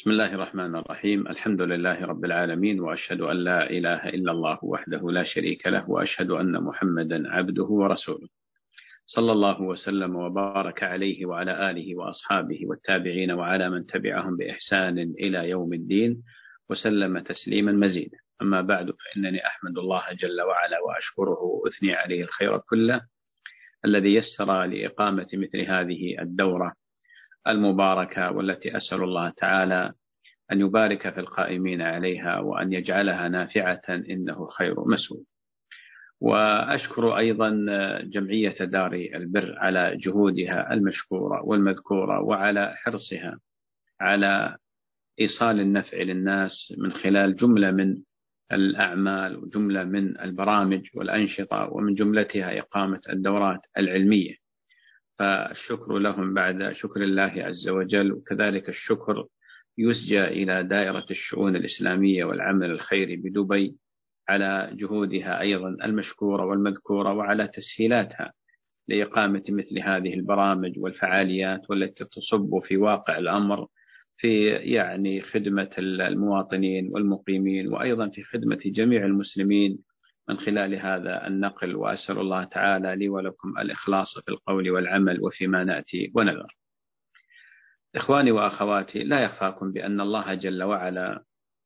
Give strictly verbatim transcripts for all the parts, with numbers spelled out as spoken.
بسم الله الرحمن الرحيم. الحمد لله رب العالمين، وأشهد أن لا إله إلا الله وحده لا شريك له، وأشهد أن محمدا عبده ورسوله، صلى الله وسلم وبارك عليه وعلى آله وأصحابه والتابعين وعلى من تبعهم بإحسان إلى يوم الدين، وسلم تسليما مزيدا. أما بعد، فإنني أحمد الله جل وعلا وأشكره وأثني عليه الخير كله الذي يسر لإقامة مثل هذه الدورة المباركة، والتي أسأل الله تعالى أن يبارك في القائمين عليها وأن يجعلها نافعة، إنه خير مسؤول. وأشكر أيضا جمعية دار البر على جهودها المشكورة والمذكورة، وعلى حرصها على إيصال النفع للناس من خلال جملة من الأعمال وجملة من البرامج والأنشطة، ومن جملتها إقامة الدورات العلمية. فالشكر لهم بعد شكر الله عز وجل، وكذلك الشكر يسجى إلى دائرة الشؤون الإسلامية والعمل الخيري بدبي على جهودها أيضا المشكورة والمذكورة، وعلى تسهيلاتها لإقامة مثل هذه البرامج والفعاليات، والتي تصب في واقع الأمر في يعني خدمة المواطنين والمقيمين، وأيضا في خدمة جميع المسلمين من خلال هذا النقل. وأسأل الله تعالى لي ولكم الإخلاص في القول والعمل وفيما نأتي ونذر. إخواني وأخواتي، لا يخفاكم بأن الله جل وعلا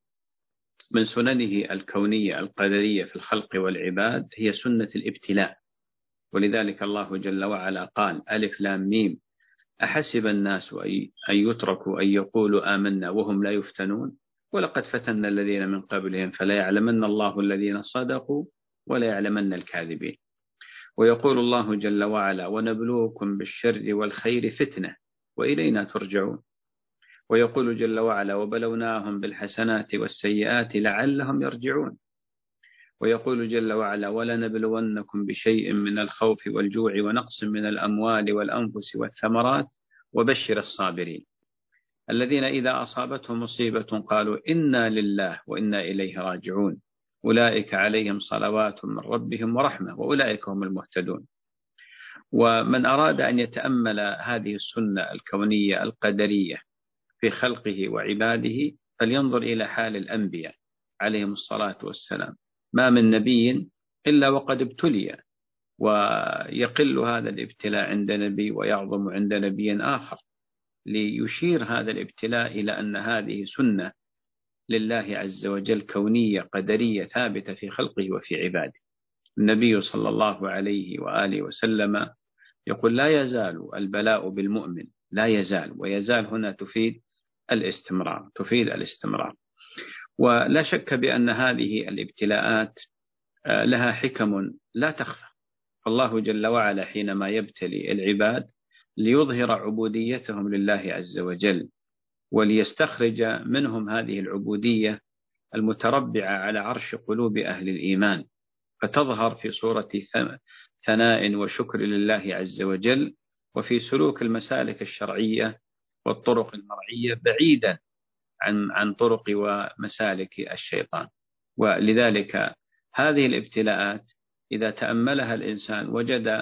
من سننه الكونية القدرية في الخلق والعباد هي سنة الابتلاء. ولذلك الله جل وعلا قال: ألف لام ميم، أحسب الناس أن يتركوا أن يقولوا آمنا وهم لا يفتنون، ولقد فتنا الذين من قبلهم فلا يعلمن الله الذين صدقوا ولا يعلمن الكاذبين. ويقول الله جل وعلا: ونبلوكم بالشر والخير فتنة وإلينا ترجعون. ويقول جل وعلا: وبلوناهم بالحسنات والسيئات لعلهم يرجعون. ويقول جل وعلا: ولنبلونكم بشيء من الخوف والجوع ونقص من الأموال والأنفس والثمرات وبشر الصابرين الذين إذا أصابتهم مصيبة قالوا إنا لله وإنا إليه راجعون أولئك عليهم صلوات من ربهم ورحمة وأولئك هم المهتدون. ومن أراد أن يتأمل هذه السنة الكونية القدرية في خلقه وعباده فلينظر إلى حال الأنبياء عليهم الصلاة والسلام. ما من نبي إلا وقد ابتلي، ويقل هذا الابتلاء عند نبي ويعظم عند نبي آخر، ليشير هذا الابتلاء إلى أن هذه سنة لله عز وجل كونية قدرية ثابتة في خلقه وفي عباده. النبي صلى الله عليه وآله وسلم يقول: لا يزال البلاء بالمؤمن، لا يزال، ويزال هنا تفيد الاستمرار، تفيد الاستمرار. ولا شك بأن هذه الابتلاءات لها حكم لا تخفى. الله جل وعلا حينما يبتلي العباد ليظهر عبوديتهم لله عز وجل، وليستخرج منهم هذه العبودية المتربعة على عرش قلوب أهل الإيمان، فتظهر في صورة ثناء وشكر لله عز وجل، وفي سلوك المسالك الشرعية والطرق المرعية بعيدا عن عن طرق ومسالك الشيطان. ولذلك هذه الابتلاءات إذا تأملها الإنسان وجد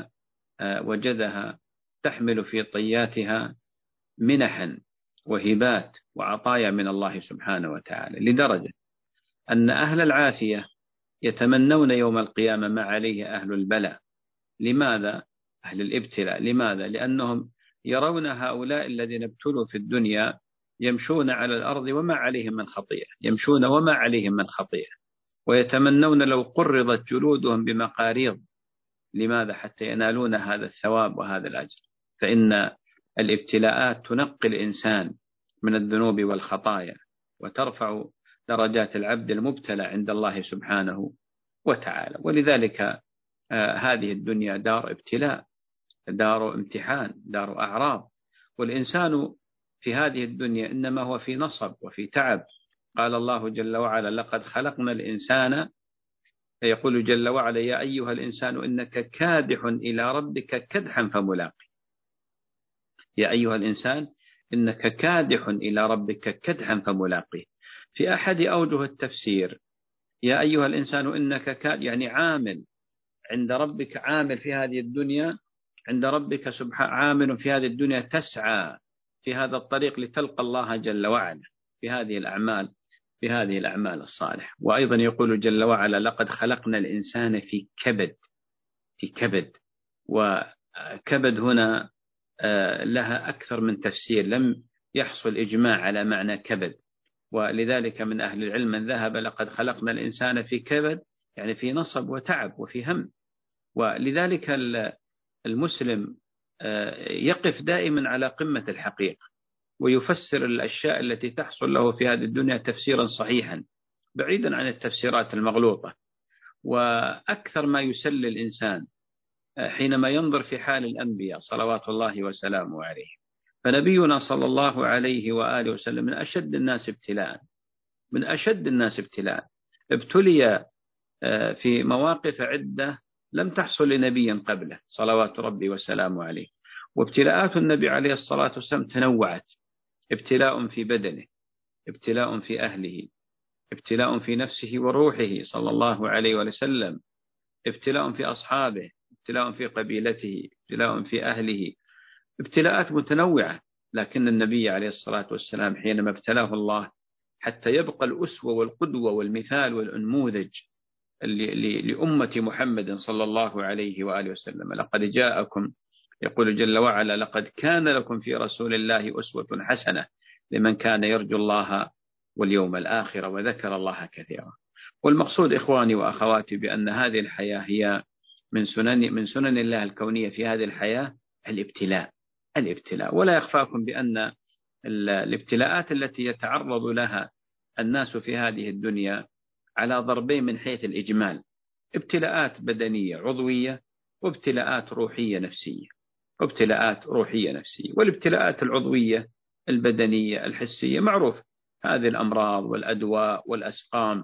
وجدها تحمل في طياتها منحا وهبات وعطايا من الله سبحانه وتعالى، لدرجة أن أهل العافية يتمنون يوم القيامة ما عليه أهل البلاء. لماذا؟ أهل الابتلاء. لماذا؟ لأنهم يرون هؤلاء الذين ابتلوا في الدنيا يمشون على الأرض وما عليهم من خطيئة، يمشون وما عليهم من خطيئة، ويتمنون لو قرضت جلودهم بمقاريض. لماذا؟ حتى ينالون هذا الثواب وهذا الأجر. فإن الابتلاءات تنقي الإنسان من الذنوب والخطايا، وترفع درجات العبد المبتلى عند الله سبحانه وتعالى. ولذلك آه هذه الدنيا دار ابتلاء، دار امتحان، دار أعراض. والإنسان في هذه الدنيا إنما هو في نصب وفي تعب. قال الله جل وعلا: لقد خلقنا الإنسان، يقول جل وعلا: يا أيها الإنسان إنك كادح إلى ربك كدحا فملاقي. يا أيها الإنسان إنك كادح إلى ربك كدحا فملاقي. في أحد أوجه التفسير: يا أيها الإنسان إنك كاد، يعني عامل عند ربك، عامل في هذه الدنيا عند ربك سبحانه، عامل في هذه الدنيا تسعى في هذا الطريق لتلقى الله جل وعلا، في هذه الأعمال في هذه الأعمال الصالحة. وأيضا يقول جل وعلا لقد خلقنا الإنسان في كبد في كبد وكبد هنا لها أكثر من تفسير، لم يحصل إجماع على معنى كبد، ولذلك من أهل العلم من ذهب لقد خلقنا الإنسان في كبد يعني في نصب وتعب وفي هم. ولذلك المسلم يقف دائما على قمة الحقيقة ويفسر الأشياء التي تحصل له في هذه الدنيا تفسيرا صحيحا بعيدا عن التفسيرات المغلوطة. وأكثر ما يسلي الإنسان حينما ينظر في حال الأنبياء صلوات الله وسلامه عليه. فنبينا صلى الله عليه وآله وسلم من أشد الناس ابتلاء من أشد الناس ابتلاء ابتلي في مواقف عدة لم تحصل لنبي قبله صلوات ربي وسلامه عليه. وابتلاءات النبي عليه الصلاة والسلام تنوعت، ابتلاء في بدنه، ابتلاء في أهله، ابتلاء في نفسه وروحه صلى الله عليه وسلم، ابتلاء في أصحابه، ابتلاء في قبيلته، ابتلاء في أهله، ابتلاءات متنوعة. لكن النبي عليه الصلاة والسلام حينما ابتلاه الله حتى يبقى الأسوة والقدوة والمثال والأنموذج لأمة محمد صلى الله عليه وآله وسلم. لقد جاءكم يقول جل وعلا لقد كان لكم في رسول الله أسوة حسنة لمن كان يرجو الله واليوم الآخر وذكر الله كثيرا. والمقصود إخواني وأخواتي بأن هذه الحياة هي من سنن من سنن الله الكونية في هذه الحياة الابتلاء الابتلاء ولا يخفاكم بأن الابتلاءات التي يتعرض لها الناس في هذه الدنيا على ضربين من حيث الإجمال: ابتلاءات بدنية عضوية، وابتلاءات روحية نفسية وابتلاءات روحية نفسية. والابتلاءات العضوية البدنية الحسية معروف، هذه الأمراض والأدواء والأسقام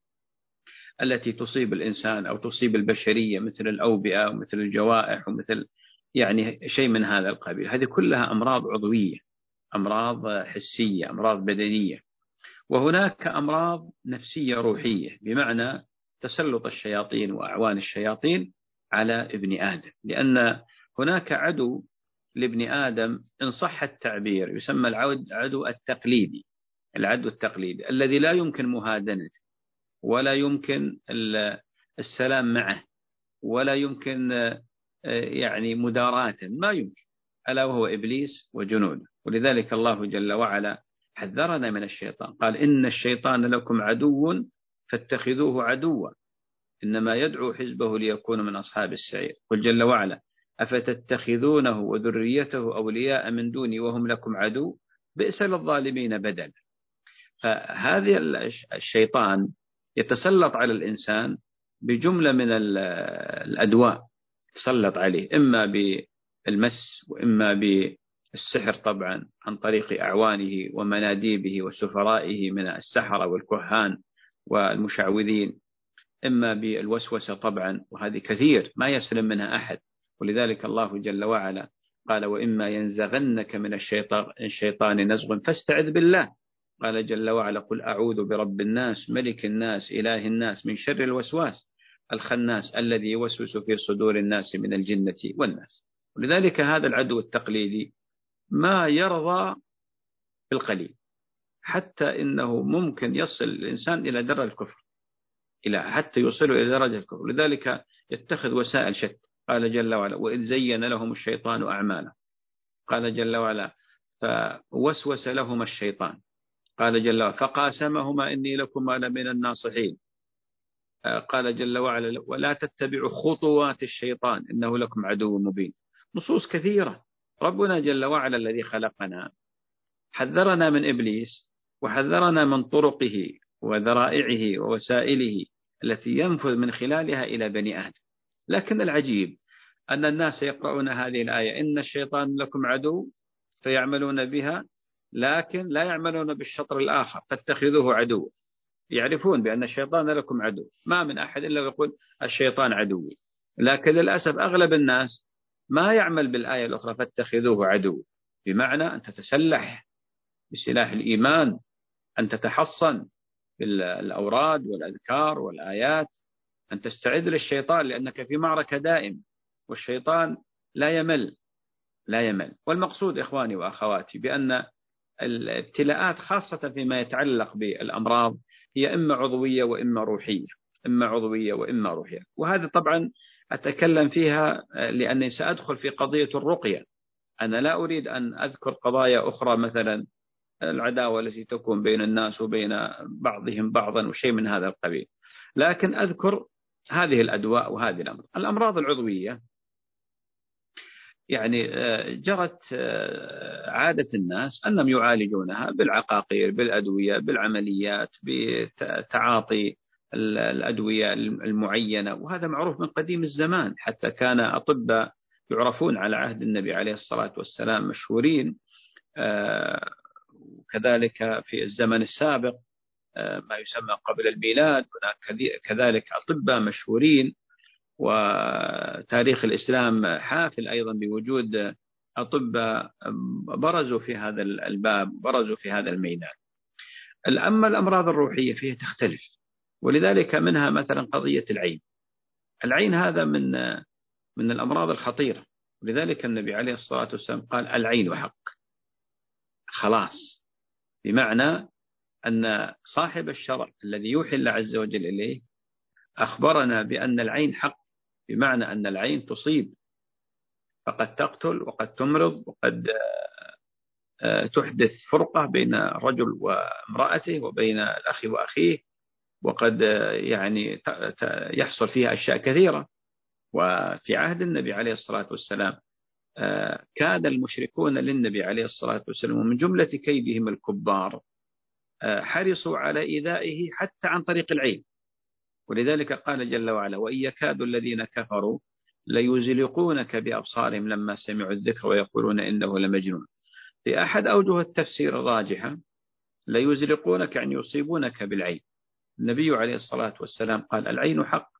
التي تصيب الإنسان أو تصيب البشرية مثل الأوبئة ومثل الجوائح ومثل يعني شيء من هذا القبيل، هذه كلها أمراض عضوية، أمراض حسية، أمراض بدنية. وهناك أمراض نفسية روحية بمعنى تسلط الشياطين وأعوان الشياطين على ابن آدم، لأن هناك عدو لابن آدم إن صح التعبير يسمى العدو التقليدي العدو التقليدي الذي لا يمكن مهادنته ولا يمكن السلام معه ولا يمكن يعني مداراته، ما يمكن، ألا وهو إبليس وجنوده. ولذلك الله جل وعلا حذرنا من الشيطان، قال إن الشيطان لكم عدو فاتخذوه عدوا إنما يدعو حزبه ليكونوا من أصحاب السعير. قل جل وعلا أفتتخذونه وذريته أولياء من دوني وهم لكم عدو بئس للظالمين بدلا. فهذه الشيطان يتسلط على الإنسان بجملة من الأدواء، يتسلط عليه إما بالمس وإما بالسحر طبعا عن طريق أعوانه ومناديبه وسفرائه من السحرة والكهان والمشعوذين، إما بالوسوسة طبعا، وهذه كثير ما يسلم منها أحد. ولذلك الله جل وعلا قال وإما ينزغنك من الشيطان نزغ فاستعذ بالله. قال جل وعلا قل أعوذ برب الناس ملك الناس إله الناس من شر الوسواس الخناس الذي يوسوس في صدور الناس من الجنة والناس. ولذلك هذا العدو التقليدي ما يرضى بالقليل، حتى إنه ممكن يصل الإنسان إلى درجة الكفر، إلى حتى يوصل إلى درجة الكفر. لذلك يتخذ وسائل شتى. قال جل وعلا وإذ زين لهم الشيطان أعماله. قال جل وعلا فوسوس لهم الشيطان. قال جل وعلا فقاسمهما إني لكما لمن الناصحين. قال جل وعلا ولا تتبعوا خطوات الشيطان إنه لكم عدو مبين. نصوص كثيرة. ربنا جل وعلا الذي خلقنا حذرنا من إبليس وحذرنا من طرقه وذرائعه ووسائله التي ينفذ من خلالها إلى بني آدم. لكن العجيب أن الناس يقرؤون هذه الآية إن الشيطان لكم عدو فيعملون بها، لكن لا يعملون بالشطر الآخر فاتخذوه عدو. يعرفون بأن الشيطان لكم عدو، ما من أحد إلا يقول الشيطان عدوي، لكن للأسف أغلب الناس ما يعمل بالآية الأخرى فاتخذوه عدو، بمعنى أن تتسلح بسلاح الإيمان، أن تتحصن بالأوراد والأذكار والآيات، أن تستعد للشيطان لأنك في معركة دائم، والشيطان لا يمل لا يمل. والمقصود إخواني وأخواتي بأن الابتلاءات خاصة فيما يتعلق بالأمراض هي إما عضوية وإما روحية، إما عضوية وإما روحية. وهذا طبعا أتكلم فيها لأني سأدخل في قضية الرقية. أنا لا أريد أن أذكر قضايا أخرى مثلا العداوة التي تكون بين الناس وبين بعضهم بعضا وشيء من هذا القبيل، لكن أذكر هذه الأدواء وهذه الأمراض. الأمراض العضوية يعني جرت عادة الناس أنهم يعالجونها بالعقاقير، بالأدوية، بالعمليات، بتعاطي الأدوية المعينة، وهذا معروف من قديم الزمان. حتى كان أطباء يعرفون على عهد النبي عليه الصلاة والسلام مشهورين، وكذلك في الزمن السابق ما يسمى قبل الميلاد هناك كذلك أطباء مشهورين. وتاريخ الإسلام حافل أيضا بوجود أطباء برزوا في هذا الباب، برزوا في هذا الميدان. أما الأمراض الروحية فيها تختلف، ولذلك منها مثلا قضية العين. العين هذا من من الأمراض الخطيرة، ولذلك النبي عليه الصلاة والسلام قال العين حق، خلاص، بمعنى أن صاحب الشرع الذي يوحي الله عز وجل إليه أخبرنا بأن العين حق، بمعنى أن العين تصيب، فقد تقتل وقد تمرض وقد تحدث فرقة بين الرجل وامرأته وبين الأخ وأخيه، وقد يعني يحصل فيها أشياء كثيرة. وفي عهد النبي عليه الصلاة والسلام كان المشركون للنبي عليه الصلاة والسلام ومن جملة كيدهم الكبار حرصوا على إيذائه حتى عن طريق العين. ولذلك قال جل وعلا وإن يكاد الذين كفروا ليزلقونك بأبصارهم لما سمعوا الذكر ويقولون إنه لمجنون. في أحد أوجه التفسير الراجحة ليزلقونك أن يصيبونك بالعين. النبي عليه الصلاة والسلام قال العين حق.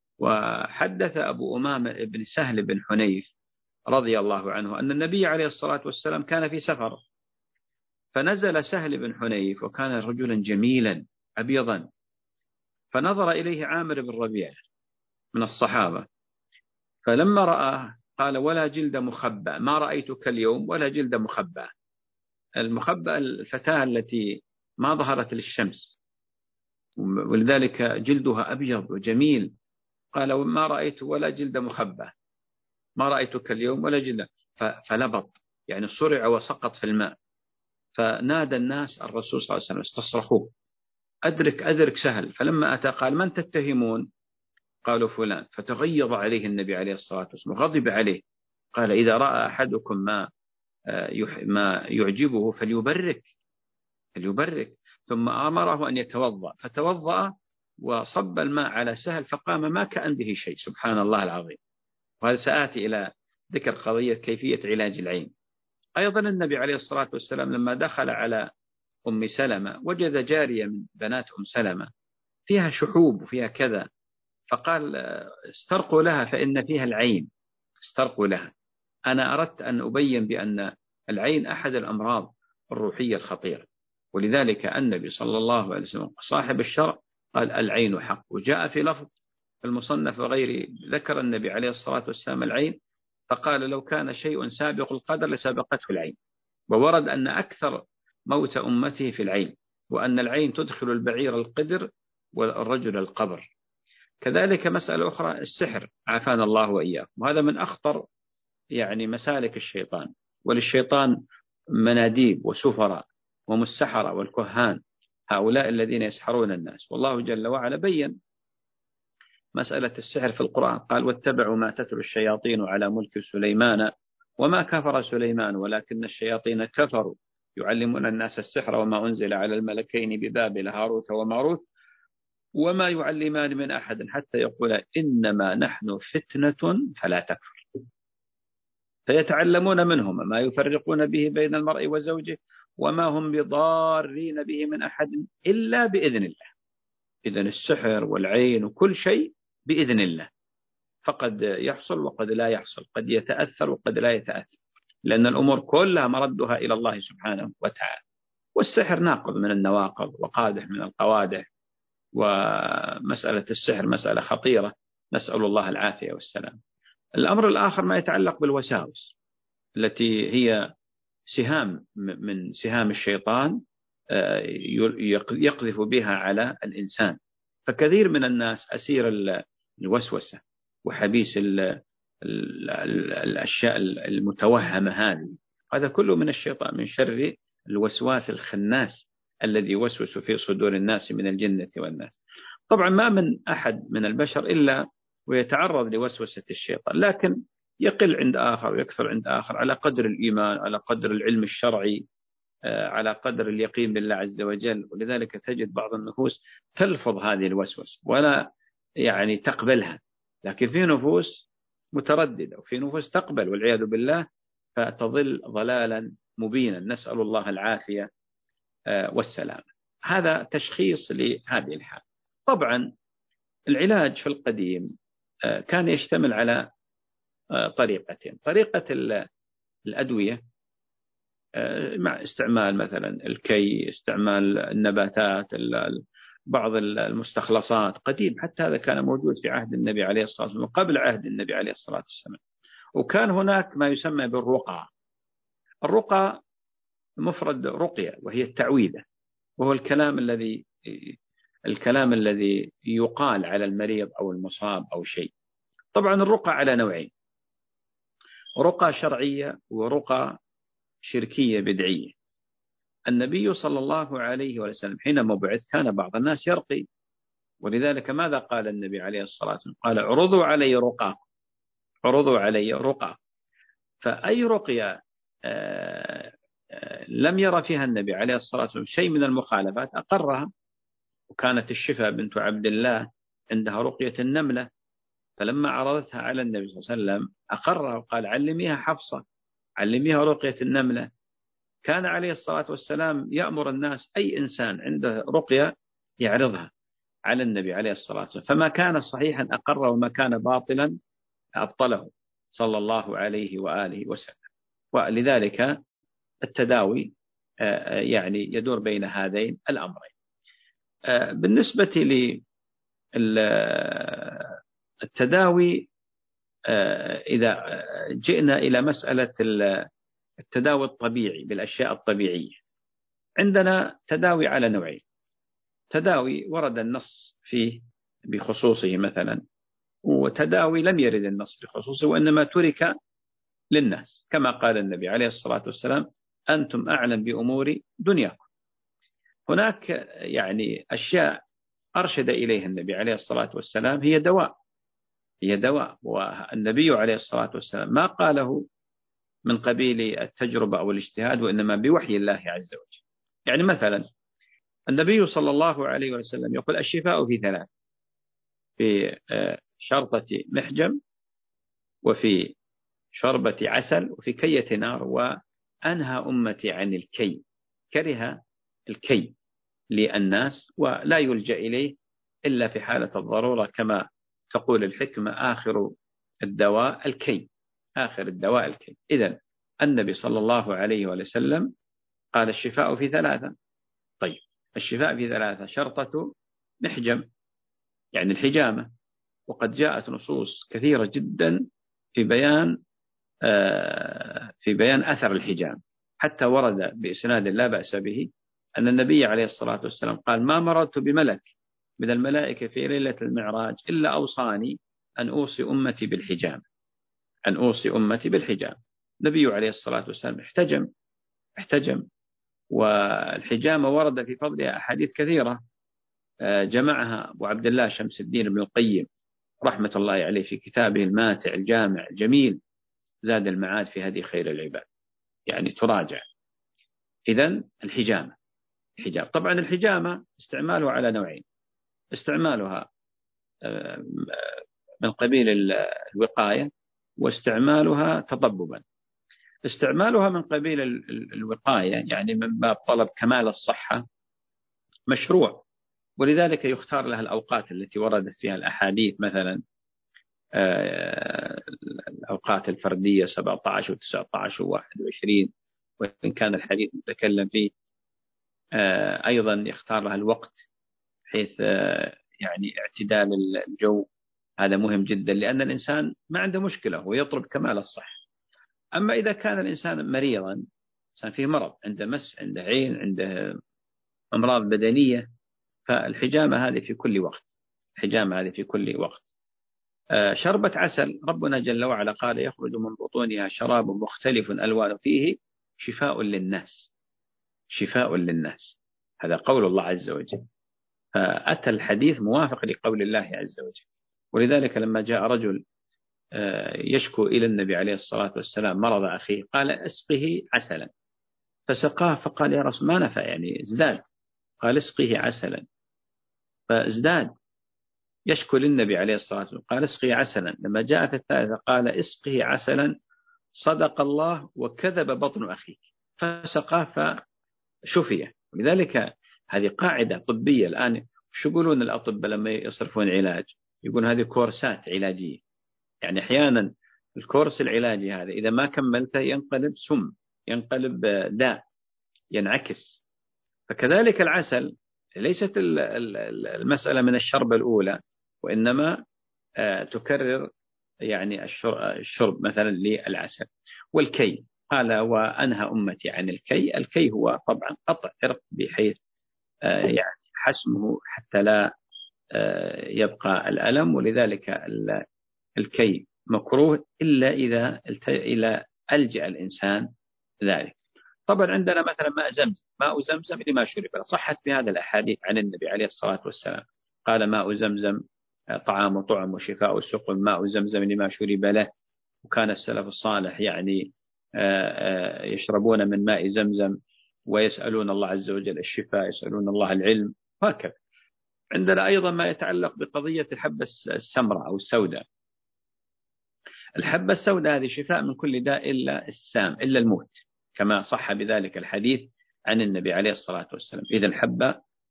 وحدث أبو أمامة بن سهل بن حنيف رضي الله عنه أن النبي عليه الصلاة والسلام كان في سفر، فنزل سهل بن حنيف وكان رجلا جميلا أبيضا، فنظر إليه عامر بن ربيعة من الصحابة، فلما رآه قال ولا جلد مخبأ، ما رأيتك اليوم ولا جلد مخبأ. المخبأ الفتاة التي ما ظهرت للشمس، ولذلك جلدها أبيض وجميل. قال ما رأيت ولا جلد مخبأ، ما رأيتك اليوم ولا جلد، فلبط يعني صرع وسقط في الماء. فنادى الناس الرسول صلى الله عليه وسلم استصرخوه أدرك أدرك سهل. فلما أتى قال من تتهمون؟ قالوا فلان. فتغيظ عليه النبي عليه الصلاة والسلام غضب عليه، قال إذا رأى أحدكم ما ما يعجبه فليبرك فليبرك ثم أمره أن يتوضأ، فتوضأ وصب الماء على سهل فقام ما كأن به شيء. سبحان الله العظيم. وهذا سآتي إلى ذكر قضية كيفية علاج العين. أيضا النبي عليه الصلاة والسلام لما دخل على أم سلمة وجد جارية من بنات أم سلمة فيها شحوب وفيها كذا، فقال استرقوا لها فإن فيها العين، استرقوا لها. أنا أردت أن أبين بأن العين أحد الأمراض الروحية الخطيرة، ولذلك النبي صلى الله عليه وسلم صاحب الشرع قال العين حق. وجاء في لفظ المصنف وغيره ذكر النبي عليه الصلاة والسلام العين فقال لو كان شيء سابق القدر لسابقته العين. وورد أن أكثر موت أمته في العين، وأن العين تدخل البعير القدر والرجل القبر. كذلك مسألة أخرى السحر عافانا الله وإياكم، وهذا من أخطر يعني مسالك الشيطان. وللشيطان مناديب وسفراء ومسحرة والكهان، هؤلاء الذين يسحرون الناس. والله جل وعلا بين مسألة السحر في القرآن قال واتبعوا ما تتلو الشياطين على ملك سليمان وما كفر سليمان ولكن الشياطين كفروا يعلمون الناس السحر وما أنزل على الملكين ببابل هاروت وماروت وما يعلمان من أحد حتى يقول إنما نحن فتنة فلا تكفر. فيتعلمون منهما ما يفرقون به بين المرء وزوجه وما هم بضارين به من أحد إلا بإذن الله. إذن السحر والعين وكل شيء بإذن الله، فقد يحصل وقد لا يحصل، قد يتأثر وقد لا يتأثر، لأن الأمور كلها مردها إلى الله سبحانه وتعالى. والسحر ناقض من النواقض وقادح من القوادح، ومسألة السحر مسألة خطيرة، نسأل الله العافية والسلام. الأمر الآخر ما يتعلق بالوساوس التي هي سهام من سهام الشيطان يقذف بها على الإنسان. فكثير من الناس أسير الوسوسة وحبيس الأشياء المتوهمة هذه، هذا كله من الشيطان، من شر الوسواس الخناس الذي يوسوس في صدور الناس من الجنة والناس. طبعا ما من أحد من البشر إلا ويتعرض لوسوسة الشيطان، لكن يقل عند آخر ويكثر عند آخر على قدر الإيمان، على قدر العلم الشرعي، على قدر اليقين بالله عز وجل. ولذلك تجد بعض النفوس تلفظ هذه الوسوسة ولا يعني تقبلها، لكن في نفوس مترددة وفي نفوس تقبل والعياذ بالله، فتظل ضلالا مبينا، نسأل الله العافية والسلام. هذا تشخيص لهذه الحال. طبعا العلاج في القديم كان يشتمل على طريقتين: طريقة الأدوية مع استعمال مثلا الكي، استعمال النباتات، بعض المستخلصات قديم، حتى هذا كان موجود في عهد النبي عليه الصلاة والسلام وقبل عهد النبي عليه الصلاة والسلام. وكان هناك ما يسمى بالرقى. الرقى مفرد رقية، وهي التعويذة، وهو الكلام الذي الكلام الذي يقال على المريض أو المصاب أو شيء. طبعا الرقى على نوعين: رقى شرعية ورقى شركية بدعية. النبي صلى الله عليه وسلم حينما بعث كان بعض الناس يرقي، ولذلك ماذا قال النبي عليه الصلاة والسلام؟ قال: عرضوا علي رقاكم، عرضوا علي رقاكم. فأي رقية لم يرى فيها النبي عليه الصلاة والسلام شيء من المخالفات أقرها. وكانت الشفاء بنت عبد الله عندها رقية النملة، فلما عرضتها على النبي صلى الله عليه وسلم أقرها وقال: علميها حفصة، علميها رقية النملة. كان عليه الصلاة والسلام يأمر الناس أي إنسان عنده رقية يعرضها على النبي عليه الصلاة والسلام، فما كان صحيحا أقره وما كان باطلا أبطله صلى الله عليه وآله وسلم. ولذلك التداوي يعني يدور بين هذين الأمرين. بالنسبة للتداوي، إذا جئنا إلى مسألة التداوي الطبيعي بالأشياء الطبيعية، عندنا تداوي على نوعين: تداوي ورد النص فيه بخصوصه مثلا، وتداوي لم يرد النص بخصوصه وإنما ترك للناس، كما قال النبي عليه الصلاة والسلام: أنتم أعلم بأمور دنياكم. هناك يعني أشياء أرشد إليها النبي عليه الصلاة والسلام هي دواء، هي دواء، والنبي عليه الصلاة والسلام ما قاله من قبيل التجربة أو الاجتهاد، وإنما بوحي الله عز وجل. يعني مثلا النبي صلى الله عليه وسلم يقول: الشفاء في ثلاث: في شرطة محجم، وفي شربة عسل، وفي كية نار. وأنهى أمتي عن الكي، كره الكي للناس ولا يلجأ إليه إلا في حالة الضرورة، كما تقول الحكمة: آخر الدواء الكي، آخر الدواء الكي. إذن النبي صلى الله عليه وسلم قال: الشفاء في ثلاثة. طيب، الشفاء في ثلاثة: شرطة محجم يعني الحجامة، وقد جاءت نصوص كثيرة جدا في بيان في بيان أثر الحجام، حتى ورد بإسناد لا بأس به أن النبي عليه الصلاة والسلام قال: ما مررت بملك من الملائكة في ليلة المعراج إلا أوصاني أن أوصي أمتي بالحجام، أن أوصي أمتي بالحجام. النبي عليه الصلاة والسلام احتجم احتجم والحجامة ورد في فضلها أحاديث كثيرة جمعها أبو عبد الله شمس الدين بن القيم رحمة الله عليه في كتابه الماتع الجامع الجميل زاد المعاد في هدي خير العباد، يعني تراجع. إذن الحجامة حجام. طبعا الحجامة استعمالها على نوعين: استعمالها من قبيل الوقاية، واستعمالها تطببا. استعمالها من قبيل الوقاية يعني من باب طلب كمال الصحة مشروع، ولذلك يختار لها الأوقات التي وردت فيها الأحاديث، مثلا الأوقات الفردية سبعة عشر وتسعة عشر وواحد وعشرين، وإن كان الحديث متكلم فيه. أيضا يختار لها الوقت بحيث يعني اعتدال الجو، هذا مهم جدا، لأن الإنسان ما عنده مشكلة ويطلب كمال الصحة. أما إذا كان الإنسان مريضا إنسان فيه مرض، عنده مس، عنده عين، عنده أمراض بدنية، فالحجامة هذه في كل وقت، الحجامة هذه في كل وقت. شربة عسل، ربنا جل وعلا قال يخرج من بطونها شراب مختلف ألوان فيه شفاء للناس، شفاء للناس، هذا قول الله عز وجل. فأتى الحديث موافق لقول الله عز وجل. ولذلك لما جاء رجل يشكو إلى النبي عليه الصلاة والسلام مرض أخيه قال اسقه عسلا، فسقاه فقال يا رسول ما نفع، يعني ازداد، قال اسقه عسلا فازداد، يشكو للنبي عليه الصلاة والسلام قال اسقه عسلا. لما جاء في الثالثة قال اسقه عسلا صدق الله وكذب بطن أخيك، فسقاه فشفيه. ولذلك هذه قاعدة طبية الآن. شو يقولون الأطباء لما يصرفون علاج؟ يقول هذه كورسات علاجية، يعني أحيانا الكورس العلاجي هذا إذا ما كملته ينقلب سم، ينقلب داء، ينعكس. فكذلك العسل ليست المسألة من الشربة الأولى، وإنما تكرر يعني الشرب مثلا للعسل. والكي قال وأنهى أمتي عن الكي، الكي هو طبعا قطع عرق بحيث يعني حسمه حتى لا يبقى الألم، ولذلك الكي مكروه إلا إذا إلى ألجأ الإنسان ذلك. طبعا عندنا مثلا ماء زمزم، ماء زمزم لما شرب، صحت بهذا الأحاديث عن النبي عليه الصلاة والسلام، قال ماء زمزم طعام طعم وشفاء السقم، ماء زمزم لما شرب له. وكان السلف الصالح يعني يشربون من ماء زمزم ويسألون الله عز وجل الشفاء، يسألون الله العلم، وهكذا. عندنا أيضا ما يتعلق بقضية الحبة السمراء أو السوداء. الحبة السوداء هذه شفاء من كل داء إلا السام، إلا الموت، كما صح بذلك الحديث عن النبي عليه الصلاة والسلام. إذا الحبة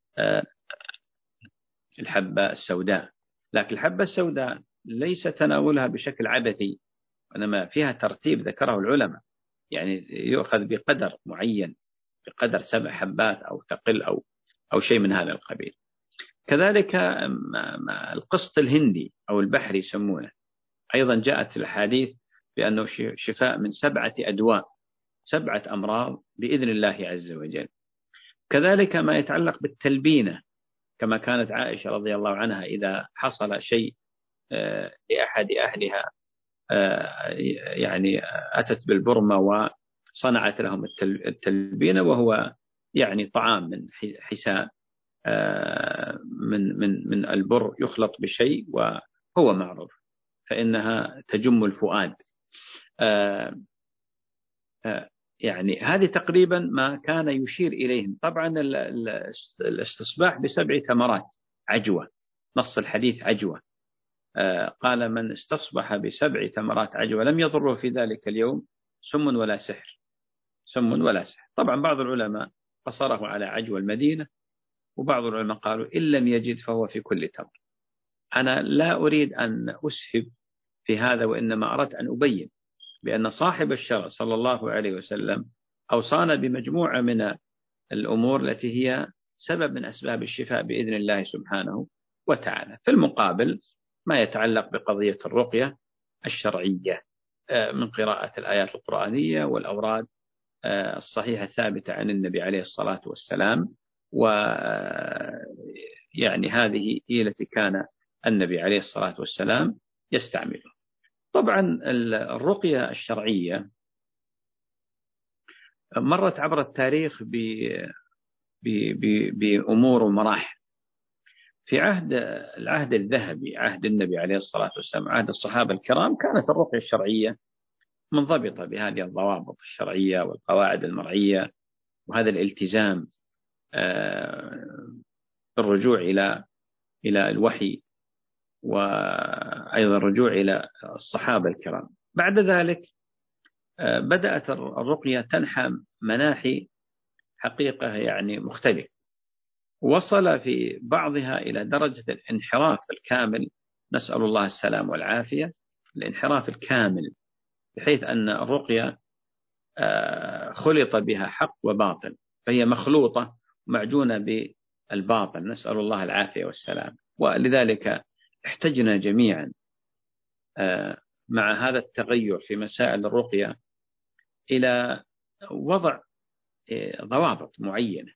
الحبة السوداء، لكن الحبة السوداء ليس تناولها بشكل عبثي، وإنما فيها ترتيب ذكره العلماء، يعني يؤخذ بقدر معين، بقدر سبع حبات أو تقل أو أو شيء من هذا القبيل. كذلك القسط الهندي أو البحري يسمونه، أيضا جاءت الحديث بأنه شفاء من سبعة أدواء، سبعة أمراض بإذن الله عز وجل. كذلك ما يتعلق بالتلبينة، كما كانت عائشة رضي الله عنها إذا حصل شيء لأحد أهلها يعني أتت بالبرمة وصنعت لهم التلبينة، وهو يعني طعام من حساء من من من البر يخلط بشيء وهو معروف، فإنها تجم الفؤاد. يعني هذه تقريبا ما كان يشير إليهم. طبعا الاستصباح بسبع تمرات عجوة، نص الحديث عجوة، قال من استصبح بسبع تمرات عجوة لم يضره في ذلك اليوم سم ولا سحر، سم ولا سحر. طبعا بعض العلماء قصره على عجوة المدينة، وبعض العلماء قالوا إن لم يجد فهو في كل تمر. أنا لا أريد أن أسهب في هذا، وإنما أردت أن أبين بأن صاحب الشرع صلى الله عليه وسلم أوصانا بمجموعة من الأمور التي هي سبب من أسباب الشفاء بإذن الله سبحانه وتعالى. في المقابل ما يتعلق بقضية الرقية الشرعية من قراءة الآيات القرآنية والأوراد الصحيحة الثابتة عن النبي عليه الصلاة والسلام، ويعني هذه هي التي كان النبي عليه الصلاة والسلام يستعملها. طبعا الرقية الشرعية مرت عبر التاريخ بأمور ومراحل. في عهد العهد الذهبي، عهد النبي عليه الصلاة والسلام، عهد الصحابة الكرام، كانت الرقية الشرعية منضبطة بهذه الضوابط الشرعية والقواعد المرعية، وهذا الالتزام بالرجوع إلى إلى الوحي، وأيضا الرجوع إلى الصحابة الكرام. بعد ذلك بدأت الرقية تنحى مناحي حقيقة يعني مختلفة، وصل في بعضها إلى درجة الانحراف الكامل، نسأل الله السلام والعافية، الانحراف الكامل، بحيث أن الرقية خلط بها حق وباطل، فهي مخلوطة معجونة بالباطل، نسأل الله العافية والسلام. ولذلك احتجنا جميعا مع هذا التغير في مسائل الرقية إلى وضع ضوابط معينة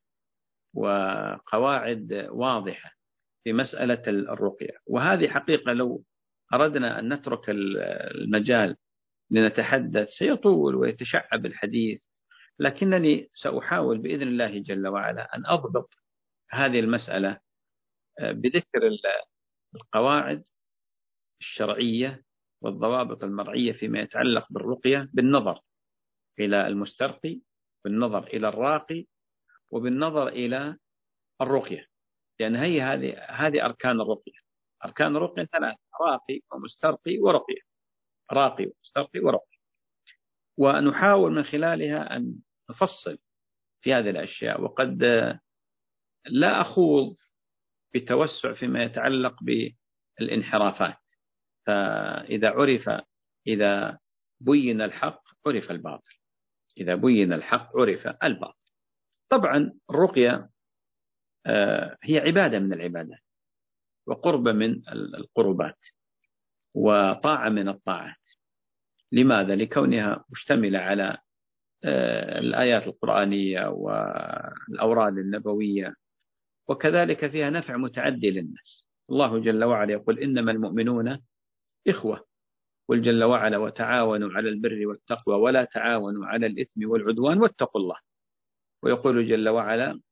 وقواعد واضحة في مسألة الرقية. وهذه حقيقة لو أردنا أن نترك المجال لنتحدث سيطول ويتشعب الحديث، لكنني سأحاول بإذن الله جل وعلا أن أضبط هذه المسألة بذكر القواعد الشرعية والضوابط المرعية فيما يتعلق بالرقية، بالنظر إلى المسترقي، بالنظر إلى الراقي، وبالنظر إلى الرقية، لأن يعني هي هذه هذه أركان الرقية. أركان الرقية ثلاث: راقي ومسترقي ورقية، راقي ومسترقي ورقية. ونحاول من خلالها أن نفصل في هذه الأشياء، وقد لا أخوض بتوسع فيما يتعلق بالانحرافات، فإذا عرف إذا بين الحق عرف الباطل، إذا بين الحق عرف الباطل. طبعا الرقية هي عبادة من العبادات، وقربة من القربات، وطاعة من الطاعات. لماذا؟ لكونها مشتملة على الآيات القرآنية والأوراد النبوية، وكذلك فيها نفع متعدي للناس. الله جل وعلا يقول: إنما المؤمنون إخوة، قل جل وعلا: وتعاونوا على البر والتقوى ولا تعاونوا على الإثم والعدوان واتقوا الله. ويقول جل وعلا: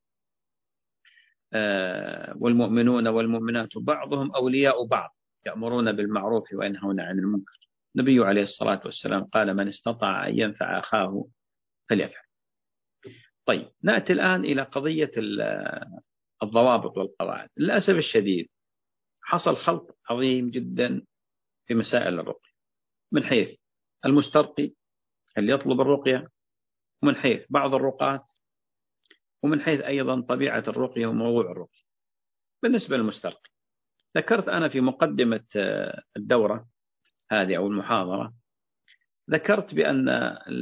والمؤمنون والمؤمنات بعضهم أولياء بعض يأمرون بالمعروف وينهون عن المنكر. النبي عليه الصلاة والسلام قال: من استطاع أن ينفع أخاه فليفعل. طيب، نأتي الآن إلى قضية الضوابط والقواعد. للأسف الشديد حصل خلط عظيم جدا في مسائل الرقية، من حيث المسترقي اللي يطلب الرقية، ومن حيث بعض الرقاة، ومن حيث أيضا طبيعة الرقية وموضوع الرقية. بالنسبة للمسترقي، ذكرت أنا في مقدمة الدورة هذه أو المحاضرة، ذكرت بأن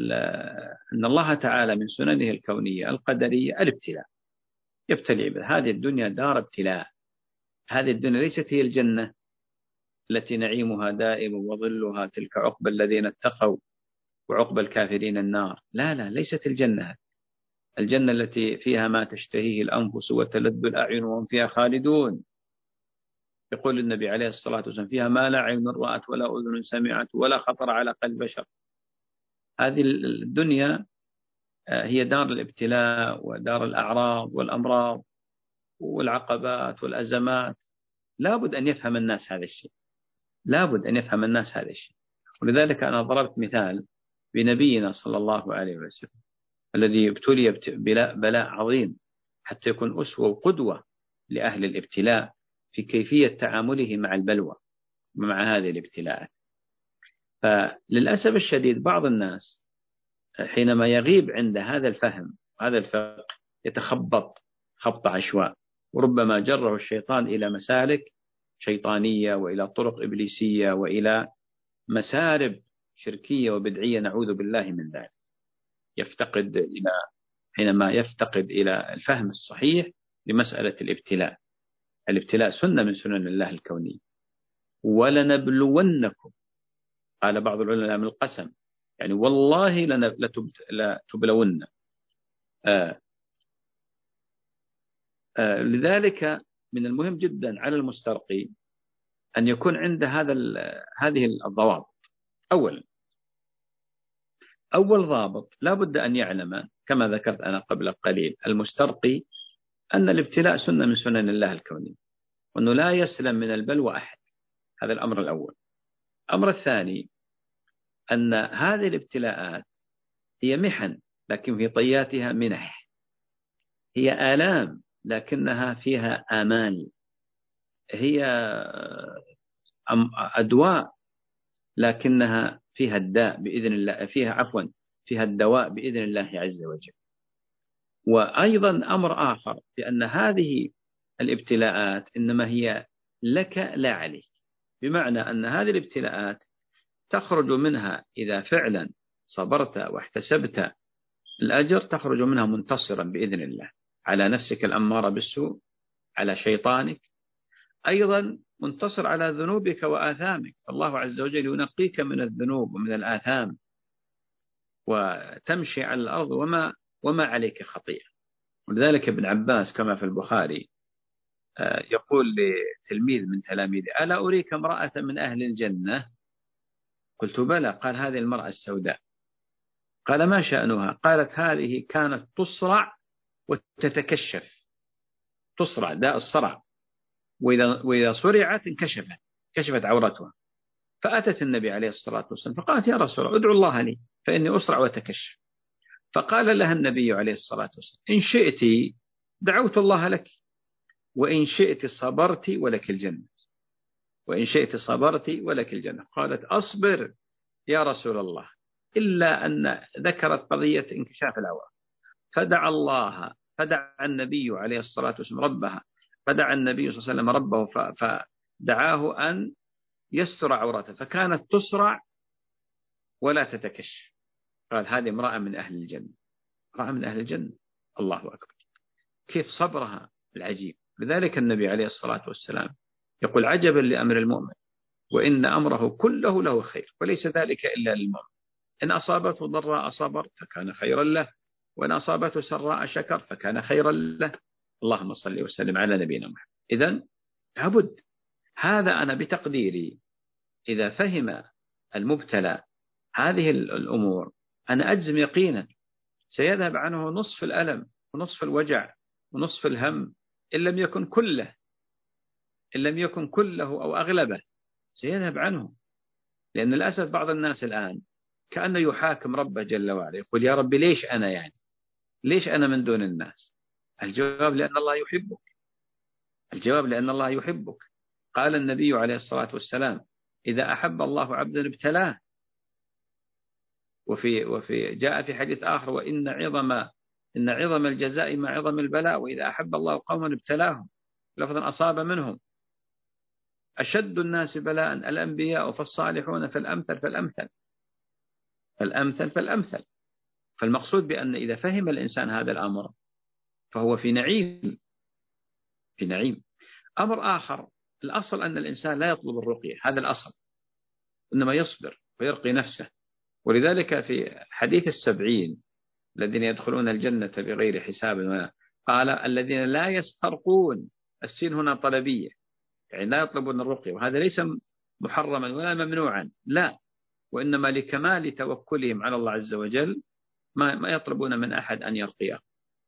أن الله تعالى من سننه الكونية القدرية الابتلاء، يبتلي به. هذه الدنيا دار ابتلاء، هذه الدنيا ليست هي الجنة التي نعيمها دائم وظلها تلك عقبى الذين اتقوا وعقبى الكافرين النار. لا لا، ليست الجنة. الجنة التي فيها ما تشتهيه الأنفس وتلذ الأعين وهم فيها خالدون. يقول النبي عليه الصلاة والسلام: فيها ما لا عين رأت ولا أذن سمعت ولا خطر على قلب بشر. هذه الدنيا هي دار الابتلاء ودار الأعراض والأمراض والعقبات والأزمات. لابد أن يفهم الناس هذا الشيء، لابد أن يفهم الناس هذا الشيء. ولذلك أنا ضربت مثال بنبينا صلى الله عليه وسلم الذي ابتلي بلاء عظيم حتى يكون أسوة وقدوة لأهل الابتلاء في كيفية تعامله مع البلوى ومع هذه الابتلاءات. فللأسف الشديد بعض الناس حينما يغيب عند هذا الفهم هذا الفقه يتخبط خبط عشواء، وربما جره الشيطان إلى مسالك شيطانية وإلى طرق إبليسية وإلى مسارب شركية وبدعية، نعوذ بالله من ذلك. يفتقد إلى حينما يفتقد إلى الفهم الصحيح لمسألة الابتلاء. الابتلاء سنة من سنن الله الكونية. ولنبلونكم، قال بعض العلماء من القسم، يعني والله لتبلون. آه آه لذلك من المهم جدا على المسترقي أن يكون عنده هذا هذه الضوابط. أولا، أول ضابط لا بد أن يعلم كما ذكرت أنا قبل قليل المسترقي أن الابتلاء سنة من سنن الله الكونية، وأنه لا يسلم من البلوى أحد. هذا الأمر الأول. الأمر الثاني أن هذه الابتلاءات هي محن لكن في طياتها منح، هي آلام لكنها فيها آمال، هي أدواء لكنها فيها الداء بإذن الله، فيها عفوا فيها الدواء بإذن الله عز وجل. وأيضا أمر آخر بأن هذه الابتلاءات إنما هي لك لا عليك، بمعنى أن هذه الابتلاءات تخرج منها إذا فعلا صبرت واحتسبت الأجر، تخرج منها منتصرا بإذن الله على نفسك الأمارة بالسوء، على شيطانك، أيضا منتصر على ذنوبك وآثامك. فالله عز وجل ينقيك من الذنوب ومن الآثام، وتمشي على الأرض وما وما عليك خطيئة. ولذلك ابن عباس كما في البخاري يقول لتلميذ من تلاميذه: ألا أريك امرأة من أهل الجنة؟ قلت: بلى. قال: هذه المرأة السوداء. قال: ما شأنها؟ قالت: هذه كانت تصرع وتتكشف، تصرع داء الصرع، وإذا, وإذا صرعت انكشفت، كشفت عورتها. فأتت النبي عليه الصلاة والسلام فقالت: يا رسول الله ادعو الله لي فإني أصرع وتكشف. فقال لها النبي عليه الصلاة والسلام: إن شئت دعوت الله لك، وإن شئت صبرت ولك الجنة، وإن شئت صبرت ولك الجنة. قالت: أصبر يا رسول الله، إلا أن ذكرت قضية انكشاف العورة. فدعا الله، فدعا النبي عليه الصلاة والسلام ربها، فدعا النبي صلى الله عليه وسلم ربه فدعاه أن يستر عورته، فكانت تصرع ولا تتكشف. قال: هذه امرأة من أهل الجنة، امرأة من أهل الجنة. الله أكبر، كيف صبرها العجيب. لذلك النبي عليه الصلاة والسلام يقول: عجبا لأمر المؤمن، وإن أمره كله له خير، وليس ذلك إلا للمؤمن. إن أصابته ضراء صبر فكان خيرا له، وإن أصابته سراء شكر فكان خيرا له. اللهم صل وسلم على نبينا محمد. إذن لابد، هذا أنا بتقديري إذا فهم المبتلى هذه الأمور أنا أجزم يقينا سيذهب عنه نصف الألم ونصف الوجع ونصف الهم، إن لم يكن كله، إن لم يكن كله أو أغلبه سيذهب عنه. لأن للأسف بعض الناس الآن كأنه يحاكم ربه جل وعلا، يقول: يا رب ليش أنا، يعني ليش أنا من دون الناس؟ الجواب: لأن الله يحبك. الجواب: لأن الله يحبك. قال النبي عليه الصلاة والسلام: إذا أحب الله عبدا ابتلاه. وفي وفي جاء في حديث آخر: وإن عظم إن عظم الجزاء مع عظم البلاء، وإذا أحب الله قوما ابتلاهم. لفظا أصاب منهم. أشد الناس بلاء الأنبياء، فالصالحون فالأمثل فالأمثل فالأمثل فالأمثل. فالمقصود بأن إذا فهم الإنسان هذا الأمر فهو في نعيم، في نعيم. أمر آخر، الأصل أن الإنسان لا يطلب الرقية، هذا الأصل، إنما يصبر ويرقي نفسه. ولذلك في حديث السبعين الذين يدخلون الجنة بغير حساب، قال: الذين لا يسترقون. السين هنا طلبية، يعني لا يطلبون الرقية، وهذا ليس محرما ولا ممنوعا، لا، وإنما لكمال توكلهم على الله عز وجل ما ما يطلبون من أحد أن يرقيه.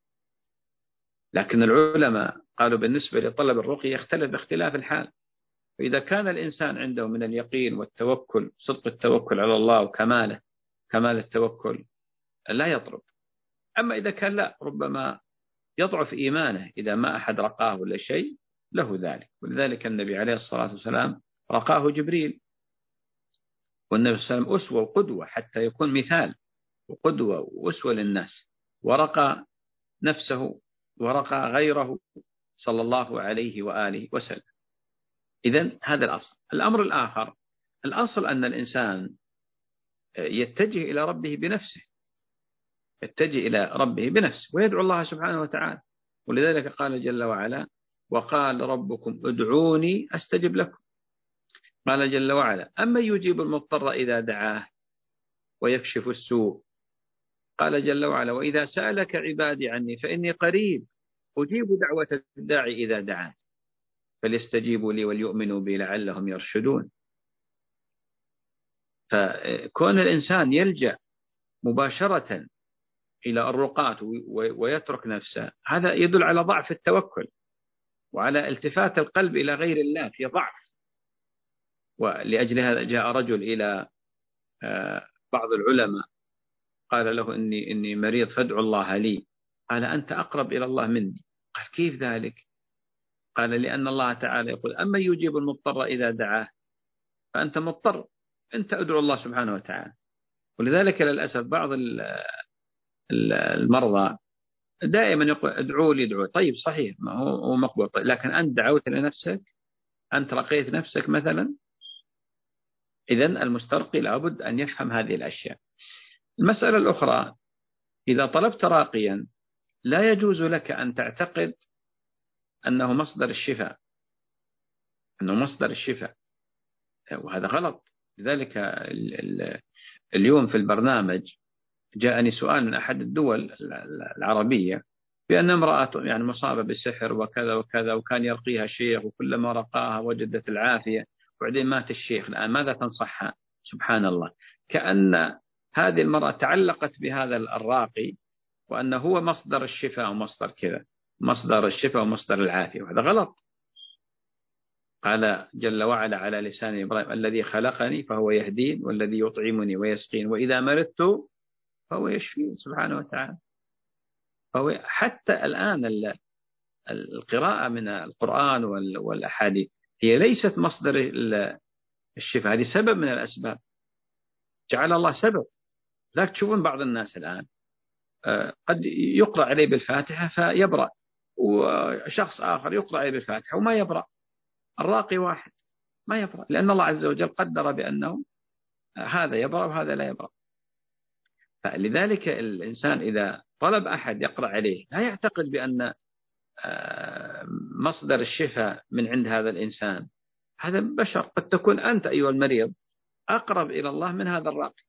لكن العلماء قالوا بالنسبة لطلب الرقية يختلف باختلاف الحال. فإذا كان الإنسان عنده من اليقين والتوكل، صدق التوكل على الله وكماله، كمال التوكل، لا يطلب. أما إذا كان لا، ربما يضعف إيمانه إذا ما أحد رقاه ولا شيء، له ذلك. ولذلك النبي عليه الصلاة والسلام رقاه جبريل، والنبي صلى الله عليه وسلم أسوة وقدوة حتى يكون مثال وقدوة وأسوة للناس، ورقى نفسه ورقى غيره صلى الله عليه وآله وسلم. إذن هذا الأصل. الأمر الآخر، الأصل أن الإنسان يتجه إلى ربه بنفسه، يتجه إلى ربه بنفسه ويدعو الله سبحانه وتعالى. ولذلك قال جل وعلا: وقال ربكم ادعوني أستجب لكم. قال جل وعلا: أما يجيب المضطر إذا دعاه ويكشف السوء. قال جل وعلا: وإذا سألك عبادي عني فإني قريب أجيب دعوة الداعي إذا دعان فليستجيبوا لي وليؤمنوا بي لعلهم يرشدون. فكون الإنسان يلجأ مباشرة إلى الرقاة ويترك نفسه، هذا يدل على ضعف التوكل وعلى التفات القلب إلى غير الله في ضعف. ولأجل هذا جاء رجل إلى بعض العلماء قال له: إني إني مريض فادعوا الله لي. قال: أنت أقرب إلى الله مني. قال: كيف ذلك؟ قال: لأن الله تعالى يقول: أما يجيب المضطر إذا دعاه. فأنت مضطر، أنت أدعو الله سبحانه وتعالى. ولذلك للأسف بعض المرضى دائما يقول: ادعوا لي ادعوا. طيب صحيح، ما هو مقبول، طيب لكن أنت دعوت لنفسك؟ أنت رقيت نفسك مثلا؟ إذن المسترقي لابد أن يفهم هذه الأشياء. المسألة الأخرى، إذا طلبت راقيا لا يجوز لك أن تعتقد أنه مصدر الشفاء، أنه مصدر الشفاء، وهذا غلط. لذلك اليوم في البرنامج جاءني سؤال من أحد الدول العربية بأن امرأة يعني مصابة بالسحر وكذا وكذا، وكان يرقيها شيخ، وكلما رقاها وجدت العافية، وبعدين مات الشيخ. الآن ماذا تنصحها؟ سبحان الله، كأن هذه المرأة تعلقت بهذا الراقي وأنه هو مصدر الشفاء ومصدر كذا، مصدر الشفاء ومصدر العافية، وهذا غلط. قال جل وعلا على لسان إبراهيم: الذي خلقني فهو يهدين، والذي يطعمني ويسقين، وإذا مرضت فهو يشفين سبحانه وتعالى. فهو حتى الآن القراءة من القرآن والأحاديث هي ليست مصدر الشفاء، هذه سبب من الأسباب، جعل الله سبب. ذاك تشوفون بعض الناس الآن قد يقرأ عليه بالفاتحة فيبرأ، وشخص آخر يقرأ عليه بالفاتحة وما يبرأ، الراقي واحد ما يبرأ، لأن الله عز وجل قدر بأنه هذا يبرأ وهذا لا يبرأ. فلذلك الإنسان إذا طلب أحد يقرأ عليه لا يعتقد بأن مصدر الشفاء من عند هذا الإنسان، هذا بشر. قد تكون أنت أيها المريض أقرب إلى الله من هذا الراقي،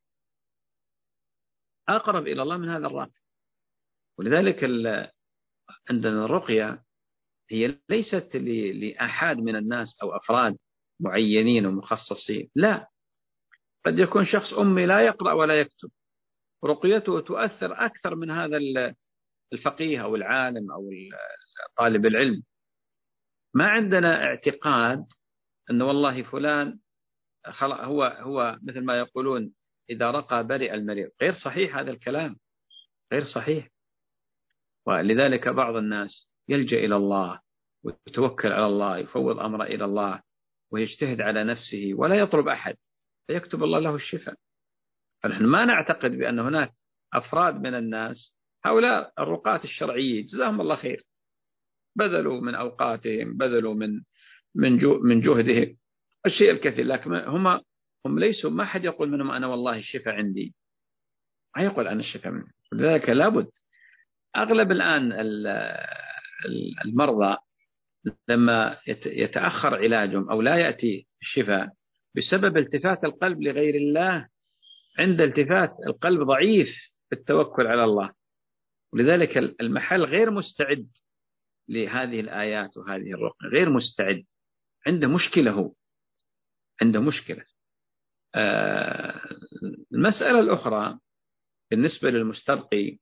أقرب إلى الله من هذا الراقي. ولذلك عندنا الرقية هي ليست لأحد من الناس أو أفراد معينين ومخصصين، لا، قد يكون شخص أمي لا يقرأ ولا يكتب، رقيته تؤثر أكثر من هذا الفقيه أو العالم أو طالب العلم. ما عندنا اعتقاد أن والله فلان هو هو مثل ما يقولون إذا رقى برئ المريض. غير صحيح هذا الكلام، غير صحيح. ولذلك بعض الناس يلجأ إلى الله ويتوكل على الله، يفوض أمره إلى الله ويجتهد على نفسه ولا يطلب أحد، فيكتب الله له الشفاء. فنحن ما نعتقد بأن هناك أفراد من الناس، هؤلاء الرقاة الشرعيين جزاهم الله خير، بذلوا من أوقاتهم، بذلوا من من من جهدهم الشيء الكثير، لكن هم هم ليسوا، ما حد يقول منهم أنا والله الشفاء عندي، ما يقول أنا الشفاء مني. لذلك لابد. أغلب الآن المرضى لما يتأخر علاجهم أو لا يأتي الشفاء بسبب التفات القلب لغير الله، عند التفات القلب ضعيف بالتوكل على الله. ولذلك المحل غير مستعد لهذه الآيات وهذه الرقية، غير مستعد، عنده مشكلة، هو عنده مشكلة. آه المسألة الأخرى بالنسبة للمسترقي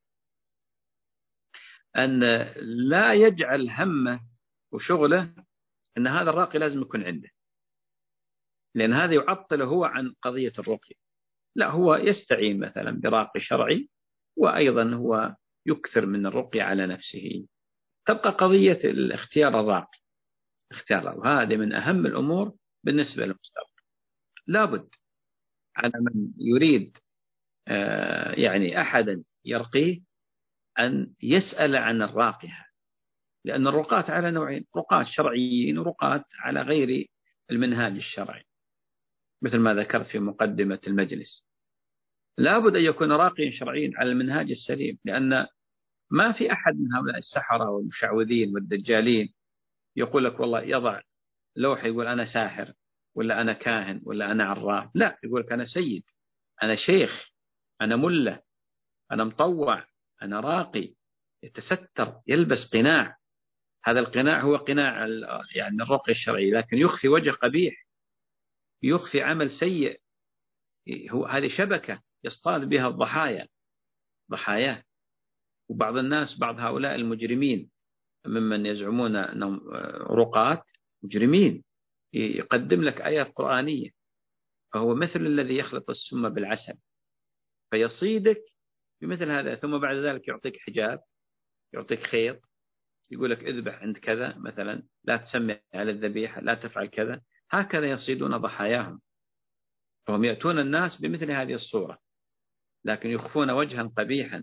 أن لا يجعل همه وشغله أن هذا الراقي لازم يكون عنده، لأن هذا يعطله هو عن قضية الرقية. لا، هو يستعين مثلا براقي شرعي، وأيضا هو يكثر من الرقية على نفسه. تبقى قضية الاختيار الراقي، اختيار، وهذا من أهم الأمور بالنسبة للمسترقي. لابد على من يريد آه يعني أحدا يرقيه أن يسأل عن الراقية، لأن الرقاة على نوعين: رقاة شرعيين ورقاة على غير المنهاج الشرعي، مثل ما ذكرت في مقدمة المجلس. لابد أن يكون راقيا شرعيا على المنهاج السليم، لأن ما في أحد من هؤلاء السحرة والمشعوذين والدجالين يقول لك والله يضع لوحة يقول أنا ساحر ولا أنا كاهن ولا أنا عراف. لا، يقول لك أنا سيد، أنا شيخ، أنا ملة، أنا مطوع، أنا راقي، يتستر، يلبس قناع. هذا القناع هو قناع يعني الرقية الشرعي، لكن يخفي وجه قبيح، يخفي عمل سيء. هو هذه شبكة يصطاد بها الضحايا، ضحايا. وبعض الناس، بعض هؤلاء المجرمين ممن يزعمون أنهم رقاة، مجرمين، يقدم لك آيات قرآنية، فهو مثل الذي يخلط السم بالعسل، فيصيدك بمثل هذا، ثم بعد ذلك يعطيك حجاب، يعطيك خيط، يقول لك اذبح عند كذا مثلا، لا تسمع على الذبيحة، لا تفعل كذا. هكذا يصيدون ضحاياهم، فهم يأتون الناس بمثل هذه الصورة، لكن يخفون وجها قبيحا،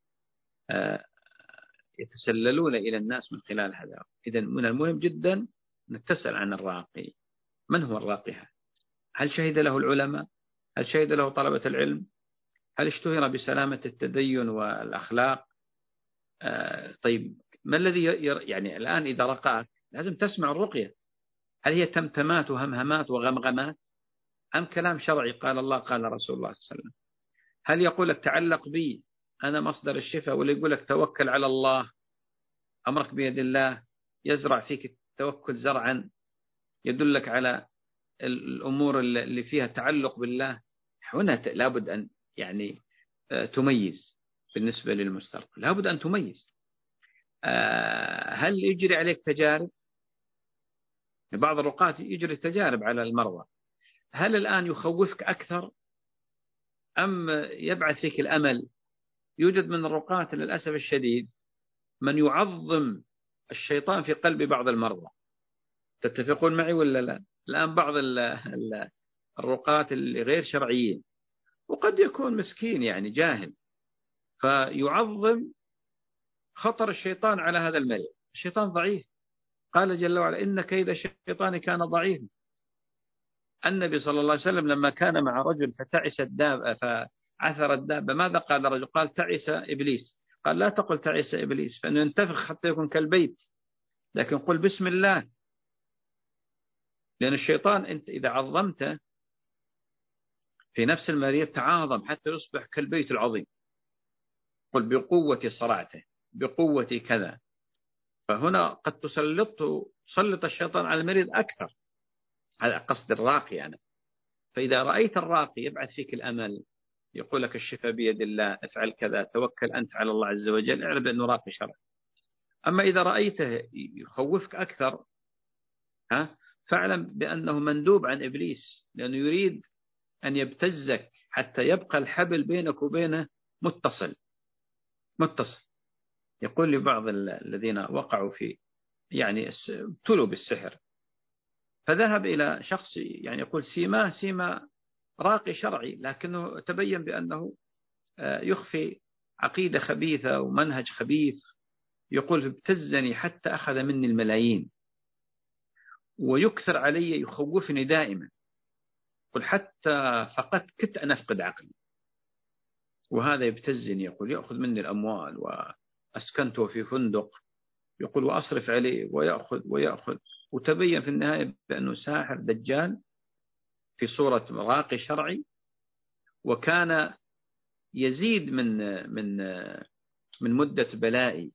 يتسللون إلى الناس من خلال هذا. إذن من المهم جدا أن تسأل عن الراقي. من هو الراقي؟ هل شهد له العلماء؟ هل شهد له طلبة العلم؟ هل اشتهر بسلامة التدين والأخلاق؟ آه طيب، ما الذي يعني الآن إذا رقاك لازم تسمع الرقية. هل هي تمتمات وهمهمات وغمغمات، أم كلام شرعي قال الله قال رسول الله صلى الله عليه وسلم؟ هل يقول لك تعلق بي أنا مصدر الشفاء، ولا يقول لك توكل على الله، أمرك بيد الله، يزرع فيك التوكل زرعا يدلك على الأمور اللي فيها تعلق بالله؟ هنا لابد أن يعني تميز. بالنسبة للمسترقي لابد أن تميز. هل يجري عليك تجارب؟ بعض الرقاة يجري تجارب على المرضى. هل الآن يخوفك أكثر أم يبعث فيك الأمل؟ يوجد من الرقاة للأسف الشديد من يعظم الشيطان في قلب بعض المرضى. تتفقون معي ولا لا؟ الآن بعض الرقاة اللي غير شرعيين، وقد يكون مسكين يعني جاهل، فيعظم خطر الشيطان على هذا المريض. الشيطان ضعيف، قال جل وعلا إن كيد الشيطان كان ضعيفا. النبي صلى الله عليه وسلم لما كان مع رجل فتعس الدابة فعثر الدابة، ماذا قال الرجل؟ قال تعس إبليس. قال لا تقل تعس إبليس فإنه ينتفخ حتى يكون كالبيت، لكن قل بسم الله، لأن الشيطان أنت إذا عظمته في نفس المريض تعاظم حتى يصبح كالبيت العظيم. قل بقوة صرعته، بقوة كذا. فهنا قد تسلطه تسلط الشيطان على المريض أكثر. هذا قصد الراقي أنا. فإذا رأيت الراقي يبعث فيك الأمل، يقول لك الشفاء بيد الله، افعل كذا، توكل أنت على الله عز وجل، اعلم بأنه راقي شرع. أما إذا رأيته يخوفك أكثر، ها، فاعلم بأنه مندوب عن إبليس، لأنه يريد أن يبتزك حتى يبقى الحبل بينك وبينه متصل متصل. يقول لبعض الذين وقعوا في يعني ابتلوا بالسحر، فذهب إلى شخص يعني يقول سيماه سيما راقي شرعي، لكنه تبين بأنه يخفي عقيدة خبيثة ومنهج خبيث. يقول ابتزني حتى أخذ مني الملايين، ويكثر علي يخوفني دائما. يقول حتى فقدت كنت أن أفقد عقلي، وهذا يبتزني. يقول يأخذ مني الأموال، وأسكنته في فندق، يقول وأصرف عليه ويأخذ ويأخذ. وتبين في النهاية بأنه ساحر دجال في صورة راقي شرعي، وكان يزيد من من من مدة بلائي،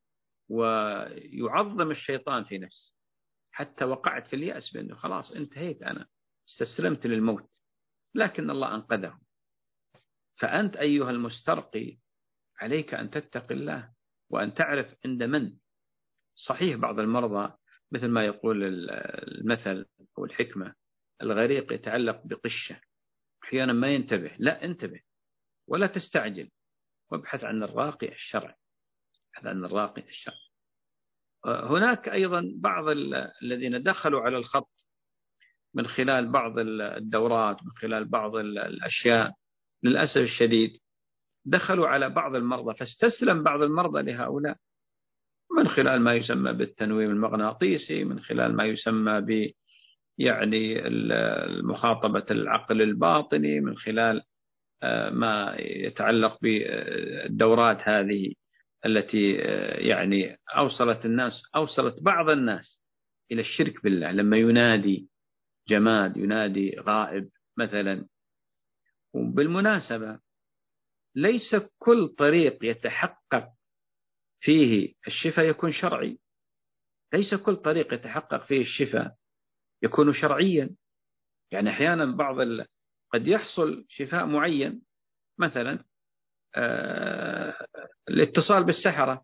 ويعظم الشيطان في نفسه، حتى وقعت في اليأس بأنه خلاص انتهيت، أنا استسلمت للموت، لكن الله أنقذه. فأنت أيها المسترقي عليك أن تتقي الله، وأن تعرف عند من. صحيح بعض المرضى مثل ما يقول المثل أو الحكمة، الغريق يتعلق بقشة، أحيانا ما ينتبه. لا، انتبه ولا تستعجل، وابحث عن الراقي الشرعي، ابحث عن الراقي الشرعي. هناك أيضا بعض الذين دخلوا على الخط من خلال بعض الدورات، من خلال بعض الأشياء، للأسف الشديد دخلوا على بعض المرضى، فاستسلم بعض المرضى لهؤلاء من خلال ما يسمى بالتنويم المغناطيسي، من خلال ما يسمى ب يعني المخاطبة العقل الباطني، من خلال ما يتعلق بالدورات هذه التي يعني أوصلت الناس أوصلت بعض الناس إلى الشرك بالله، لما ينادي جماد، ينادي غائب مثلا. وبالمناسبة ليس كل طريق يتحقق فيه الشفاء يكون شرعي، ليس كل طريق يتحقق فيه الشفاء يكون شرعيا. يعني أحيانا بعض ال... قد يحصل شفاء معين، مثلا آه... الاتصال بالسحرة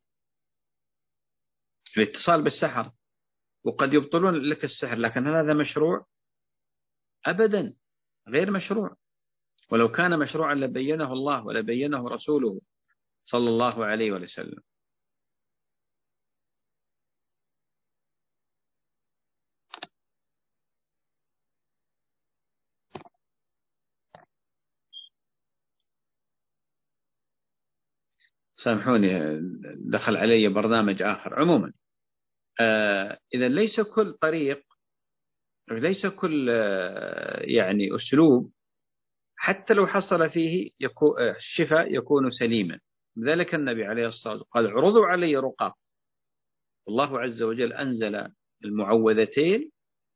الاتصال بالسحرة وقد يبطلون لك السحر، لكن هل هذا مشروع؟ أبدا غير مشروع. ولو كان مشروعا لبينه الله ولبينه رسوله صلى الله عليه وسلم. سامحوني دخل علي برنامج آخر. عموما آه إذا ليس كل طريق، ليس كل آه يعني أسلوب حتى لو حصل فيه يكون الشفاء يكون سليما. لذلك النبي عليه الصلاة والسلام قال عرضوا علي رقاق. الله عز وجل أنزل المعوذتين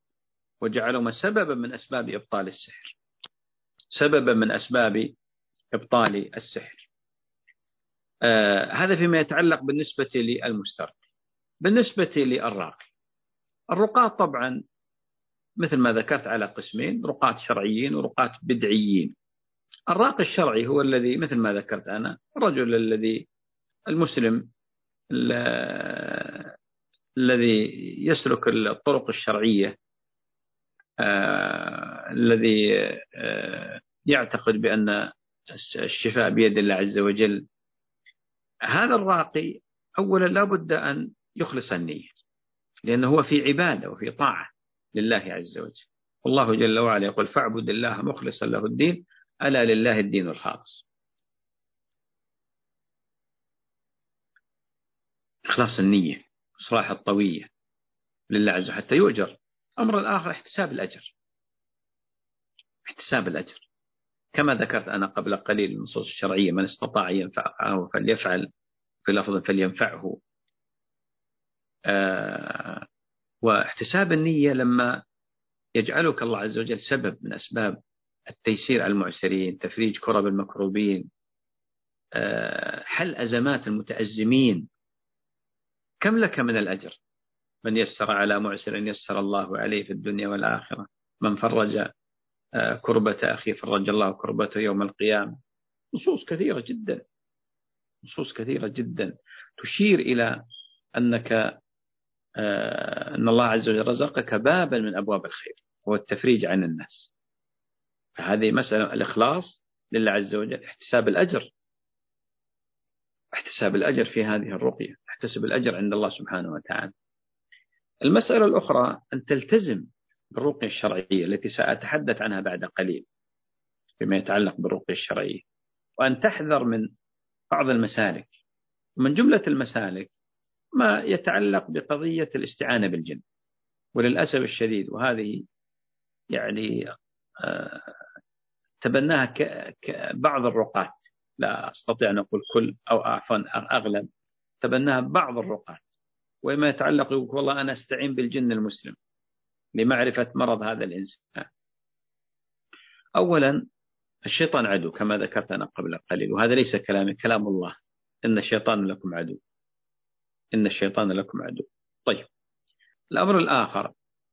وجعلهما سببا من أسباب إبطال السحر، سببا من أسباب إبطال السحر. آه هذا فيما يتعلق بالنسبة للمسترقي. بالنسبة للراقي، الرقاة طبعا مثل ما ذكرت على قسمين: رقاة شرعيين ورقاة بدعيين. الراقي الشرعي هو الذي مثل ما ذكرت أنا، الرجل الذي المسلم الذي يسلك الطرق الشرعية، آه الذي آه يعتقد بأن الشفاء بيد الله عز وجل. هذا الراقي أولا لا بد أن يخلص النية، لأنه هو في عبادة وفي طاعة لله عز وجل. والله جل وعلا يقول: فاعبد الله مخلصا له الدين، ألا لله الدين الخالص. إخلاص النية، إصلاح الطوية لله عز وجل حتى يؤجر. أمر الآخر احتساب الأجر، احتساب الأجر كما ذكرت أنا قبل قليل النصوص الشرعية: من استطاع أن ينفعه فليفعل، في لفظ فلينفعه. آه واحتساب النية لما يجعلك الله عز وجل سبب من أسباب التيسير على المعسرين، تفريج كرب المكروبين، آه حل أزمات المتأزمين، كم لك من الأجر؟ من يسر على معسر يسر الله عليه في الدنيا والآخرة، من فرج كربة أخي فرج الله كربته يوم القيامة. نصوص كثيرة جدا، نصوص كثيرة جدا تشير إلى أنك أن الله عز وجل رزقك بابا من أبواب الخير، هو التفريج عن الناس. فهذه مسألة الإخلاص لله عز وجل، احتساب الأجر، احتساب الأجر في هذه الرقية، تحتسب الأجر عند الله سبحانه وتعالى. المسألة الأخرى أن تلتزم بالرقية الشرعية التي سأتحدث عنها بعد قليل فيما يتعلق بالرقية الشرعية، وأن تحذر من بعض المسالك. ومن جملة المسالك ما يتعلق بقضية الاستعانة بالجن. وللأسف الشديد، وهذه يعني آه تبناها بعض الرقاة، لا أستطيع أن أقول كل أو عفوا أغلب، تبناها بعض الرقاة. وما يتعلق يقول: والله أنا أستعين بالجن المسلم لمعرفة مرض هذا الإنسان. أولا، الشيطان عدو كما ذكرت أنا قبل قليل، وهذا ليس كلامي، كلام الله: إن الشيطان لكم عدو، إن الشيطان لكم عدو. طيب، الأمر الآخر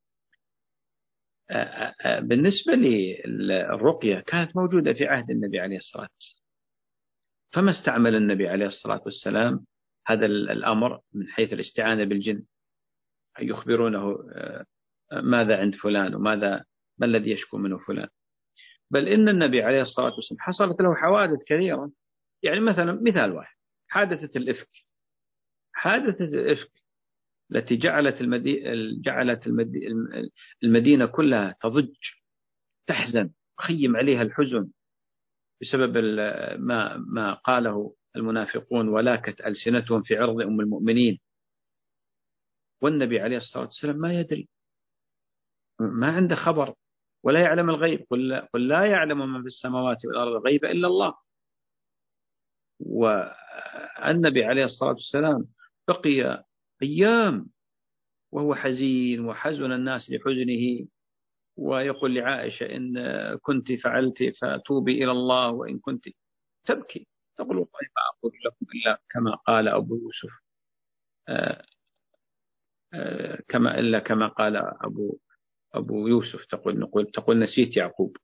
بالنسبة للرقية كانت موجودة في عهد النبي عليه الصلاة والسلام، فما استعمل النبي عليه الصلاة والسلام هذا الأمر من حيث الاستعانة بالجن، يخبرونه ماذا عند فلان وماذا ما الذي يشكو منه فلان. بل إن النبي عليه الصلاة والسلام حصلت له حوادث كثيرة. يعني مثلا مثال واحد: حادثة الإفك. حادثة الإفك التي جعلت المدي... جعلت المدي... المدينة كلها تضج، تحزن، خيم عليها الحزن بسبب ما ما قاله المنافقون ولاكت ألسنتهم في عرض أم المؤمنين. والنبي عليه الصلاة والسلام ما يدري، ما عنده خبر، ولا يعلم الغيب. قل, قل لا يعلم من في السماوات والأرض الغيب إلا الله. والنبي عليه الصلاة والسلام بقي أيام وهو حزين، وحزن الناس لحزنه، ويقول لعائشة: إن كنت فعلت فتوبي إلى الله، وإن كنت تبكي تقول: والله ما أقول لكم إلا كما قال أبو يوسف، آآ آآ كما إلا كما قال أبو أبو يوسف، تقول نقول تقول نسيت يعقوب.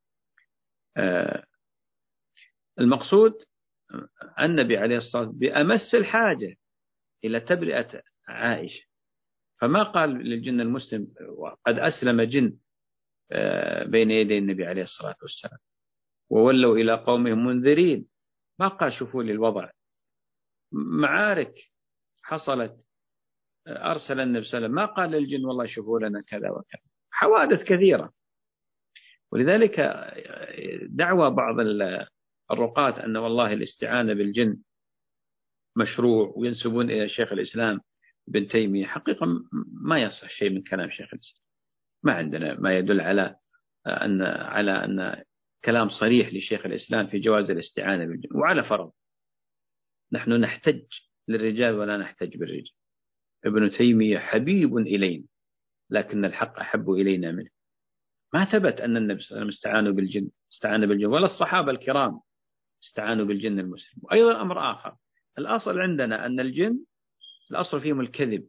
المقصود النبي عليه الصلاة والسلام بأمس الحاجة إلى تبرئة عائشة، فما قال للجن المسلم وقد أسلم جن بين يدي النبي عليه الصلاة والسلام وولوا إلى قومهم منذرين، ما قال شوفوا لي الوضع. معارك حصلت أرسل النبي صلى الله عليه وسلم، ما قال للجن والله شوفوا لنا كذا وكذا. حوادث كثيرة. ولذلك دعوى بعض الرقاة أن والله الاستعانة بالجن مشروع، وينسبون إلى شيخ الإسلام ابن تيمية، حقيقة ما يصح شيء من كلام شيخ الإسلام. ما عندنا ما يدل على أن على أن كلام صريح لشيخ الإسلام في جواز الاستعانة بالجن. وعلى فرض نحن نحتج للرجال ولا نحتج بالرجال، ابن تيمية حبيب إلينا لكن الحق أحب إلينا منه. ما ثبت أن النبي صلى الله عليه وسلم استعانوا بالجن استعان بالجن ولا الصحابة الكرام استعانوا بالجن المسلم. وأيضا أمر آخر، الأصل عندنا أن الجن الأصل فيهم الكذب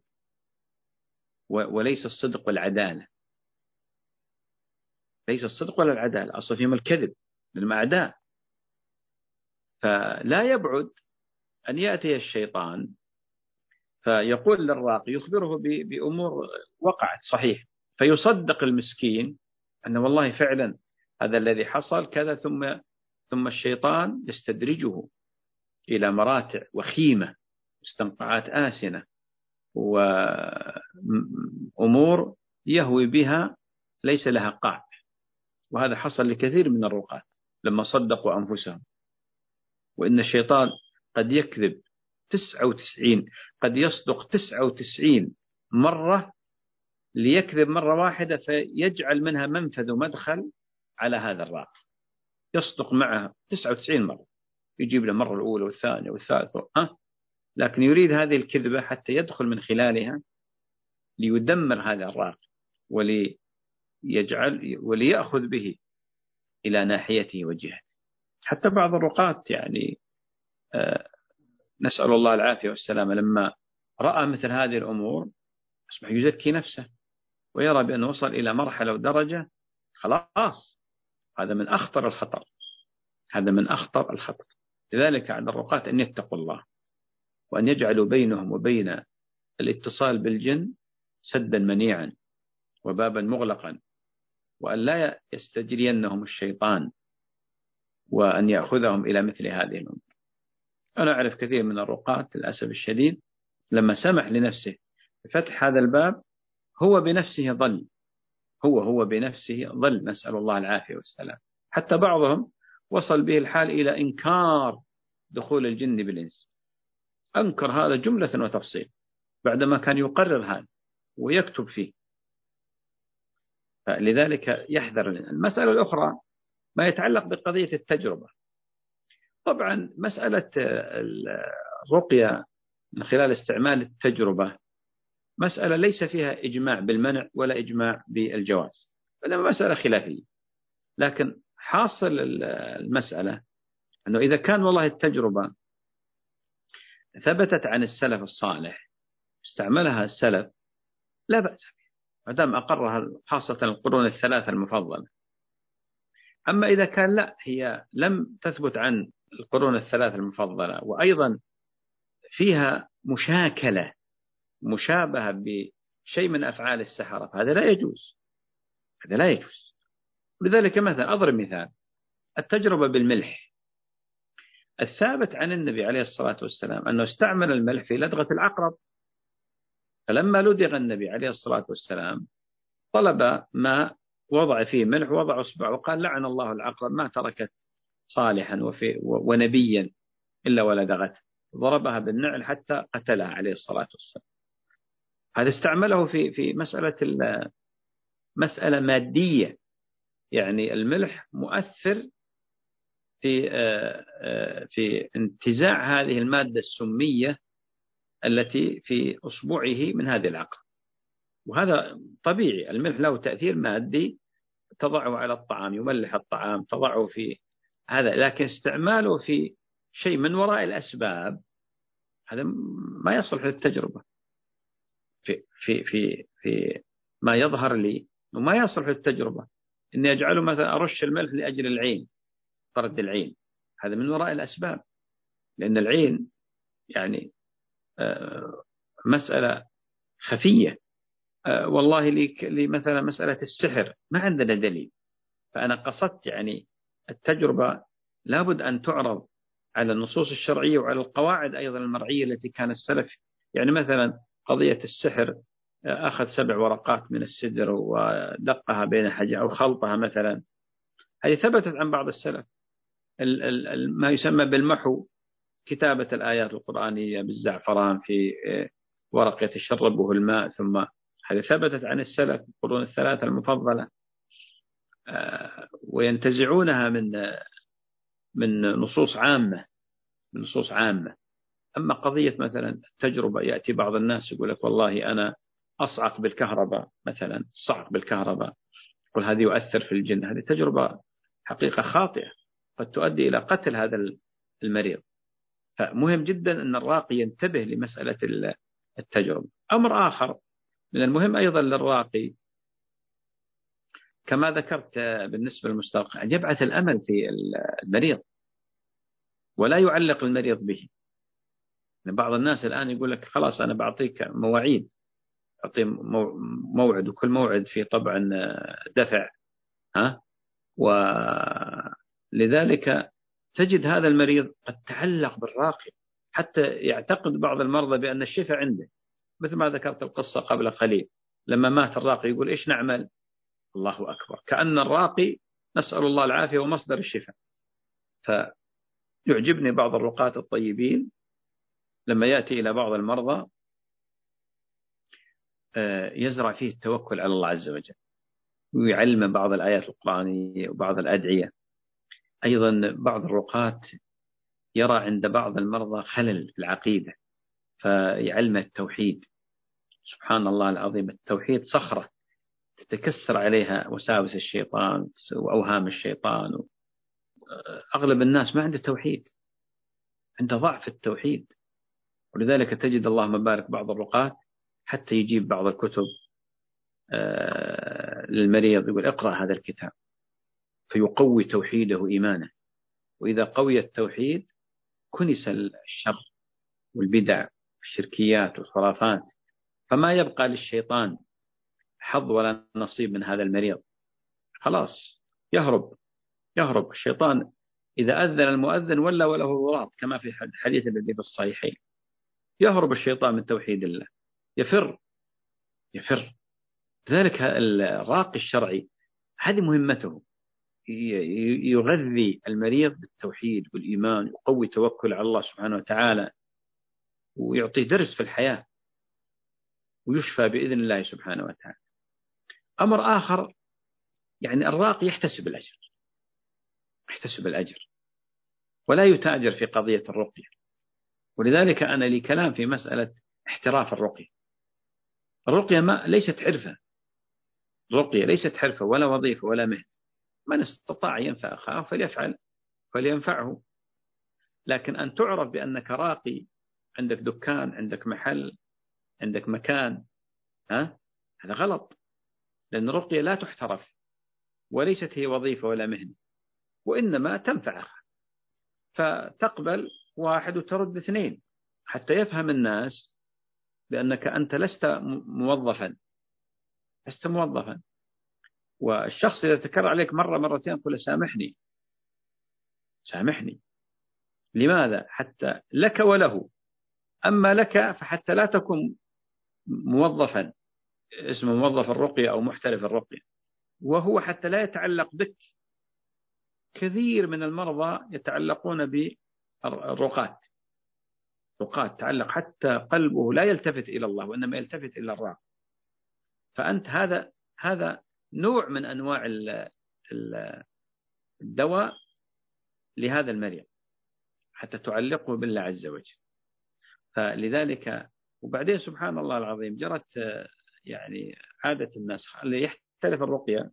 وليس الصدق والعدالة، ليس الصدق ولا العدالة، الأصل فيهم الكذب لأنهم أعداء. فلا يبعد أن يأتي الشيطان فيقول للراقي، يخبره بأمور وقعت صحيح، فيصدق المسكين أنه والله فعلا هذا الذي حصل كذا، ثم ثم الشيطان يستدرجه إلى مراتع وخيمة، مستنقعات آسنة، وأمور يهوي بها ليس لها قاع. وهذا حصل لكثير من الرقاة لما صدقوا أنفسهم. وإن الشيطان قد يكذب تسعة وتسعين، قد يصدق تسعة وتسعين مرة ليكذب مرة واحدة، فيجعل منها منفذ ومدخل على هذا الراقي. يصدق معه تسعة وتسعين مرة، يجيب له مرة الأولى والثانية والثالثة، ها؟ لكن يريد هذه الكذبة حتى يدخل من خلالها ليدمر هذا الراقي وليجعل وليأخذ به إلى ناحيته وجهته. حتى بعض الرقاة يعني آه نسأل الله العافية والسلامة، لما رأى مثل هذه الأمور أصبح يزكي نفسه ويرى بأنه وصل إلى مرحلة ودرجة خلاص، هذا من أخطر الخطر، هذا من أخطر الخطر. لذلك على الرقاة أن يتقوا الله، وأن يجعلوا بينهم وبين الاتصال بالجن سدا منيعا وبابا مغلقا، وأن لا يستجرينهم الشيطان وأن يأخذهم إلى مثل هذه الأمور. أنا أعرف كثير من الرقاة للأسف الشديد لما سمح لنفسه بفتح هذا الباب هو بنفسه ضل، هو هو بنفسه ضل، نسأل الله العافية والسلام. حتى بعضهم وصل به الحال إلى إنكار دخول الجن بالإنس، أنكر هذا جملة وتفصيل بعدما كان يقرر هذا ويكتب فيه. فلذلك يحذر. المسألة الأخرى ما يتعلق بقضية التجربة. طبعا مسألة الرقية من خلال استعمال التجربة مسألة ليس فيها إجماع بالمنع ولا إجماع بالجواز، إنما مسألة خلافية. لكن حاصل المسألة أنه إذا كان والله التجربة ثبتت عن السلف الصالح استعملها السلف لا بأس بها ما دام أقرها، خاصة القرون الثلاثة المفضلة. أما إذا كان لا، هي لم تثبت عن القرون الثلاثة المفضلة وأيضا فيها مشاكلة مشابهة بشيء من أفعال السحرة، هذا لا يجوز، هذا لا يجوز. لذلك مثلا أضرب مثال التجربة بالملح. الثابت عن النبي عليه الصلاة والسلام أنه استعمل الملح في لدغة العقرب، فلما لدغ النبي عليه الصلاة والسلام طلب ما وضع فيه ملح ووضع أصبعه وقال لعن الله العقرب ما تركت صالحا وفي ونبيا إلا ولدغته، ضربها بالنعل حتى قتلها عليه الصلاة والسلام. هذا استعمله في في مسألة مسألة مادية، يعني الملح مؤثر في في انتزاع هذه المادة السمية التي في أصبعه من هذه العقرب، وهذا طبيعي. الملح له تأثير مادي، تضعه على الطعام يملح الطعام، تضعه في هذا. لكن استعماله في شيء من وراء الأسباب هذا ما يصلح للتجربة. في في في في ما يظهر لي وما يصلح للتجربة إني أجعله مثلا أرش الملح لأجل العين، طرد العين، هذا من وراء الأسباب، لأن العين يعني مسألة خفية. والله لي مثلا مسألة السحر ما عندنا دليل، فأنا قصدت يعني التجربة لابد أن تعرض على النصوص الشرعية وعلى القواعد أيضا المرعية التي كان السلف. يعني مثلا قضية السحر، أخذ سبع ورقات من السدر ودقها بين حجر أو خلطها مثلا، هذه ثبتت عن بعض السلف. ما يسمى بالمحو، كتابة الآيات القرآنية بالزعفران في ورقة يشربه الماء، ثم هذه ثبتت عن السلف القرون الثلاثة المفضلة، وينتزعونها من من نصوص عامة من نصوص عامة. أما قضية مثلا التجربة، يأتي بعض الناس يقول لك والله أنا أصعق بالكهرباء مثلا، الصعق بالكهرباء، يقول هذه يؤثر في الجن. هذه تجربة حقيقة خاطئة قد تؤدي إلى قتل هذا المريض. فمهم جدا أن الراقي ينتبه لمسألة التجربة. أمر آخر من المهم أيضا للراقي كما ذكرت بالنسبة للمسترقي أن يبعث الأمل في المريض ولا يعلق المريض به. بعض الناس الآن يقول لك خلاص أنا بعطيك مواعيد، أعطيه موعد وكل موعد فيه طبعا دفع، ها، ولذلك تجد هذا المريض قد تعلق بالراقي حتى يعتقد بعض المرضى بأن الشفاء عنده، مثل ما ذكرت القصة قبل قليل لما مات الراقي يقول إيش نعمل؟ الله أكبر، كأن الراقي نسأل الله العافية ومصدر الشفاء. فيعجبني بعض الرقاة الطيبين لما يأتي إلى بعض المرضى يزرع فيه التوكل على الله عز وجل ويعلم بعض الآيات القرآنية وبعض الأدعية. أيضا بعض الرقاة يرى عند بعض المرضى خلل في العقيدة فيعلم التوحيد. سبحان الله العظيم، التوحيد صخرة تتكسر عليها وساوس الشيطان وأوهام الشيطان. أغلب الناس ما عنده توحيد، عنده ضعف التوحيد، ولذلك تجد اللهم بارك بعض الرقاة حتى يجيب بعض الكتب للمريض يقول اقرأ هذا الكتاب فيقوي توحيده إيمانه، وإذا قوي التوحيد كنس الشر والبدع والشركيات والخرافات، فما يبقى للشيطان حظ ولا نصيب من هذا المريض. خلاص يهرب يهرب الشيطان إذا أذن المؤذن ولا وله ضراط كما في الحديث الذي في الصحيحين. يهرب الشيطان من توحيد الله، يفر يفر. لذلك الراقي الشرعي هذه مهمته، يغذي المريض بالتوحيد والإيمان، يقوي توكل على الله سبحانه وتعالى، ويعطيه درس في الحياة، ويشفى بإذن الله سبحانه وتعالى. أمر آخر يعني الراقي يحتسب الأجر، يحتسب الأجر ولا يتاجر في قضية الرقية. ولذلك أنا لي كلام في مسألة احتراف الرقية. الرقية ما ليست حرفة، الرقية ليست حرفة ولا وظيفة ولا مهنة. من استطاع ينفع أخاه فليفعل فلينفعه، لكن أن تعرف بأنك راقي، عندك دكان، عندك محل، عندك مكان، ها، هذا غلط، لأن الرقية لا تحترف وليست هي وظيفة ولا مهنة، وإنما تنفع أخاه، فتقبل واحد وترد اثنين حتى يفهم الناس بأنك أنت لست موظفا، لست موظفا. والشخص إذا تكرر عليك مرة مرتين قل سامحني سامحني. لماذا؟ حتى لك وله. أما لك فحتى لا تكون موظفا اسمه موظف الرقية أو محترف الرقية، وهو حتى لا يتعلق بك. كثير من المرضى يتعلقون بالرقاة، رقاة تعلق حتى قلبه لا يلتفت إلى الله وإنما يلتفت إلى الراقي. فأنت هذا هذا نوع من أنواع الدواء لهذا المريض حتى تعلقه بالله عز وجل. فلذلك وبعدين سبحان الله العظيم جرت يعني عادة الناس اللي يحترف الرقية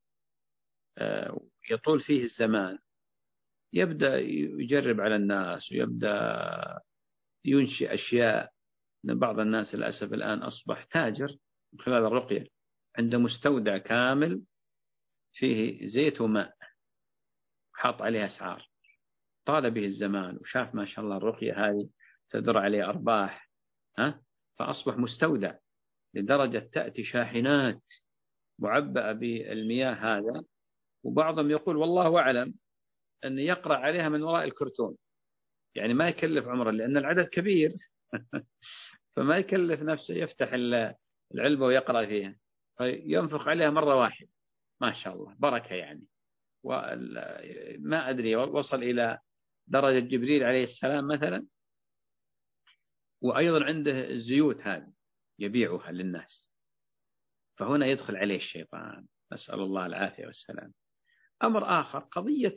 يطول فيه الزمان، يبدأ يجرب على الناس ويبدأ ينشئ أشياء. بعض الناس للأسف الآن أصبح تاجر من خلال الرقية، عنده مستودع كامل فيه زيت وماء حاط عليه أسعار، طال به الزمان وشاف ما شاء الله الرقية هذه تدر عليه أرباح، ها، فأصبح مستودع لدرجة تأتي شاحنات معبأة بالمياه هذا، وبعضهم يقول والله أعلم أن يقرأ عليها من وراء الكرتون، يعني ما يكلف عمره لأن العدد كبير فما يكلف نفسه يفتح العلبة ويقرأ فيها، فينفخ عليها مرة واحدة ما شاء الله بركة يعني. وما أدري وصل إلى درجة جبريل عليه السلام مثلا. وأيضا عنده الزيوت هذه يبيعها للناس، فهنا يدخل عليه الشيطان، نسأل الله العافية والسلام. أمر آخر قضية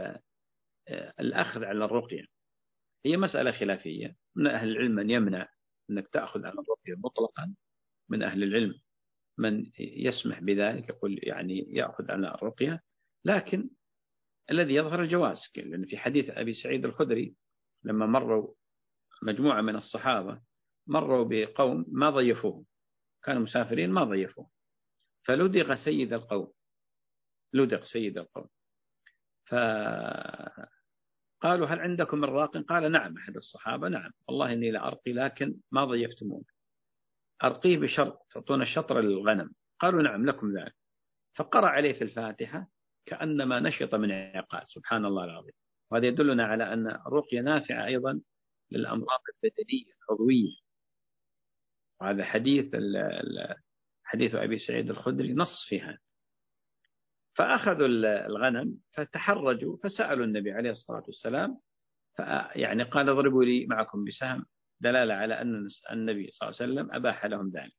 الأخذ على الرقية، هي مسألة خلافية. من أهل العلم من يمنع أنك تأخذ على الرقية مطلقا، من أهل العلم من يسمح بذلك، يقول يعني يأخذ على الرقية، لكن الذي يظهر الجواز، لأن في حديث أبي سعيد الخدري لما مروا مجموعة من الصحابة مروا بقوم ما ضيفوه، كانوا مسافرين ما ضيفوه، فلدغ سيد القوم، لدغ سيد القوم، فقالوا هل عندكم من راق؟ قال نعم أحد الصحابة، نعم والله إني لأرقي لكن ما ضيفتمون، أرقيه بشرط تعطون الشطر للغنم. قالوا نعم لكم ذلك، فقرأ عليه في الفاتحة كأنما نشط من عقال، سبحان الله العظيم. وهذا يدلنا على أن الرقية نافعة أيضا للأمراض البدنية العضوية، وهذا حديث حديث أبي سعيد الخدري نص فيها. فأخذوا الغنم فتحرجوا فسألوا النبي عليه الصلاة والسلام، يعني قال اضربوا لي معكم بسهم، دلالة على أن النبي صلى الله عليه وسلم أباح لهم ذلك.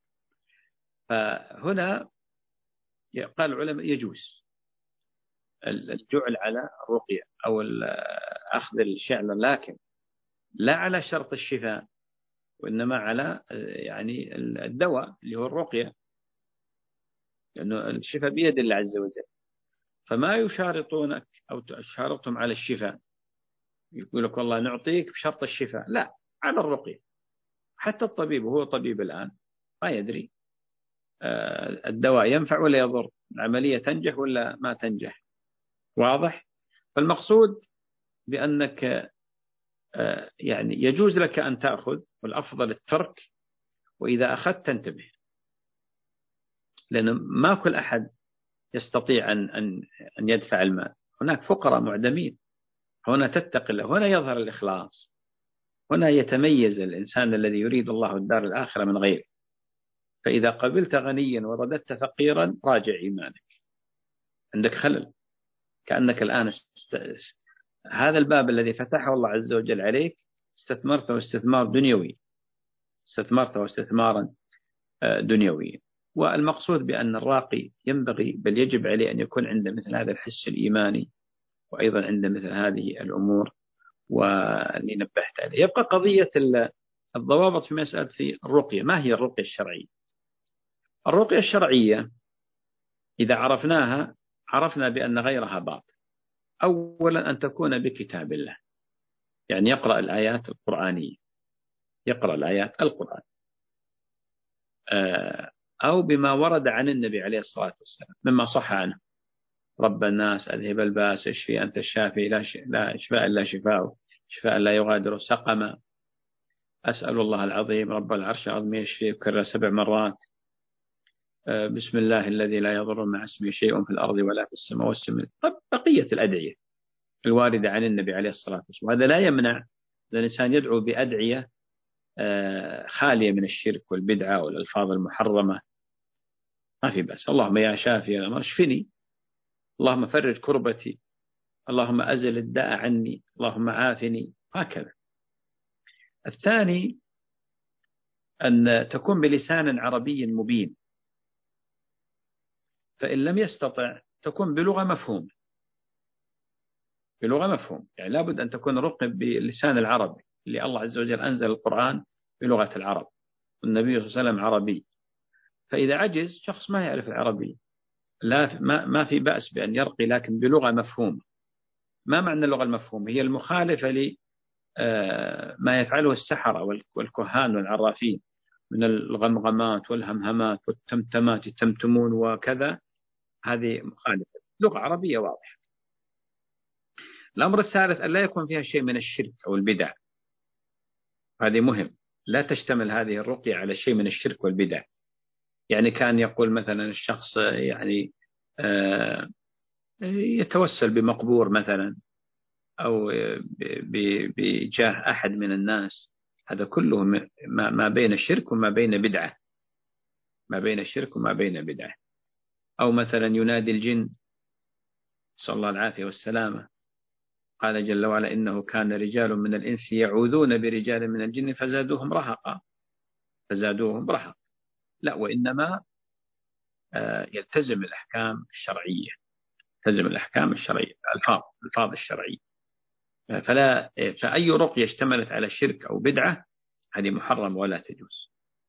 فهنا قال العلماء يجوز الجعل على الرقية أو أخذ الشعلة، لكن لا على شرط الشفاء، وإنما على يعني الدواء اللي هو الرقية، لأنه الشفاء بيد الله عز وجل. فما يشارطونك أو تشارطهم على الشفاء، يقول لك والله نعطيك بشرط الشفاء، لا، على الرقية. حتى الطبيب وهو طبيب الآن ما يدري الدواء ينفع ولا يضر، العملية تنجح ولا ما تنجح، واضح؟ فالمقصود بأنك يعني يجوز لك أن تأخذ، والأفضل الترك، وإذا أخذت تنتبه، لأن ما كل أحد يستطيع أن أن أن يدفع المال، هناك فقراء معدمين. هنا تتقي الله، هنا يظهر الإخلاص، هنا يتميز الإنسان الذي يريد الله الدار الآخرة من غيره. فإذا قبلت غنيا ورددت فقيرا راجع إيمانك، عندك خلل، كأنك الآن است... هذا الباب الذي فتحه الله عز وجل عليك استثمرته استثمار دنيوي، استثمرته استثمارا دنيويا. والمقصود بأن الراقي ينبغي بل يجب عليه أن يكون عنده مثل هذا الحس الإيماني، وأيضا عنده مثل هذه الأمور واللي نبهت عليه. يبقى قضية الضوابط في مسألة في الرقية. ما هي الرقية الشرعية؟ الرقية الشرعية إذا عرفناها عرفنا بأن غيرها باطل. أولا أن تكون بكتاب الله، يعني يقرأ الآيات القرآنية، يقرأ الآيات القرآن أو بما ورد عن النبي عليه الصلاة والسلام مما صح عنه: رب الناس أذهب الباس اشفي أنت الشافي لا, ش... لا شفاء إلا شفاءه شفاء لا يغادر سقما، أسأل الله العظيم رب العرش العظيم يشفي، يكرر سبع مرات، بسم الله الذي لا يضر مع اسمه شيء في الأرض ولا في السماء والسماء. طب بقية الأدعية الواردة عن النبي عليه الصلاة والسلام، وهذا لا يمنع الإنسان يدعو بأدعية خالية من الشرك والبدعة والألفاظ المحرمة، ما في بأس. اللهم يا شافي الأمر اشفني، اللهم فرج كربتي، اللهم أزل الداء عني، اللهم عافني، هكذا. الثاني أن تكون بلسان عربي مبين، فإن لم يستطع تكون بلغة مفهوم، بلغة مفهوم، يعني لابد أن تكون رقم بلسان العربي اللي الله عز وجل أنزل القرآن بلغة العرب، والنبي صلى الله عليه وسلم عربي. فإذا عجز شخص ما يعرف العربي، لا ما ما في بأس بأن يرقي لكن بلغة مفهومة. ما معنى اللغة المفهومة؟ هي المخالفة لما يفعله السحرة والكهان والعرافين من الغمغمات والهمهمات والتمتمات، التمتمون وكذا، هذه مخالفة، لغة عربية واضحة. الأمر الثالث أن لا يكون فيها شيء من الشرك أو البدع، هذه مهم، لا تشتمل هذه الرقية على شيء من الشرك والبدع. يعني كان يقول مثلا الشخص يعني يتوسل بمقبور مثلا أو بجاه أحد من الناس، هذا كله ما بين الشرك وما بين بدعة، ما بين الشرك وما بين بدعة. أو مثلا ينادي الجن، صلى الله العافية والسلامة، قال جل وعلا إنه كان رجال من الإنس يعوذون برجال من الجن فزادوهم رهقا، فزادوهم رهقا. لا، وإنما يلتزم الأحكام الشرعية، يلتزم الأحكام الشرعية، الألفاظ الألفاظ الشرعية. فلا فأي رقية اشتملت على شرك أو بدعة هذه محرم ولا تجوز.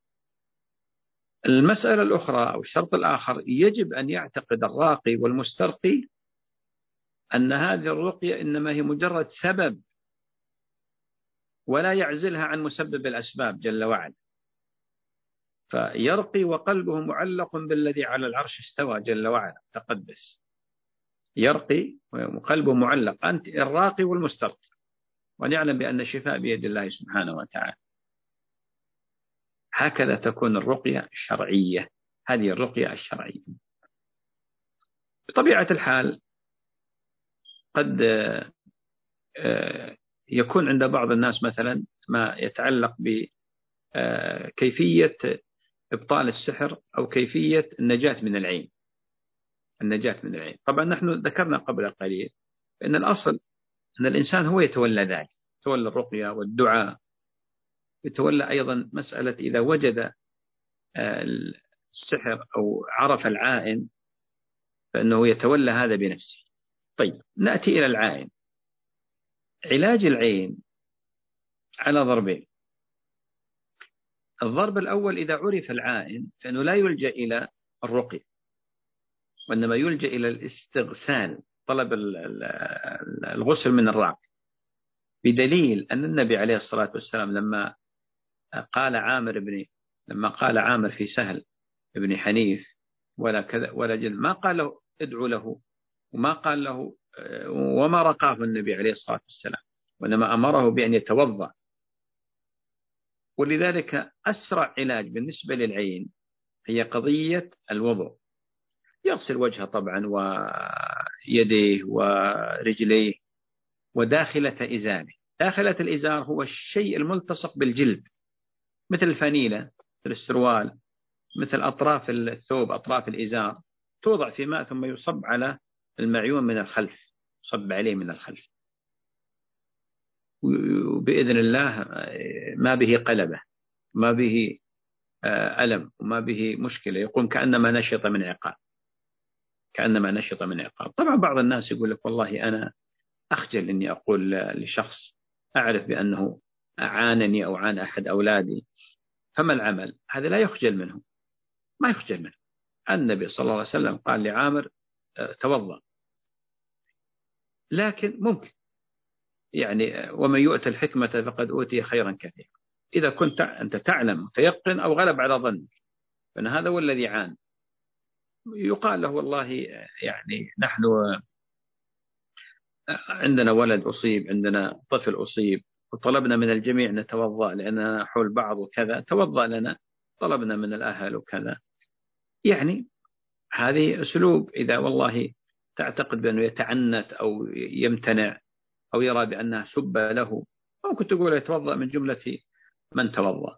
المسألة الأخرى أو الشرط الآخر، يجب أن يعتقد الراقي والمسترقي أن هذه الرقية إنما هي مجرد سبب، ولا يعزلها عن مسبب الأسباب جل وعلا. فيرقي وقلبه معلق بالذي على العرش استوى جل وعلا تقدس. يرقي وقلبه معلق، أنت الراقي والمسترقي، ونعلم بأن الشفاء بيد الله سبحانه وتعالى. هكذا تكون الرقية الشرعية، هذه الرقية الشرعية. بطبيعة الحال قد يكون عند بعض الناس مثلا ما يتعلق بكيفية إبطال السحر أو كيفية النجاة من العين. النجاة من العين طبعا نحن ذكرنا قبل قليل أن الأصل أن الإنسان هو يتولى ذلك، يتولى الرقية والدعاء، يتولى أيضا مسألة إذا وجد السحر أو عرف العائن فإنه يتولى هذا بنفسه. طيب نأتي إلى العائن. علاج العين على ضربين. الضرب الأول إذا عرف العائن فإنه لا يلجأ إلى الرقية، وإنما يلجأ إلى الاستغسال، طلب الغسل من الراق، بدليل أن النبي عليه الصلاة والسلام لما قال عامر بن لما قال عامر في سهل بن حنيف ولا كذا ولا جل، ما قال له ادعو له، وما قال له وما رقاه النبي عليه الصلاة والسلام، وإنما أمره بأن يتوضأ. ولذلك أسرع علاج بالنسبة للعين هي قضية الوضوء. يغسل وجهه طبعا ويديه ورجليه وداخلة إزاره. داخلة الإزار هو الشيء الملتصق بالجلد، مثل الفانيلة، مثل السروال، مثل أطراف الثوب، أطراف الإزار، توضع في ماء ثم يصب على المعيون من الخلف، يصب عليه من الخلف، وبإذن الله ما به قلبة، ما به ألم، وما به مشكلة، يقوم كأنما نشط من عقاب، كأنما نشط من عقاب. طبعا بعض الناس يقول لك والله أنا أخجل أني أقول لشخص أعرف بأنه أعانني أو عان أحد أولادي، فما العمل؟ هذا لا يخجل منه، ما يخجل منه. النبي صلى الله عليه وسلم قال لعامر توضأ. لكن ممكن يعني ومن يؤتى الحكمة فقد أوتي خيرا كثيرا. إذا كنت أنت تعلم متيقن أو غلب على ظنك فإن هذا هو الذي عان، يقال له والله يعني نحن عندنا ولد أصيب، عندنا طفل أصيب، وطلبنا من الجميع نتوضأ لأننا حول بعض وكذا، توضأ لنا، طلبنا من الأهل وكذا. يعني هذه أسلوب. إذا والله تعتقد بأنه يتعنت أو يمتنع أو يرى بأنها سب له، ممكن تقول يتوضأ من جملة من توضأ.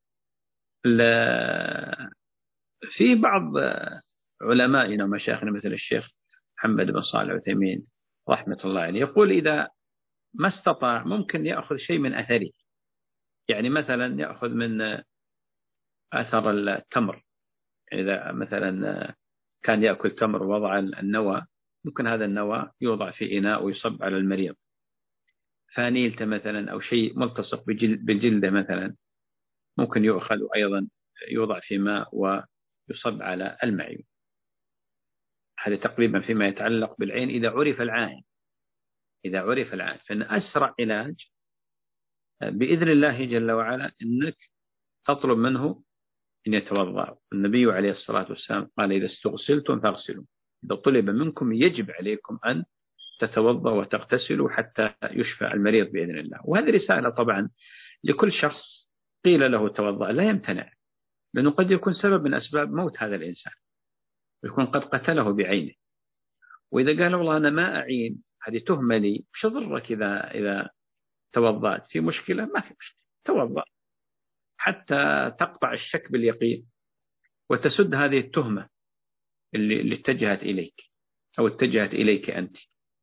في بعض علمائنا ومشايخنا مثل الشيخ محمد بن صالح العثيمين رحمة الله عليه يقول إذا ما استطاع ممكن يأخذ شيء من أثره، يعني مثلا يأخذ من أثر التمر، إذا مثلا كان يأكل تمر ووضع النوى، ممكن هذا النوى يوضع في إناء ويصب على المريض. فانيلته مثلا أو شيء ملتصق بالجلدة مثلا ممكن يؤخذ أيضا يوضع في ماء ويصب على المعين. هذا تقريبا فيما يتعلق بالعين إذا عرف العائن. إذا عرف العائن فإن أسرع علاج بإذن الله جل وعلا أنك تطلب منه أن يتوضأ. النبي عليه الصلاة والسلام قال إذا استغسلتم فاغسلوا، إذا طلب منكم يجب عليكم أن تتوضأ وتغتسلوا حتى يشفى المريض بإذن الله. وهذه رسالة طبعا لكل شخص قيل له توضأ لا يمتنع، لأنه قد يكون سبب من أسباب موت هذا الإنسان، ويكون قد قتله بعينه. وإذا قال والله أنا ما أعين، هذه تهمة لي، وش أضرك إذا إذا توضأت؟ في مشكلة؟ ما في مشكلة، توضأ حتى تقطع الشك باليقين وتسد هذه التهمة اللي, اللي اتجهت إليك أو اتجهت إليك أنت.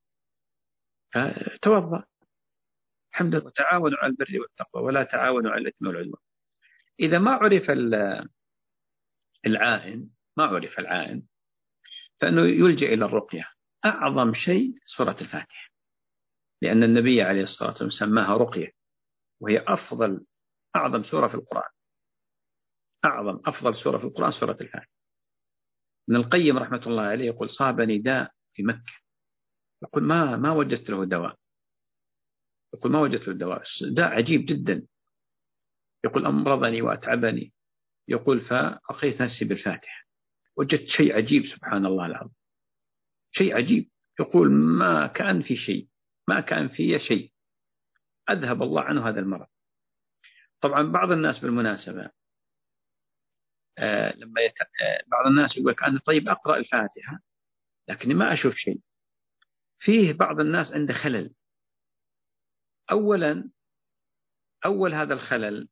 فتوضأ الحمد لله. وتعاونوا على البر والتقوى ولا تعاونوا على الإثم والعدوان. إذا ما عرف العائن ما عرف العائن فإنه يلجأ إلى الرقية. أعظم شيء سورة الفاتحة، لأن النبي عليه الصلاة والسلام سماها رقية، وهي أفضل أعظم سورة في القرآن. أعظم أفضل سورة في القرآن سورة الفاتحة. ابن القيم رحمة الله عليه يقول صابني داء في مكة يقول ما ما وجدت له دواء، يقول ما وجدت له دواء، داء عجيب جدا. يقول أمرضني وأتعبني، يقول فألقيت نفسي بالفاتحة، وجدت شيء عجيب سبحان الله العظيم، شيء عجيب. يقول ما كان في شيء، ما كان في شيء، أذهب الله عنه هذا المرض. طبعا بعض الناس بالمناسبة آه لما يت... آه بعض الناس يقول لك أنا طيب أقرأ الفاتحة لكني ما أشوف شيء. فيه بعض الناس عنده خلل. أولا أول هذا الخلل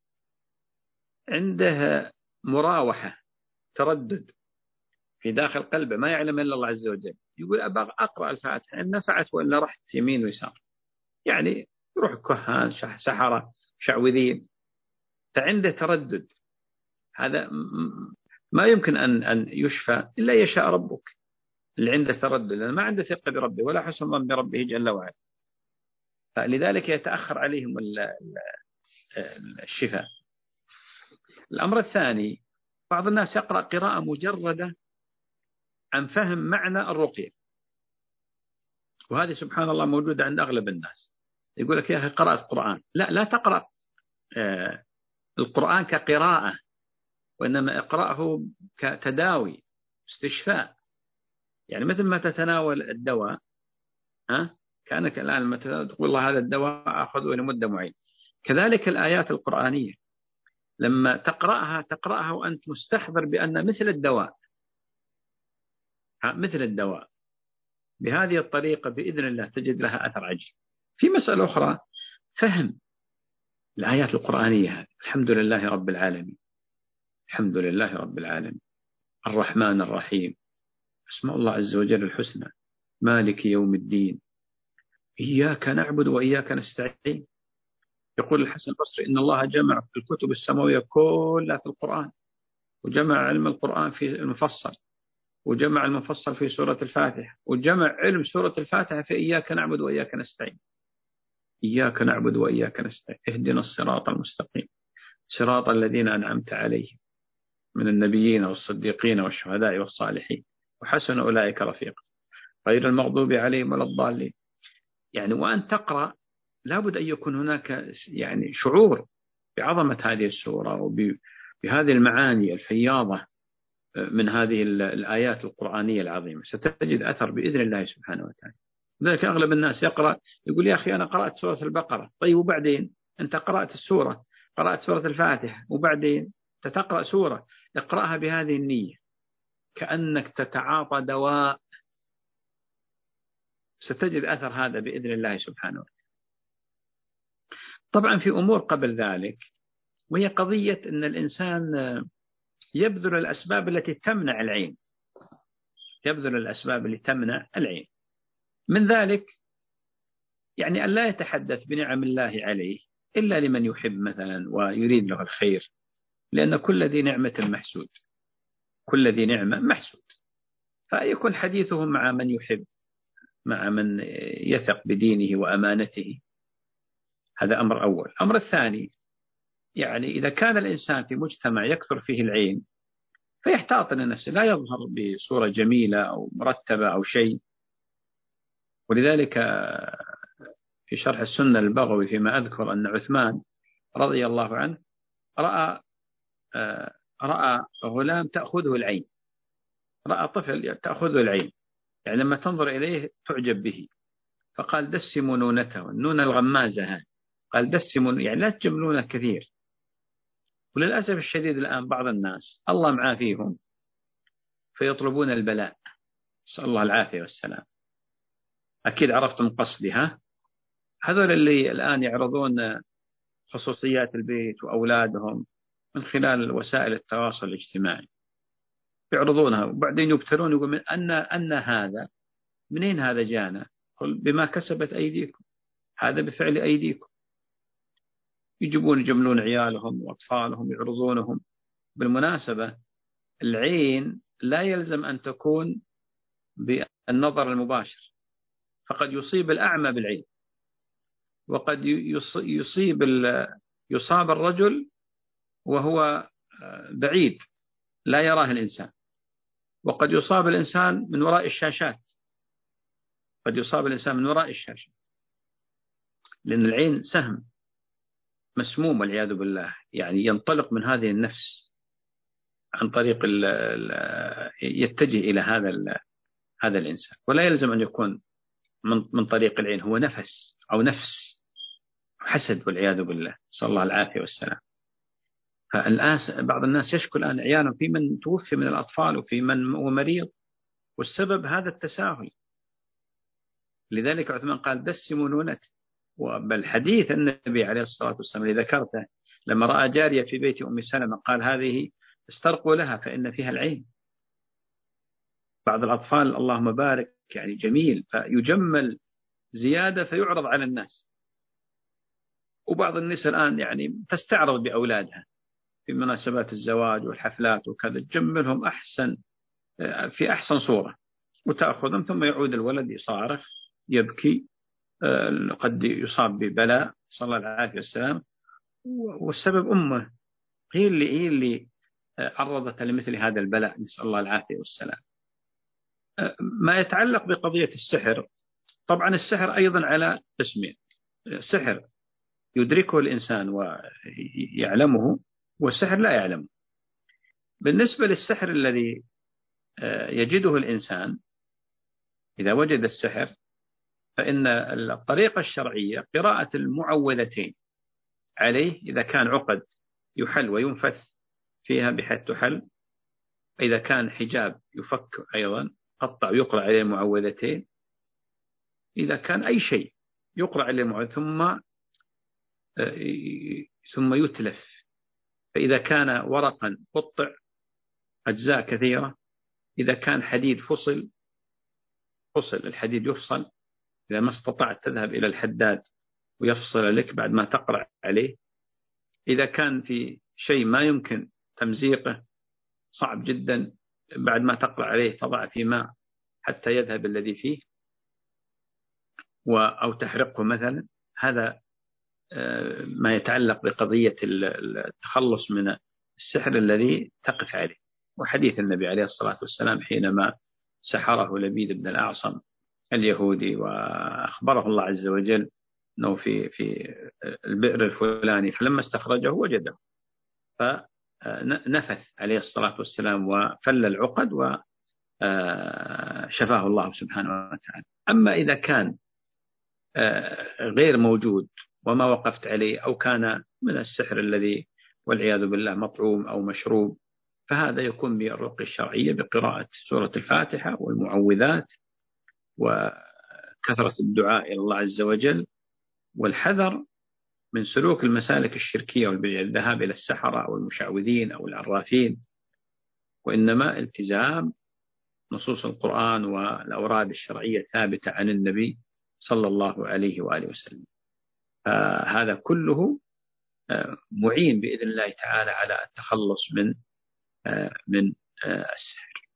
عنده مراوحة، تردد في داخل قلبه، ما يعلم إلا الله عز وجل. يقول أبغى أقرأ الفاتحة إن نفعت ولا رحت يمين ويسار، يعني يروح كهان سحرة شعوذين، فعنده تردد. هذا ما يمكن أن أن يشفى إلا يشاء ربك. اللي عنده تردد لأنه ما عنده ثقة بربه ولا حسن ظن بربه جل وعلا، فلذلك يتأخر عليهم الشفاء. الأمر الثاني، بعض الناس يقرأ قراءة مجردة عن فهم معنى الرقية، وهذه سبحان الله موجودة عند أغلب الناس. يقول لك يا أخي قرأت قرآن، لا لا تقرأ آه القرآن كقراءة، وإنما اقرأه كتداوي، استشفاء. يعني مثل ما تتناول الدواء، ها كأنك الآن لما تقول الله هذا الدواء أخذه لمدة معينة، كذلك الآيات القرآنية لما تقرأها تقرأها وأنت مستحضر بأن مثل الدواء، مثل الدواء. بهذه الطريقة بإذن الله تجد لها أثر عجيب. في مسألة أخرى، فهم الآيات القرآنية هذه. الحمد لله رب العالمين، الحمد لله رب العالمين، الرحمن الرحيم، اسماء الله عز وجل الحسنى، مالك يوم الدين، إياك نعبد وإياك نستعين. يقول الحسن البصري إن الله جمع الكتب السماوية كلها في القرآن، وجمع علم القرآن في المفصل، وجمع المفصل في سورة الفاتحة، وجمع علم سورة الفاتحة في إياك نعبد وإياك نستعين. إياك نعبد وإياك نستعين، اهدنا الصراط المستقيم، صراط الذين أنعمت عليهم من النبيين والصديقين والشهداء والصالحين وحسن أولئك رفيقا، غير المغضوب عليهم ولا الضالين. يعني وأن تقرأ لابد أن يكون هناك يعني شعور بعظمة هذه السورة وبهذه المعاني الفياضة من هذه الآيات القرآنية العظيمة. ستجد أثر بإذن الله سبحانه وتعالى. لذلك أغلب الناس يقرأ يقول يا أخي أنا قرأت سورة البقرة، طيب وبعدين؟ أنت قرأت السورة، قرأت سورة الفاتحة، وبعدين تتقرأ سورة، اقرأها بهذه النية كأنك تتعاطى دواء، ستجد أثر هذا بإذن الله سبحانه وتعالى. طبعا في أمور قبل ذلك، وهي قضية أن الإنسان يبذل الأسباب التي تمنع العين، يبذل الأسباب التي تمنع العين. من ذلك يعني أن لا يتحدث بنعم الله عليه إلا لمن يحب مثلا ويريد له الخير، لأن كل ذي نعمة محسود، كل ذي نعمة محسود، فيكون حديثه مع من يحب، مع من يثق بدينه وأمانته. هذا أمر أول. الأمر الثاني، يعني إذا كان الإنسان في مجتمع يكثر فيه العين فيحتاط لنفسه، لا يظهر بصورة جميلة أو مرتبة أو شيء. ولذلك في شرح السنة البغوي فيما أذكر أن عثمان رضي الله عنه رأى رأى غلام تأخذه العين، رأى طفل تأخذه العين، يعني لما تنظر إليه تعجب به، فقال دسموا نونته، النون الغمازة هذه، قال دسموا، يعني لا تجملونه كثير. وللأسف الشديد الآن بعض الناس الله معافيهم فيطلبون البلاء، نسأل الله العافية والسلام. أكيد عرفتم قصدي، ها؟ هذول اللي الآن يعرضون خصوصيات البيت وأولادهم من خلال وسائل التواصل الاجتماعي، يعرضونها وبعدين يبتلون، يقول من أن أن هذا منين هذا جانا؟ قل بما كسبت أيديكم، هذا بفعل أيديكم. يجيبون يجملون عيالهم وأطفالهم يعرضونهم. بالمناسبة العين لا يلزم أن تكون بالنظر المباشر، فقد يصيب الأعمى بالعين، وقد يصيب يصاب الرجل وهو بعيد لا يراه الإنسان، وقد يصاب الإنسان من وراء الشاشات. قد يصاب الإنسان من وراء الشاشة، لأن العين سهم مسموم والعياذ بالله، يعني ينطلق من هذه النفس عن طريق ال ال يتجه إلى هذا هذا الإنسان، ولا يلزم أن يكون من من طريق العين، هو نفس أو نفس حسد والعياذ بالله، صلى الله العافية والسلام. فالآن بعض الناس يشكو الآن عيانا في من توفي من الأطفال وفي من هو مريض، والسبب هذا التساهل. لذلك عثمان قال دسموا نونته. بل حديث النبي عليه الصلاة والسلام اللي ذكرته لما رأى جارية في بيت أم سلمة قال هذه استرقوا لها فإن فيها العين. بعض الأطفال اللهم بارك يعني جميل فيجمل زيادة فيعرض على الناس، وبعض النساء الآن يعني تستعرض بأولادها في مناسبات الزواج والحفلات وكذا، تجملهم أحسن في أحسن صورة وتأخذهم، ثم يعود الولد يصارخ يبكي، قد يصاب ببلاء صلى الله العافية والسلام، والسبب أمه هي اللي هي اللي عرضت لمثل هذا البلاء، نسأل الله العافية والسلام. ما يتعلق بقضية السحر، طبعا السحر أيضا على اسمين: سحر يدركه الإنسان ويعلمه، والسحر لا يعلمه. بالنسبة للسحر الذي يجده الإنسان، إذا وجد السحر فإن الطريقة الشرعية قراءة المعوذتين عليه إذا كان عقد يحل وينفث فيها بحيث تحل، إذا كان حجاب يفك أيضا قطع يقرأ عليه المعوذتين، إذا كان أي شيء يقرأ عليه المعوذ ثم ثم يتلف، فإذا كان ورقا قطع أجزاء كثيرة، إذا كان حديد فصل فصل الحديد يفصل، إذا ما استطعت تذهب إلى الحداد ويفصل لك بعد ما تقرأ عليه، إذا كان في شيء ما يمكن تمزيقه صعب جدا بعد ما تقرأ عليه تضع في ماء حتى يذهب الذي فيه أو تحرقه مثلا. هذا ما يتعلق بقضية التخلص من السحر الذي تقف عليه. وحديث النبي عليه الصلاة والسلام حينما سحره لبيد بن الأعصم اليهودي وأخبره الله عز وجل أنه في في البئر الفلاني، فلما استخرجه وجده فنفث عليه الصلاة والسلام وفل العقد وشفاه الله سبحانه وتعالى. أما إذا كان غير موجود وما وقفت عليه أو كان من السحر الذي والعياذ بالله مطعوم أو مشروب، فهذا يكون بالرقية الشرعية بقراءة سورة الفاتحة والمعوذات وكثرة الدعاء إلى الله عز وجل، والحذر من سلوك المسالك الشركية والذهاب إلى السحرة أو المشعوذين أو العرافين، وإنما التزام نصوص القرآن والأوراد الشرعية الثابتة عن النبي صلى الله عليه وآله وسلم. هذا كله معين بإذن الله تعالى على التخلص من من السحر.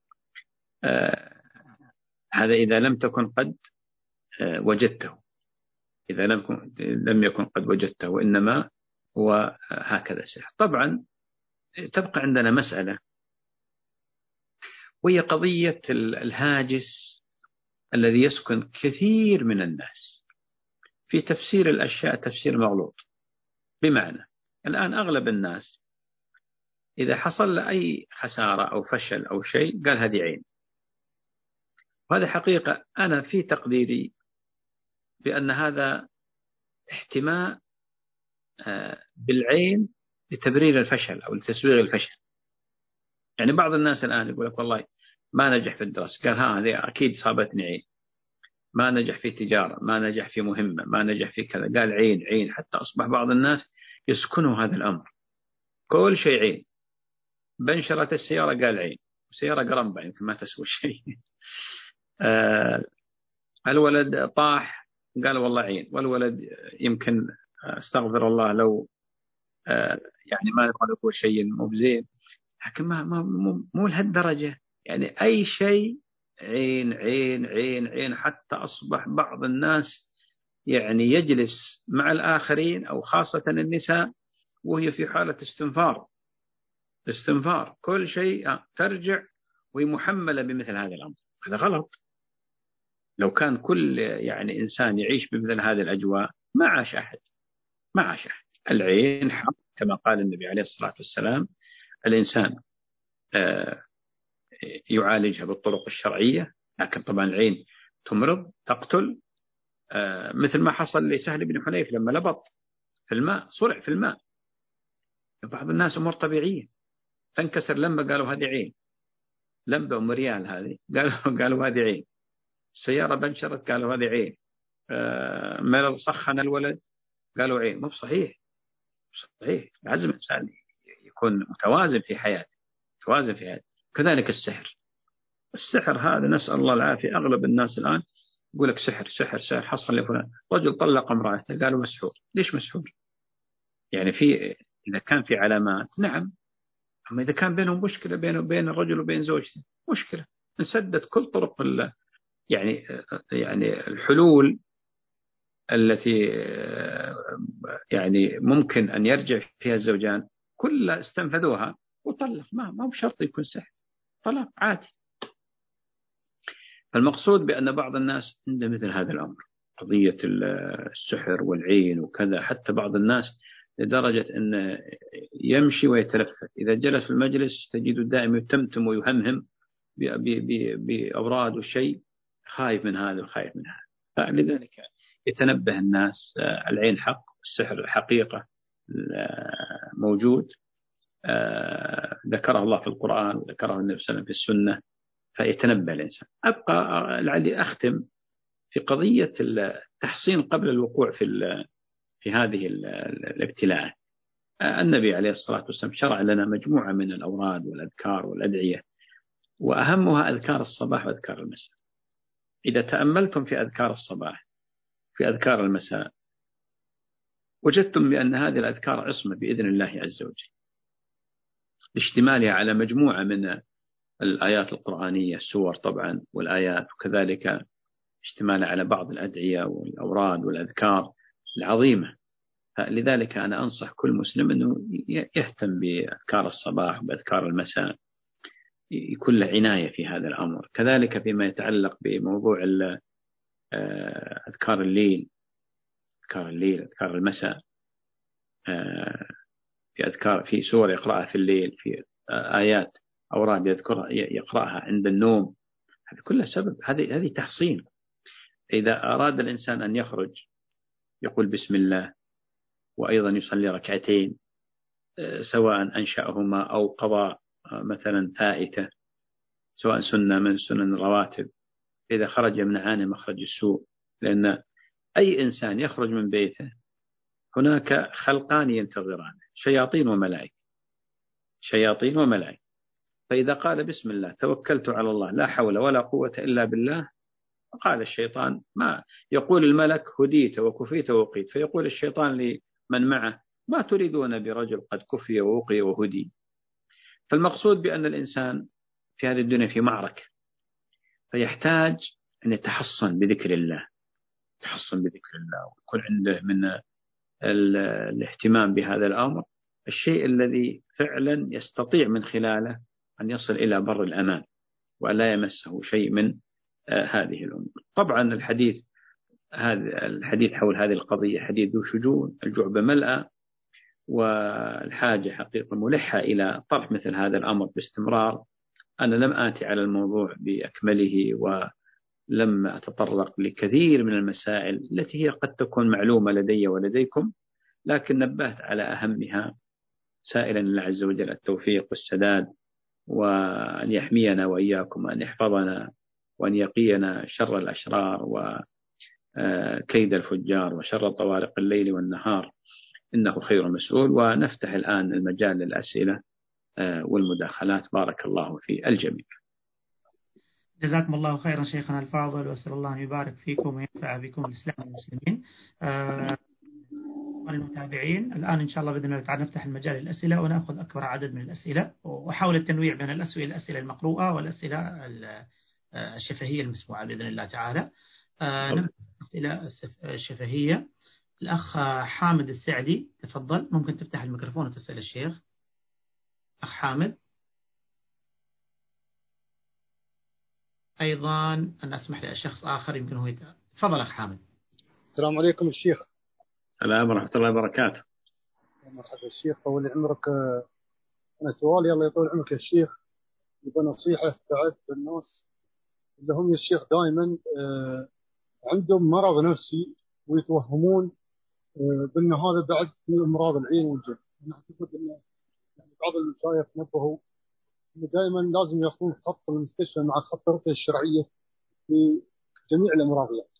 هذا إذا لم تكن قد وجدته، إذا لم لم يكن قد وجدته، وإنما هو هكذا السحر. طبعا تبقى عندنا مسألة وهي قضية الهاجس الذي يسكن كثير من الناس في تفسير الأشياء تفسير مغلوط. بمعنى الآن أغلب الناس إذا حصل له أي خسارة أو فشل أو شيء قال هذه عين. وهذا حقيقة أنا في تقديري بأن هذا احتماء بالعين لتبرير الفشل أو لتسويغ الفشل. يعني بعض الناس الآن يقول لك والله ما نجح في الدراسة، قال ها هذه أكيد صابتني عين. ما نجح في تجارة، ما نجح في مهمة، ما نجح في كذا، قال عين عين، حتى أصبح بعض الناس يسكنوا هذا الأمر، كل شيء عين. بنشرت السيارة قال عين، سيارة قرنبة يمكن ما تسوي شيء. آه الولد طاح قال والله عين، والولد يمكن استغفر الله لو آه يعني ما نقول هو شيء مو بزين، لكن ما مو مو لهالدرجة. يعني أي شيء عين عين عين عين، حتى أصبح بعض الناس يعني يجلس مع الآخرين أو خاصة النساء وهي في حالة استنفار استنفار كل شيء ترجع وهي محملة بمثل هذا الأمر. هذا غلط. لو كان كل يعني إنسان يعيش بمثل هذه الأجواء ما عاش أحد، ما عاش أحد. العين حق كما قال النبي عليه الصلاة والسلام، الإنسان يعالجها بالطرق الشرعية، لكن طبعا العين تمرض تقتل، مثل ما حصل لسهل بن حنيف لما لبط في الماء، صرع في الماء. بعض الناس أمور طبيعية تنكسر لمبة قالوا هذه عين، لمبة أم ريال هذه قالوا قالوا هذه عين، السيارة بنشرت قالوا هذه عين، مرض سخن الولد قالوا عين. مو صحيح، صحيح. لازم الإنسان يكون متوازن في حياته، متوازن في حياته. كذلك السحر، السحر هذا نسأل الله العافية. أغلب الناس الآن يقول لك سحر سحر سحر، حصل لفلان رجل طلق امرأته قالوا مسحور. ليش مسحور؟ يعني في إذا كان في علامات نعم، أما إذا كان بينهم مشكلة، بينه وبين الرجل وبين زوجته مشكلة، نسدد كل طرق يعني يعني الحلول التي يعني ممكن أن يرجع فيها الزوجان كلها استنفذوها وطلق. ما ما بشرط يكون سحر، طلاق عادي. فالمقصود بأن بعض الناس عنده مثل هذا الأمر، قضية السحر والعين وكذا. حتى بعض الناس لدرجة أن يمشي ويتلفت، إذا جلس في المجلس تجده دائما يتمتم ويهمهم بأوراد والشيء، خايف من هذا وخايف من هذا. فلذلك يتنبه الناس، العين حق، السحر حقيقة موجود، ذكره الله في القرآن وذكره النبي صلى الله عليه وسلم في السنة، فيتنبه الإنسان. أبقى لعلي أختم في قضية التحصين قبل الوقوع في في هذه الابتلاءات. النبي عليه الصلاة والسلام شرع لنا مجموعة من الأوراد والأذكار والأدعية، وأهمها أذكار الصباح وأذكار المساء. إذا تأملتم في أذكار الصباح في أذكار المساء وجدتم بأن هذه الأذكار عصمة بإذن الله عز وجل، اشتمالها على مجموعة من الآيات القرآنية، السور طبعا والآيات، وكذلك اشتمالها على بعض الأدعية والأوراد والأذكار العظيمة. لذلك أنا أنصح كل مسلم أنه يهتم بأذكار الصباح وبأذكار المساء، يكون له عناية في هذا الأمر. كذلك فيما يتعلق بموضوع أذكار الليل، أذكار الليل أذكار المساء، في أذكار في سور يقرأها في الليل، في آيات أوراد يذكرها يقرأها عند النوم، هذه كلها سبب، هذه هذه تحصين. إذا أراد الإنسان أن يخرج يقول بسم الله، وأيضا يصلي ركعتين سواء أنشأهما أو قضى مثلا فائتة، سواء سنة من سنن الرواتب، إذا خرج يمنعان مخرج السوء. لأن أي إنسان يخرج من بيته هناك خلقان ينتظران، شياطين وملائكة، شياطين وملائكة. فإذا قال بسم الله توكلت على الله لا حول ولا قوة إلا بالله، قال الشيطان ما يقول الملك هديت وكفيت ووقيت، فيقول الشيطان لمن معه ما تريدون برجل قد كفي ووقي وهدي. فالمقصود بأن الإنسان في هذه الدنيا في معركة، فيحتاج أن يتحصن بذكر الله، يتحصن بذكر الله، ويكون عنده من الاهتمام بهذا الأمر الشيء الذي فعلا يستطيع من خلاله أن يصل إلى بر الأمان ولا يمسه شيء من هذه الأمور. طبعا الحديث هذا الحديث حول هذه القضية حديث ذو شجون، الجعبة ملأى، والحاجة حقيقة ملحة إلى طرح مثل هذا الأمر باستمرار. أنا لم آتي على الموضوع بأكمله ولم أتطرق لكثير من المسائل التي هي قد تكون معلومة لدي ولديكم، لكن نبهت على أهمها، سائلا الله عز وجل التوفيق والسداد، وأن يحمينا وإياكم، وأن يحفظنا، وأن يقينا شر الأشرار وكيد الفجار وشر طوارق الليل والنهار، إنه خير مسؤول. ونفتح الآن المجال للأسئلة والمداخلات. بارك الله في الجميع. جزاكم الله خيرا شيخنا الفاضل، وأسأل الله أن يبارك فيكم وينفع بكم الإسلام والمسلمين. آه المتابعين الآن إن شاء الله بإذن الله تعالى نفتح المجال للأسئلة، ونأخذ أكبر عدد من الأسئلة، وحاول التنويع بين الأسئلة الأسئلة المقروءة والأسئلة الشفهية المسموعة بإذن الله تعالى. آه نبدأ الأسئلة الشفهية. الأخ حامد السعدي تفضل، ممكن تفتح الميكروفون وتسأل الشيخ. أخ حامد. أيضا أن أسمح لشخص آخر يمكن هو يتأ... تفضل أخ حامد. السلام عليكم الشيخ. السلام ورحمة الله وبركاته. مرحبا الشيخ، طول عمرك. أنا سؤالي الله يطول عمرك يا شيخ، يبقى نصيحة تعد بالناس اللي هم يا شيخ دائما عندهم مرض نفسي ويتوهمون بأن هذا بعد من أمراض العين والجن. أنا أعتقد أن يعني بعض المشايخ نبهوا أنه دائما لازم يأخذون خط المستشفى مع خط الرقية الشرعية في جميع الأمراض. يعني.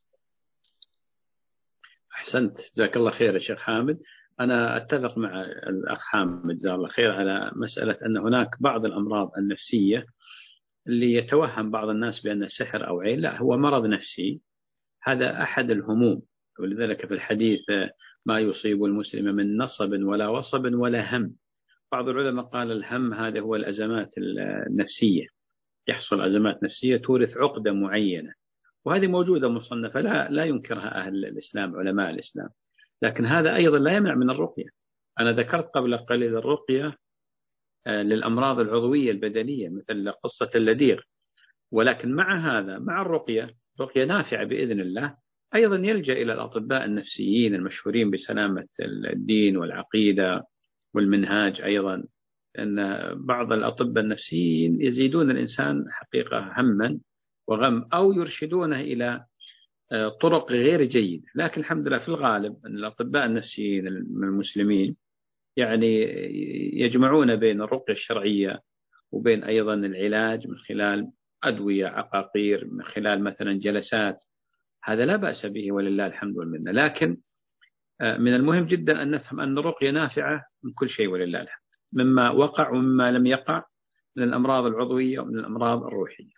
أحسنت، جزاك الله خير يا شيخ حامد. أنا أتفق مع الأخ حامد جزاه الله خير على مسألة أن هناك بعض الأمراض النفسية اللي يتوهم بعض الناس بأنه سحر أو عين، لا، هو مرض نفسي. هذا أحد الهموم، ولذلك في الحديث ما يصيب المسلم من نصب ولا وصب ولا هم. بعض العلماء قال الهم هذا هو الأزمات النفسية، يحصل أزمات نفسية تورث عقدة معينة، وهذه موجودة مصنفة لا لا ينكرها أهل الإسلام علماء الإسلام. لكن هذا أيضا لا يمنع من الرقية. أنا ذكرت قبل قليل الرقية للأمراض العضوية البدنية مثل قصة اللديغ، ولكن مع هذا مع الرقية رقية نافعة بإذن الله أيضا يلجأ إلى الأطباء النفسيين المشهورين بسلامة الدين والعقيدة والمنهاج أيضا، أن بعض الأطباء النفسيين يزيدون الإنسان حقيقة هما وغم أو يرشدونه إلى طرق غير جيدة. لكن الحمد لله في الغالب أن الأطباء النفسيين المسلمين يعني يجمعون بين الرقية الشرعية وبين أيضا العلاج من خلال أدوية عقاقير، من خلال مثلا جلسات. هذا لا بأس به ولله الحمد والمنة. لكن من المهم جدا أن نفهم أن الرقية نافعة من كل شيء ولله الحمد، مما وقع ومما لم يقع من الأمراض العضوية ومن الأمراض الروحية.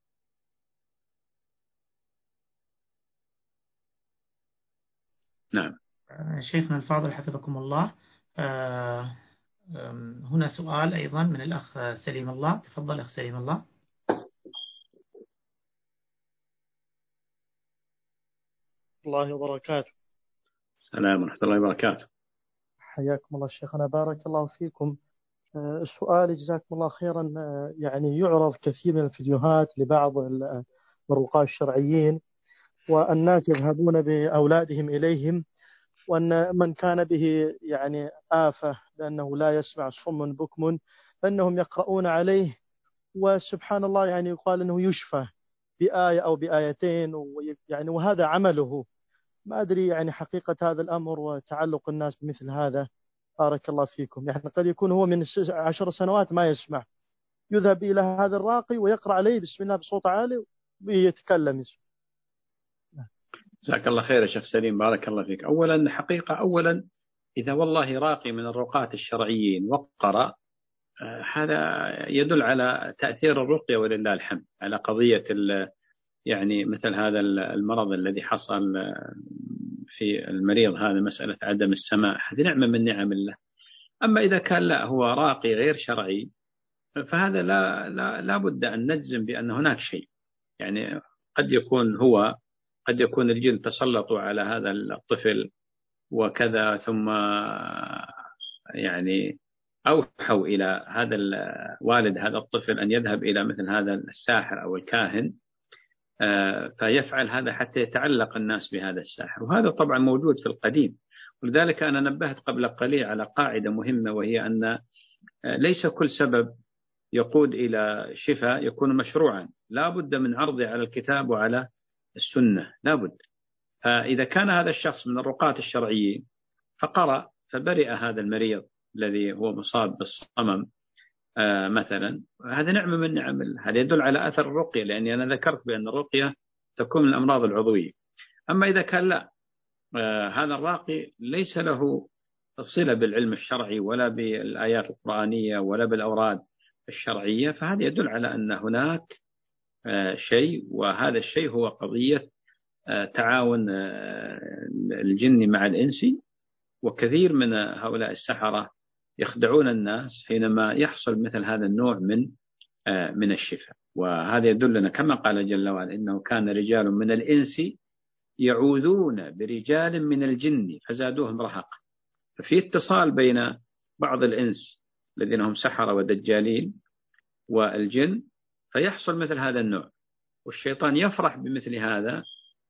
نعم. شيخنا الفاضل حفظكم الله، هنا سؤال أيضا من الأخ سليم الله. تفضل أخ سليم الله. الله وبركاته. السلام ورحمة الله وبركاته. حياكم الله شيخنا، بارك الله فيكم. السؤال جزاكم الله خيرا، يعني يعرض كثير من الفيديوهات لبعض الرقاة الشرعيين، والناس يذهبون بأولادهم إليهم، وأن من كان به يعني آفة لأنه لا يسمع صم بكم فإنهم يقرؤون عليه، وسبحان الله يعني يقال أنه يشفى بآية أو بآيتين، يعني وهذا عمله. ما أدري يعني حقيقة هذا الأمر وتعلق الناس بمثل هذا. بارك الله فيكم. يعني قد يكون هو من عشر سنوات ما يسمع، يذهب إلى هذا الراقي ويقرأ عليه بسم الله بصوت عالي ويتكلم. جزاك الله خير يا شيخ سليم، بارك الله فيك. أولا حقيقة أولا إذا والله راقي من الرقاة الشرعيين وقرأ، هذا يدل على تأثير الرقية ولله الحمد، على قضية يعني مثل هذا المرض الذي حصل في المريض هذا، مسألة عدم السماع، هذه نعمة من نعم الله. أما إذا كان لا هو راقي غير شرعي فهذا لا لا لا بد أن نجزم بأن هناك شيء. يعني قد يكون هو قد يكون الجن تسلطوا على هذا الطفل وكذا، ثم يعني أوحوا إلى هذا والد هذا الطفل أن يذهب إلى مثل هذا الساحر أو الكاهن، فيفعل هذا حتى يتعلق الناس بهذا الساحر، وهذا طبعا موجود في القديم. ولذلك أنا نبهت قبل قليل على قاعدة مهمة، وهي أن ليس كل سبب يقود إلى شفاء يكون مشروعا، لا بد من عرضه على الكتاب وعلى السنة، لا بد. فإذا كان هذا الشخص من الرقاة الشرعيين فقرأ فبرئ هذا المريض الذي هو مصاب بالصمم آه مثلا، هذا نعمة من نعم الله، هذا يدل على أثر الرقية، لأني أنا ذكرت بأن الرقية تكون من الأمراض العضوية. أما إذا كان لا آه هذا الراقي ليس له صلة بالعلم الشرعي ولا بالآيات القرآنية ولا بالأوراد الشرعية، فهذا يدل على أن هناك آه شيء، وهذا الشيء هو قضية آه تعاون آه الجن مع الإنسي. وكثير من هؤلاء السحرة يخدعون الناس حينما يحصل مثل هذا النوع من من الشفاء. وهذا يدلنا كما قال جل وعلا إنه كان رجال من الإنس يعوذون برجال من الجن فزادوهم رهقا. ففي اتصال بين بعض الإنس الذين هم سحرة ودجالين والجن، فيحصل مثل هذا النوع. والشيطان يفرح بمثل هذا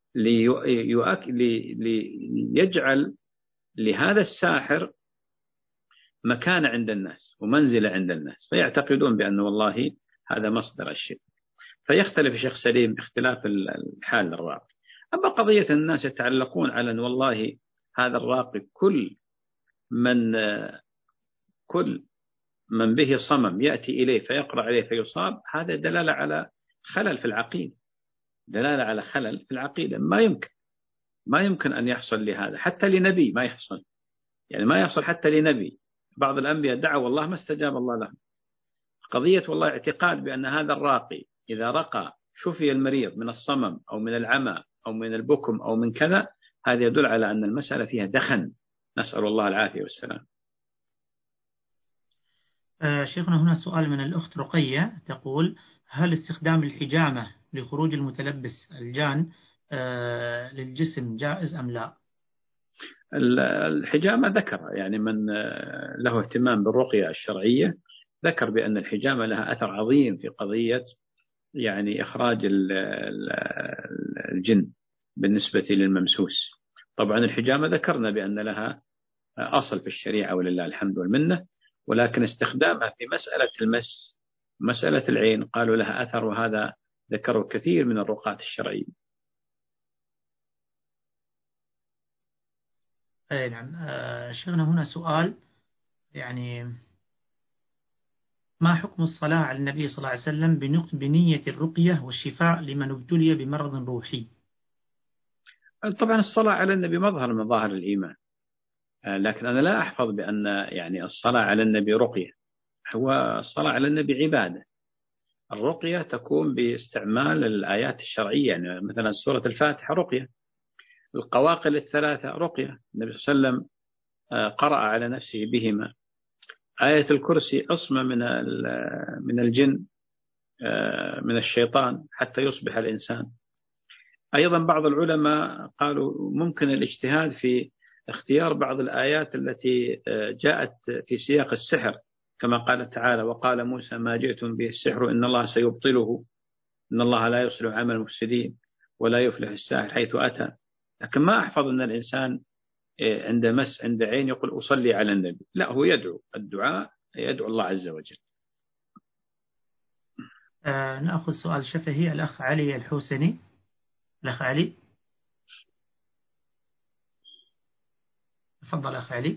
ليجعل لهذا الساحر مكانة عند الناس ومنزلة عند الناس، فيعتقدون بأن والله هذا مصدر الشرك. فيختلف الشيخ سليم اختلاف الحال الراقي. أما قضية الناس يتعلقون على أن والله هذا الراقي كل من كل من به صمم يأتي إليه فيقرأ عليه فيصاب، هذا دلالة على خلل في العقيدة، دلالة على خلل في العقيدة. ما يمكن ما يمكن أن يحصل لهذا حتى لنبي، ما يحصل يعني ما يحصل حتى لنبي. بعض الأنبياء دعوا والله ما استجاب الله لهم. قضية والله اعتقاد بأن هذا الراقي إذا رقى شفي المريض من الصمم أو من العمى أو من البكم أو من كذا، هذا يدل على أن المسألة فيها دخن، نسأل الله العافية والسلام. آه شيخنا، هنا سؤال من الأخت رقية تقول: هل استخدام الحجامة لخروج المتلبس الجان آه للجسم جائز أم لا؟ الحجامة ذكر يعني من له اهتمام بالرقية الشرعية ذكر بأن الحجامة لها أثر عظيم في قضية يعني إخراج الجن بالنسبة للممسوس. طبعا الحجامة ذكرنا بأن لها أصل في الشريعة ولله الحمد والمنة، ولكن استخدامها في مسألة المس مسألة العين قالوا لها أثر، وهذا ذكره كثير من الرقاة الشرعية. أي نعم. آه شيخنا، هنا سؤال يعني: ما حكم الصلاة على النبي صلى الله عليه وسلم بنية الرقية والشفاء لمن ابتلي بمرض روحي؟ طبعا الصلاة على النبي مظهر من ظاهر الإيمان، لكن أنا لا أحفظ بأن يعني الصلاة على النبي رقية. هو الصلاة على النبي عبادة. الرقية تكون باستعمال الآيات الشرعية، يعني مثلا سورة الفاتحة رقية، القواقل الثلاثة رقية، النبي صلى الله عليه وسلم قرأ على نفسه بهما. آية الكرسي عصمة من من الجن من الشيطان حتى يصبح الإنسان. أيضا بعض العلماء قالوا ممكن الاجتهاد في اختيار بعض الآيات التي جاءت في سياق السحر، كما قال تعالى: وقال موسى ما جئتم به السحر إن الله سيبطله إن الله لا يصلح عمل المفسدين ولا يفلح الساحر حيث أتى. لكن ما أحفظ أن الإنسان عند مس عند عين يقول أصلي على النبي، لا، هو يدعو الدعاء يدعو الله عز وجل. آه نأخذ سؤال شفهي. الأخ علي الحوسني. الأخ علي، تفضل أخ علي.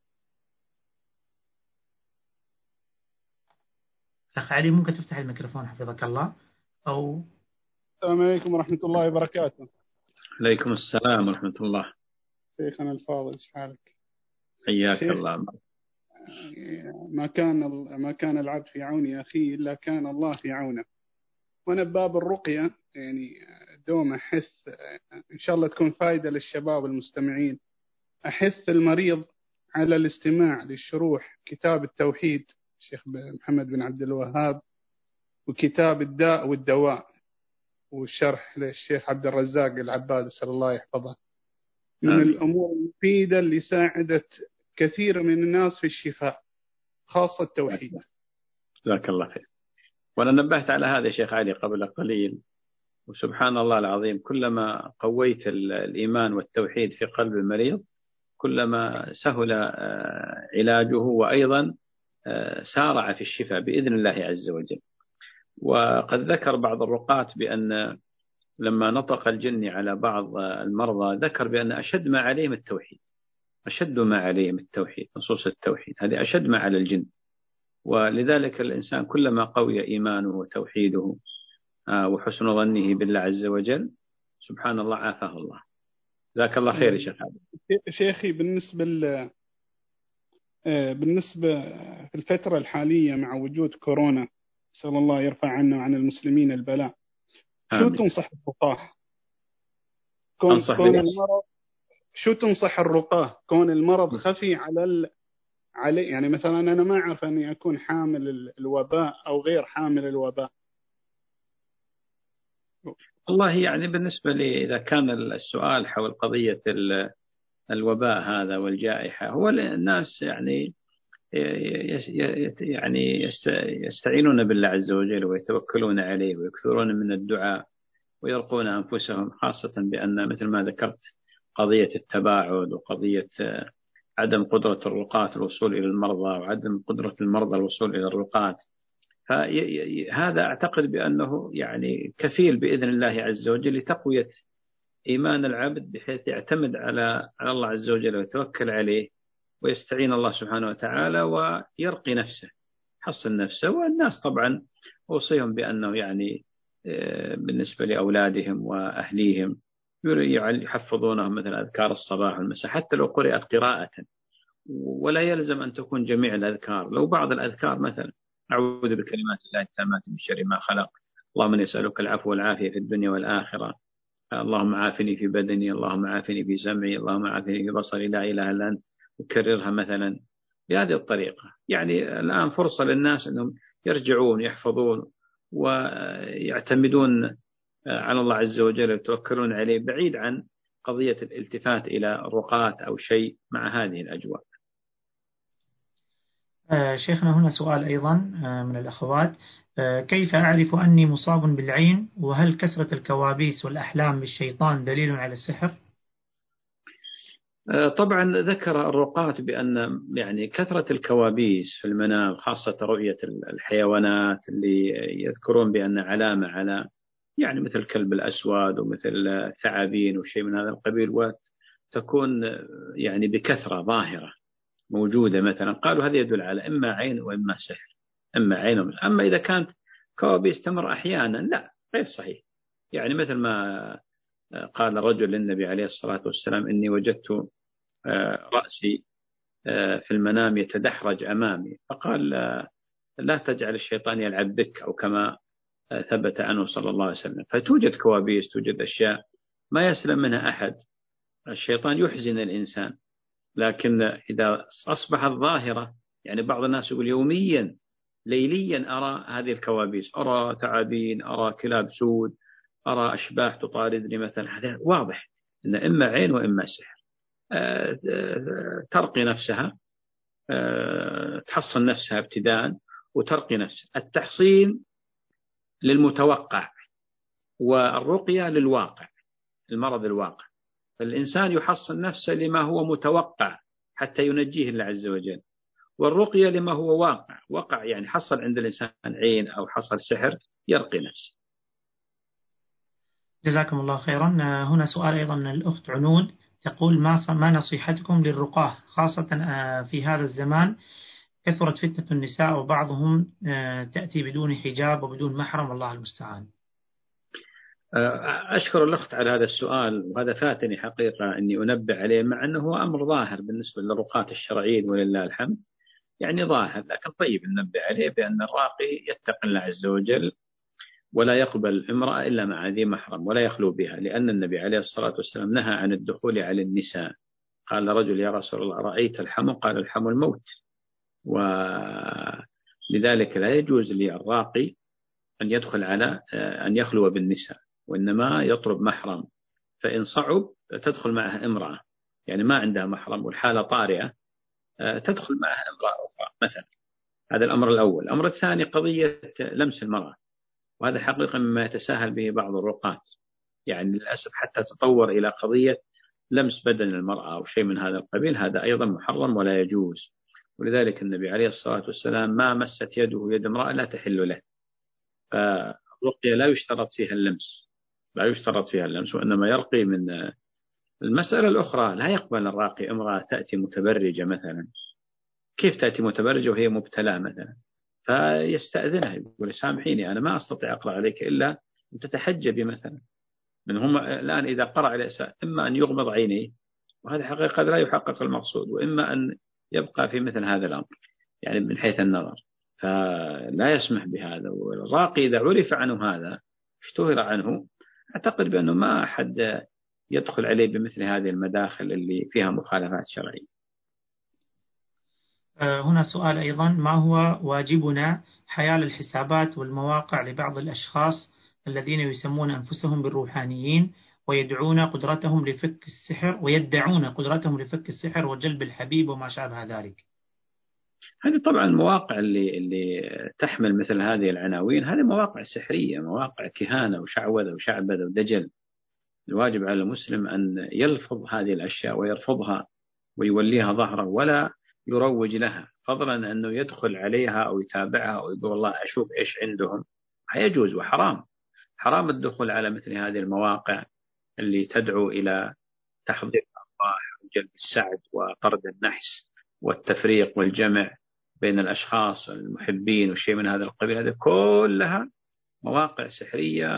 أخ علي، ممكن تفتح الميكروفون حفظك الله؟ أو السلام عليكم ورحمة الله وبركاته. عليكم السلام ورحمة الله. شيخنا الفاضل، ايش حالك؟ حياك الله. ما كان ما كان العبد في عون أخيه إلا كان الله في عونه. وأنا بباب الرقية يعني دوم أحث إن شاء الله تكون فائدة للشباب المستمعين. أحث المريض على الاستماع للشروح كتاب التوحيد الشيخ محمد بن عبد الوهاب، وكتاب الداء والدواء، والشرح للشيخ عبد الرزاق العباد، أسأل الله يحفظه. من آمين. الأمور المفيدة اللي ساعدت كثير من الناس في الشفاء، خاصة التوحيد. جزاك الله خير. وأنا نبهت على هذا شيخ علي قبل قليل، وسبحان الله العظيم كلما قويت الإيمان والتوحيد في قلب المريض كلما سهل علاجه، وأيضا سارع في الشفاء بإذن الله عز وجل. وقد ذكر بعض الرقاة بأن لما نطق الجن على بعض المرضى ذكر بأن أشد ما عليهم التوحيد، أشد ما عليهم التوحيد، نصوص التوحيد هذه أشد ما على الجن. ولذلك الإنسان كلما قوي إيمانه وتوحيده وحسن ظنه بالله عز وجل سبحان الله عافاه الله. جزاك الله خير يا شيخ عبد. شيخي، بالنسبة ل... بالنسبة في الفترة الحالية مع وجود كورونا، نسأل الله يرفع عنا وعن المسلمين البلاء، شو تنصح الرقاه؟ كون, كون المرض شو تنصح الرقاه كون المرض خفي على ال... علي يعني مثلا أنا ما أعرف أني أكون حامل الوباء أو غير حامل الوباء. والله يعني بالنسبة لي إذا كان السؤال حول قضية الوباء هذا والجائحة، هو الناس يعني يعني يستعينون بالله عز وجل ويتوكلون عليه ويكثرون من الدعاء ويرقون أنفسهم، خاصة بأن مثل ما ذكرت قضية التباعد وقضية عدم قدرة الرقاة الوصول إلى المرضى وعدم قدرة المرضى الوصول إلى الرقاة. فهذا أعتقد بأنه يعني كفيل بإذن الله عز وجل لتقوية إيمان العبد، بحيث يعتمد على على الله عز وجل ويتوكل عليه ويستعين الله سبحانه وتعالى ويرقي نفسه، حصن نفسه. والناس طبعا أوصيهم بأنه يعني بالنسبة لأولادهم وأهليهم يحفظونهم مثل أذكار الصباح والمساء، حتى لو قرأت قراءة، ولا يلزم أن تكون جميع الأذكار. لو بعض الأذكار مثلا أعوذ بكلمات الله التامات من شر ما خلق، اللهم نسألك العفو والعافية في الدنيا والآخرة، اللهم عافني في بدني، اللهم عافني في سمعي، اللهم عافني في بصري، لا إله إلا أنت، وكررها مثلا بهذه الطريقة. يعني الآن فرصة للناس أنهم يرجعون يحفظون ويعتمدون على الله عز وجل ويتوكلون عليه، بعيد عن قضية الالتفات إلى الرقاة أو شيء مع هذه الأجواء. شيخنا هنا سؤال أيضا من الأخوات: كيف أعرف أني مصاب بالعين؟ وهل كثرة الكوابيس والأحلام بالشيطان دليل على السحر؟ طبعا ذكر الرقاة بأن يعني كثرة الكوابيس في المنام، خاصة رؤية الحيوانات اللي يذكرون بأن علامة على يعني مثل الكلب الأسود ومثل ثعابين وشيء من هذا القبيل، وتكون يعني بكثرة ظاهرة موجودة مثلا، قالوا هذا يدل على إما عين وإما سحر، إما عين وإما. أما إذا كانت كوابيس تمر أحيانا لا، غير صحيح. يعني مثل ما قال رجل للنبي عليه الصلاة والسلام: إني وجدت رأسي في المنام يتدحرج أمامي، فقال: لا تجعل الشيطان يلعب بك، أو كما ثبت عنه صلى الله عليه وسلم. فتوجد كوابيس، توجد أشياء ما يسلم منها أحد، الشيطان يحزن الإنسان. لكن إذا أصبحت ظاهرة، يعني بعض الناس يقول يوميا ليليا أرى هذه الكوابيس، أرى ثعابين، أرى كلاب سود، أرى أشباح تطاردني مثلا، هذا واضح أن إما عين وإما سحر. ترقي نفسها، تحصن نفسها ابتداء وترقي نفسها. التحصين للمتوقع والرقية للواقع، المرض الواقع. فالإنسان يحصن نفسه لما هو متوقع حتى ينجيه الله عز وجل، والرقية لما هو واقع. وقع يعني حصل عند الإنسان عين أو حصل سحر، يرقي نفسه. جزاكم الله خيرا. هنا سؤال أيضا من الأخت عنود، تقول: ما ما نصيحتكم للرقاة خاصة في هذا الزمان؟ كثرت فتنة النساء وبعضهم تأتي بدون حجاب وبدون محرم، والله المستعان. أشكر الأخت على هذا السؤال، وهذا فاتني حقيقة أني أنبه عليه، مع أنه هو أمر ظاهر بالنسبة للرقاة الشرعيين ولله الحمد، يعني ظاهر، لكن طيب ننبه عليه بأن الراقي يتقي الله عز وجل ولا يقبل امرأة إلا مع ذي محرم ولا يخلو بها، لأن النبي عليه الصلاة والسلام نهى عن الدخول على النساء. قال رجل: يا رسول الله رأيت الحم؟ قال: الحم الموت. ولذلك لا يجوز للراقي أن يدخل على أن يخلو بالنساء، وإنما يطلب محرم. فإن صعب تدخل معها امرأة يعني ما عندها محرم والحالة طارئة، تدخل معها امرأة أخرى مثلا. هذا الأمر الأول. الأمر الثاني قضية لمس المرأة، وهذا حقيقة مما يتساهل به بعض الرقاة، يعني للأسف حتى تطور إلى قضية لمس بدن المرأة أو شيء من هذا القبيل، هذا أيضا محرم ولا يجوز. ولذلك النبي عليه الصلاة والسلام ما مست يده يد امرأة لا تحل له. فالرقية لا يشترط فيها اللمس، لا يشترط فيها اللمس، وإنما يرقي من. المسألة الأخرى: لا يقبل الراقي امرأة تأتي متبرجة مثلا. كيف تأتي متبرجة وهي مبتلى مثلا؟ فيستأذنها، يقول: سامحيني أنا ما أستطيع أقرأ عليك إلا أن تتحجبي مثلا. من هم الآن إذا قرأ عليه إما أن يغمض عينيه، وهذا حقيقة لا يحقق المقصود، وإما أن يبقى في مثل هذا الأمر يعني من حيث النظر، فلا يسمح بهذا. والراقي إذا عرف عنه هذا، اشتهر عنه، أعتقد بأنه ما أحد يدخل عليه بمثل هذه المداخل اللي فيها مخالفات شرعية. هنا سؤال أيضا: ما هو واجبنا حيال الحسابات والمواقع لبعض الأشخاص الذين يسمون أنفسهم بالروحانيين ويدعون قدرتهم لفك السحر ويدعون قدرتهم لفك السحر وجلب الحبيب وما شابه ذلك؟ هذه طبعا المواقع اللي اللي تحمل مثل هذه العناوين هذه مواقع سحرية، مواقع كهانة وشعوذة وشعبذة ودجل. الواجب على المسلم أن يلفظ هذه الأشياء ويرفضها ويوليها ظهره ولا يروج لها، فضلا أنه يدخل عليها أو يتابعها أو يقول والله أشوف إيش عندهم. يجوز وحرام، حرام الدخول على مثل هذه المواقع اللي تدعو إلى تحضير الأرباح وجلب السعد وطرد النحس والتفريق والجمع بين الأشخاص المحبين وشيء من هذا القبيل. هذه كلها مواقع سحرية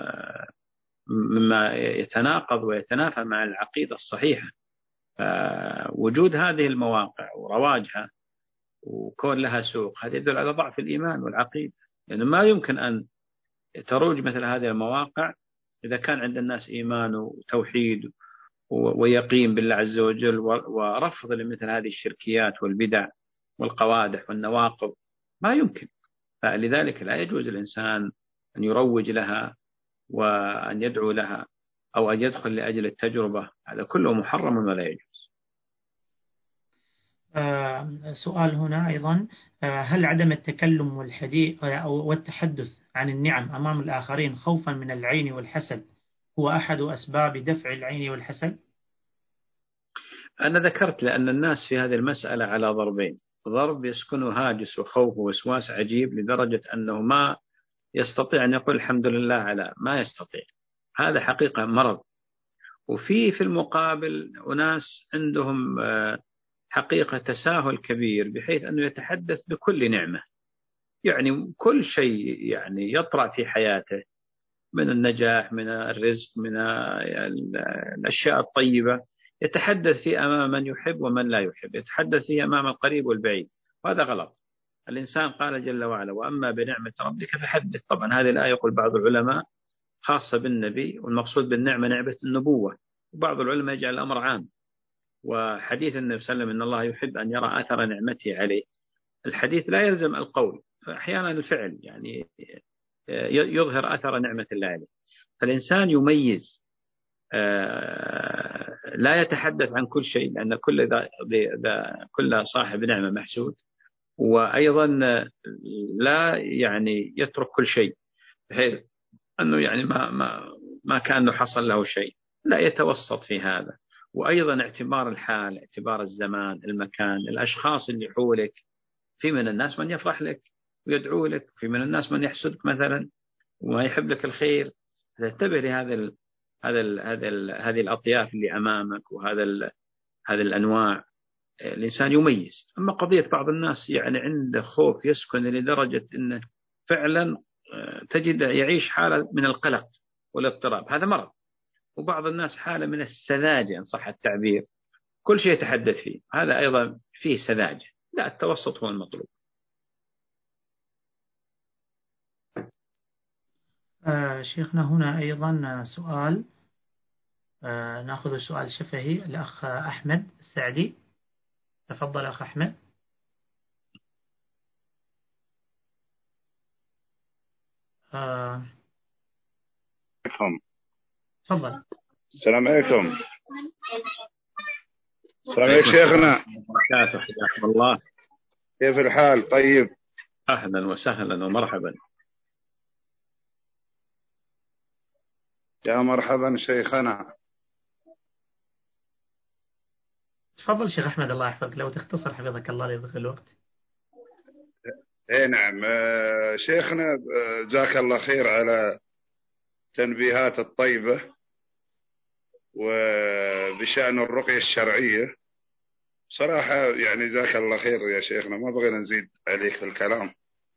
مما يتناقض ويتنافى مع العقيدة الصحيحة. وجود هذه المواقع ورواجها وكون لها سوق هذا يدل على ضعف الإيمان والعقيدة، لأنه يعني ما يمكن أن تروج مثل هذه المواقع إذا كان عند الناس إيمان وتوحيد ويقين بالله عز وجل ورفض لمثل هذه الشركيات والبدع والقوادح والنواقض. ما يمكن. فلذلك لا يجوز الإنسان أن يروج لها وأن يدعو لها أو أن يدخل لأجل التجربة، هذا كله محرم ولا يجوز. آه سؤال هنا أيضا، آه هل عدم التكلم والحديث والتحدث عن النعم أمام الآخرين خوفا من العين والحسد هو أحد أسباب دفع العين والحسد؟ أنا ذكرت لأن الناس في هذه المسألة على ضربين، ضرب يسكنه هاجس وخوف ووسواس عجيب لدرجة أنه ما يستطيع أن يقول الحمد لله على ما يستطيع، هذا حقيقة مرض. وفي في المقابل أناس عندهم حقيقة تساهل كبير بحيث أنه يتحدث بكل نعمة، يعني كل شيء يعني يطرأ في حياته من النجاح من الرزق من الأشياء الطيبة يتحدث فيه أمام من يحب ومن لا يحب، يتحدث فيه أمام القريب والبعيد، وهذا غلط. الإنسان قال جل وعلا وأما بنعمة ربك فحدث. طبعا هذه الآية يقول بعض العلماء خاصة بالنبي، والمقصود بالنعمة نعمة النبوة، وبعض العلماء يجعل الأمر عام. وحديث النبي صلى الله عليه وسلم إن الله يحب أن يرى أثر نعمته عليه، الحديث لا يلزم القول، فأحيانا الفعل يعني يظهر أثر نعمة الله عليه. فالإنسان يميز، لا يتحدث عن كل شيء لأن كل ذا كل صاحب نعمة محسود، وأيضا لا يعني يترك كل شيء بحيث أنه يعني ما ما ما كان حصل له شيء، لا يتوسط في هذا. وأيضا اعتبار الحال، اعتبار الزمان، المكان، الأشخاص اللي حولك، في من الناس من يفرح لك ويدعو لك، في من الناس من يحسدك مثلا وما يحب لك الخير. انتبه لهذا ال هذا ال هذا ال هذه الأطياف اللي أمامك وهذا ال هذه الأنواع. الإنسان يميز. أما قضية بعض الناس يعني عنده خوف يسكن لدرجة أنه فعلا تجد يعيش حالة من القلق والاضطراب، هذا مرض. وبعض الناس حالة من السذاجة إن صح التعبير، كل شيء يتحدث فيه، هذا أيضا فيه سذاجة. لا، التوسط هو المطلوب. آه شيخنا هنا أيضا سؤال، آه نأخذ السؤال شفهي الأخ أحمد السعدي. تفضل أخ أحمد. آه تفضل. السلام عليكم. السلام عليكم شيخنا. وبركاته. حياكم الله. كيف الحال؟ طيب. أهلا وسهلا ومرحبا. يا مرحبا شيخنا. تفضل شيخ أحمد الله يحفظك، لو تختصر حفظك الله ليضيق الوقت. اي نعم شيخنا، جزاك الله خير على تنبيهات الطيبة وبشأن الرقية الشرعية. صراحة يعني جزاك الله خير يا شيخنا، ما بغينا نزيد عليك في الكلام،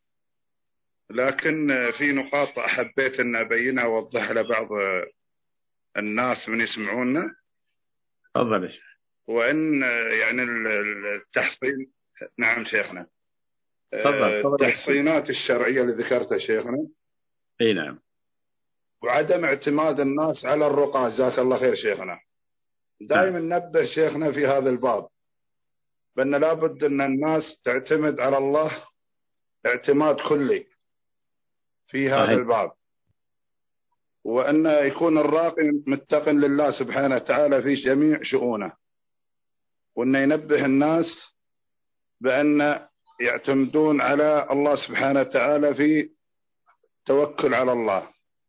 لكن في نقاط حبيت أن أبينها وأوضحها لبعض الناس من يسمعونا. تفضل. وأن يعني التحصين، نعم شيخنا، تفضل. التحصينات الشرعية اللي ذكرتها شيخنا. اي نعم. وعدم اعتماد الناس على الرقى، جزاك الله خير شيخنا. دائما نبه شيخنا في هذا الباب بأن لابد أن الناس تعتمد على الله اعتماد كلي في هذا صحيح. الباب، وأن يكون الراقي متقن لله سبحانه وتعالى في جميع شؤونه، وأن ينبه الناس بأن يعتمدون على الله سبحانه وتعالى في توكل على الله.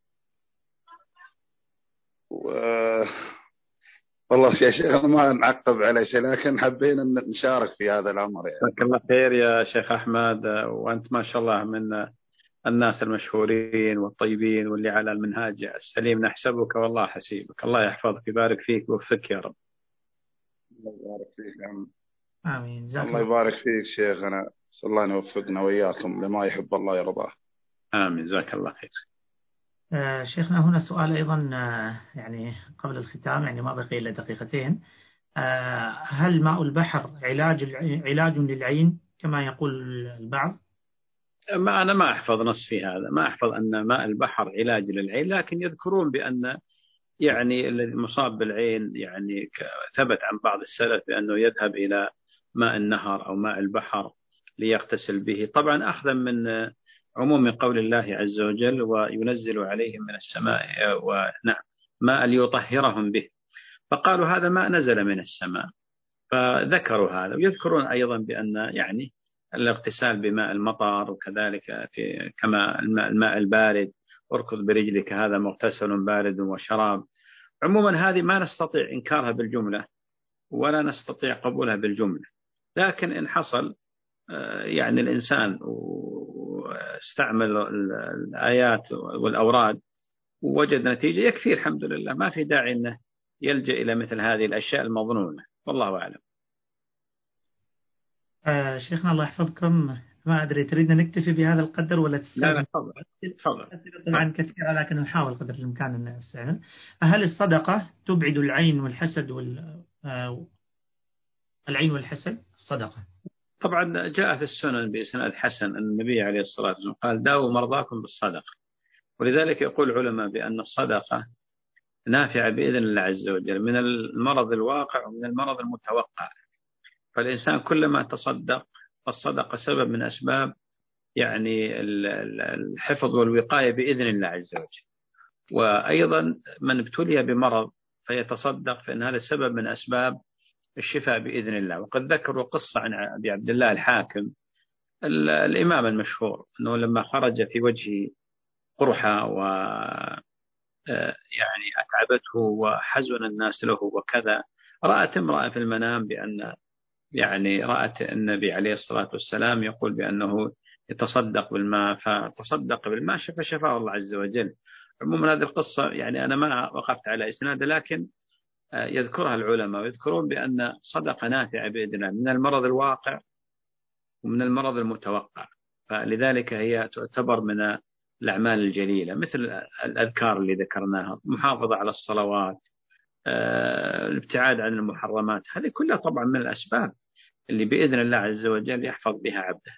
و... والله يا شيخ ما نعقب على شيء، لكن حبينا نشارك في هذا الأمر يعني. جزاك الله خير يا شيخ أحمد، وأنت ما شاء الله من الناس المشهورين والطيبين واللي على المنهاج السليم، نحسبك والله حسيبك. الله يحفظك ويبارك فيك ويوفقك يا رب. الله يبارك فيك يا عم. آمين. الله يبارك فيك شيخنا، صلى الله أن يوفقنا وإياكم لما يحب الله يرضاه. آمين. جزاك الله خير. آه شيخنا هنا سؤال أيضا، آه يعني قبل الختام، يعني ما بقي إلا دقيقتين. آه هل ماء البحر علاج علاج للعين كما يقول البعض؟ ما أنا ما أحفظ نص في هذا، ما أحفظ أن ماء البحر علاج للعين، لكن يذكرون بأن يعني المصاب بالعين يعني ثبت عن بعض السلف بأنه يذهب إلى ماء النهر أو ماء البحر ليغتسل به، طبعا أخذا من عموم قول الله عز وجل وينزل عليهم من السماء ونعم ماء ليطهرهم به، فقالوا هذا ماء نزل من السماء، فذكروا هذا. ويذكرون أيضا بأن يعني الاغتسال بماء المطر، وكذلك في كما الماء, الماء البارد، اركض برجلك هذا مغتسل بارد وشراب. عموما هذه ما نستطيع إنكارها بالجملة ولا نستطيع قبولها بالجملة، لكن إن حصل يعني الإنسان واستعمل الآيات والأوراد ووجد نتيجة يكفي الحمد لله، ما في داعي أنه يلجأ إلى مثل هذه الأشياء المظنونة، والله أعلم. آه شيخنا الله يحفظكم، ما أدري تريدنا نكتفي بهذا القدر ولا تستمر؟ لا لا تفضل تفضل. طبعا كثيرة لكن نحاول قدر الإمكان أن نسأل. هل الصدقة تبعد العين والحسد وال آه العين والحسد الصدقة؟ طبعا جاء في السنن بإسناد حسن أن النبي عليه الصلاة والسلام قال داووا مرضاكم بالصدقة، ولذلك يقول العلماء بأن الصدقة نافعة بإذن الله عز وجل من المرض الواقع ومن المرض المتوقع، فالإنسان كلما تصدق، الصدقة سبب من أسباب يعني الحفظ والوقاية بإذن الله عز وجل. وأيضا من ابتلي بمرض فيتصدق فإن هذا سبب من أسباب الشفاء بإذن الله. وقد ذكروا قصة عن أبي عبد الله الحاكم الإمام المشهور أنه لما خرج في وجهه قرحة و يعني أتعبته وحزن الناس له وكذا، رأت امرأة في المنام بأن يعني رأت النبي عليه الصلاة والسلام يقول بأنه يتصدق بالماء، فتصدق بالماء فشفاه الله عز وجل. عموما هذه القصة يعني أنا ما وقفت على إسناد، لكن يذكرها العلماء ويذكرون بأن صدقة نافعة بإذن الله من المرض الواقع ومن المرض المتوقع، فلذلك هي تعتبر من الأعمال الجليلة، مثل الأذكار اللي ذكرناها، محافظة على الصلوات، الابتعاد عن المحرمات، هذه كلها طبعا من الأسباب اللي بإذن الله عز وجل يحفظ بها عبده.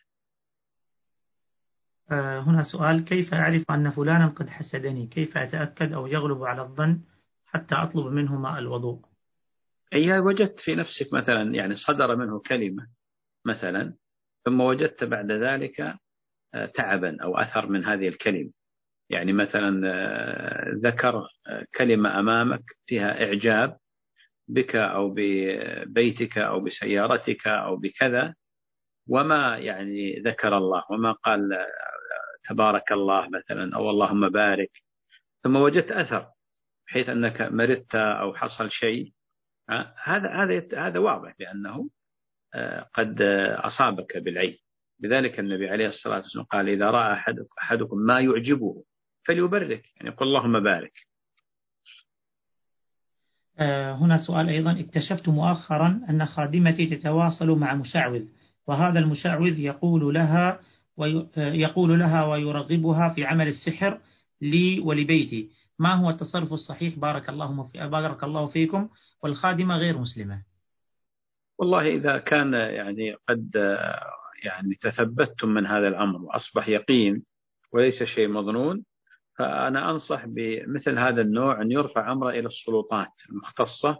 هنا سؤال: كيف أعرف أن فلانا قد حسدني؟ كيف أتأكد أو يغلب على الظن حتى أطلب منه ماء الوضوء؟ أي وجدت في نفسك مثلا يعني صدر منه كلمة مثلا، ثم وجدت بعد ذلك تعبا أو أثر من هذه الكلمة، يعني مثلا ذكر كلمة أمامك فيها إعجاب بك أو ببيتك أو بسيارتك أو بكذا، وما يعني ذكر الله وما قال تبارك الله مثلا أو اللهم بارك، ثم وجدت أثر بحيث أنك مرضت أو حصل شيء، هذا هذا هذا واضح بأنه قد أصابك بالعين. لذلك النبي عليه الصلاة والسلام قال إذا رأى أحدكم, أحدكم ما يعجبه فليبرك، يعني قل اللهم بارك. هنا سؤال أيضا: اكتشفت مؤخرا أن خادمتي تتواصل مع مشعوذ، وهذا المشعوذ يقول لها ويقول لها ويرغبها في عمل السحر لي ولبيتي، ما هو التصرف الصحيح؟ بارك الله في بارك الله فيكم، والخادمة غير مسلمة. والله إذا كان يعني قد يعني تثبتتم من هذا الأمر وأصبح يقين وليس شيء مظنون، فأنا أنصح بمثل هذا النوع أن يرفع أمره إلى السلطات المختصة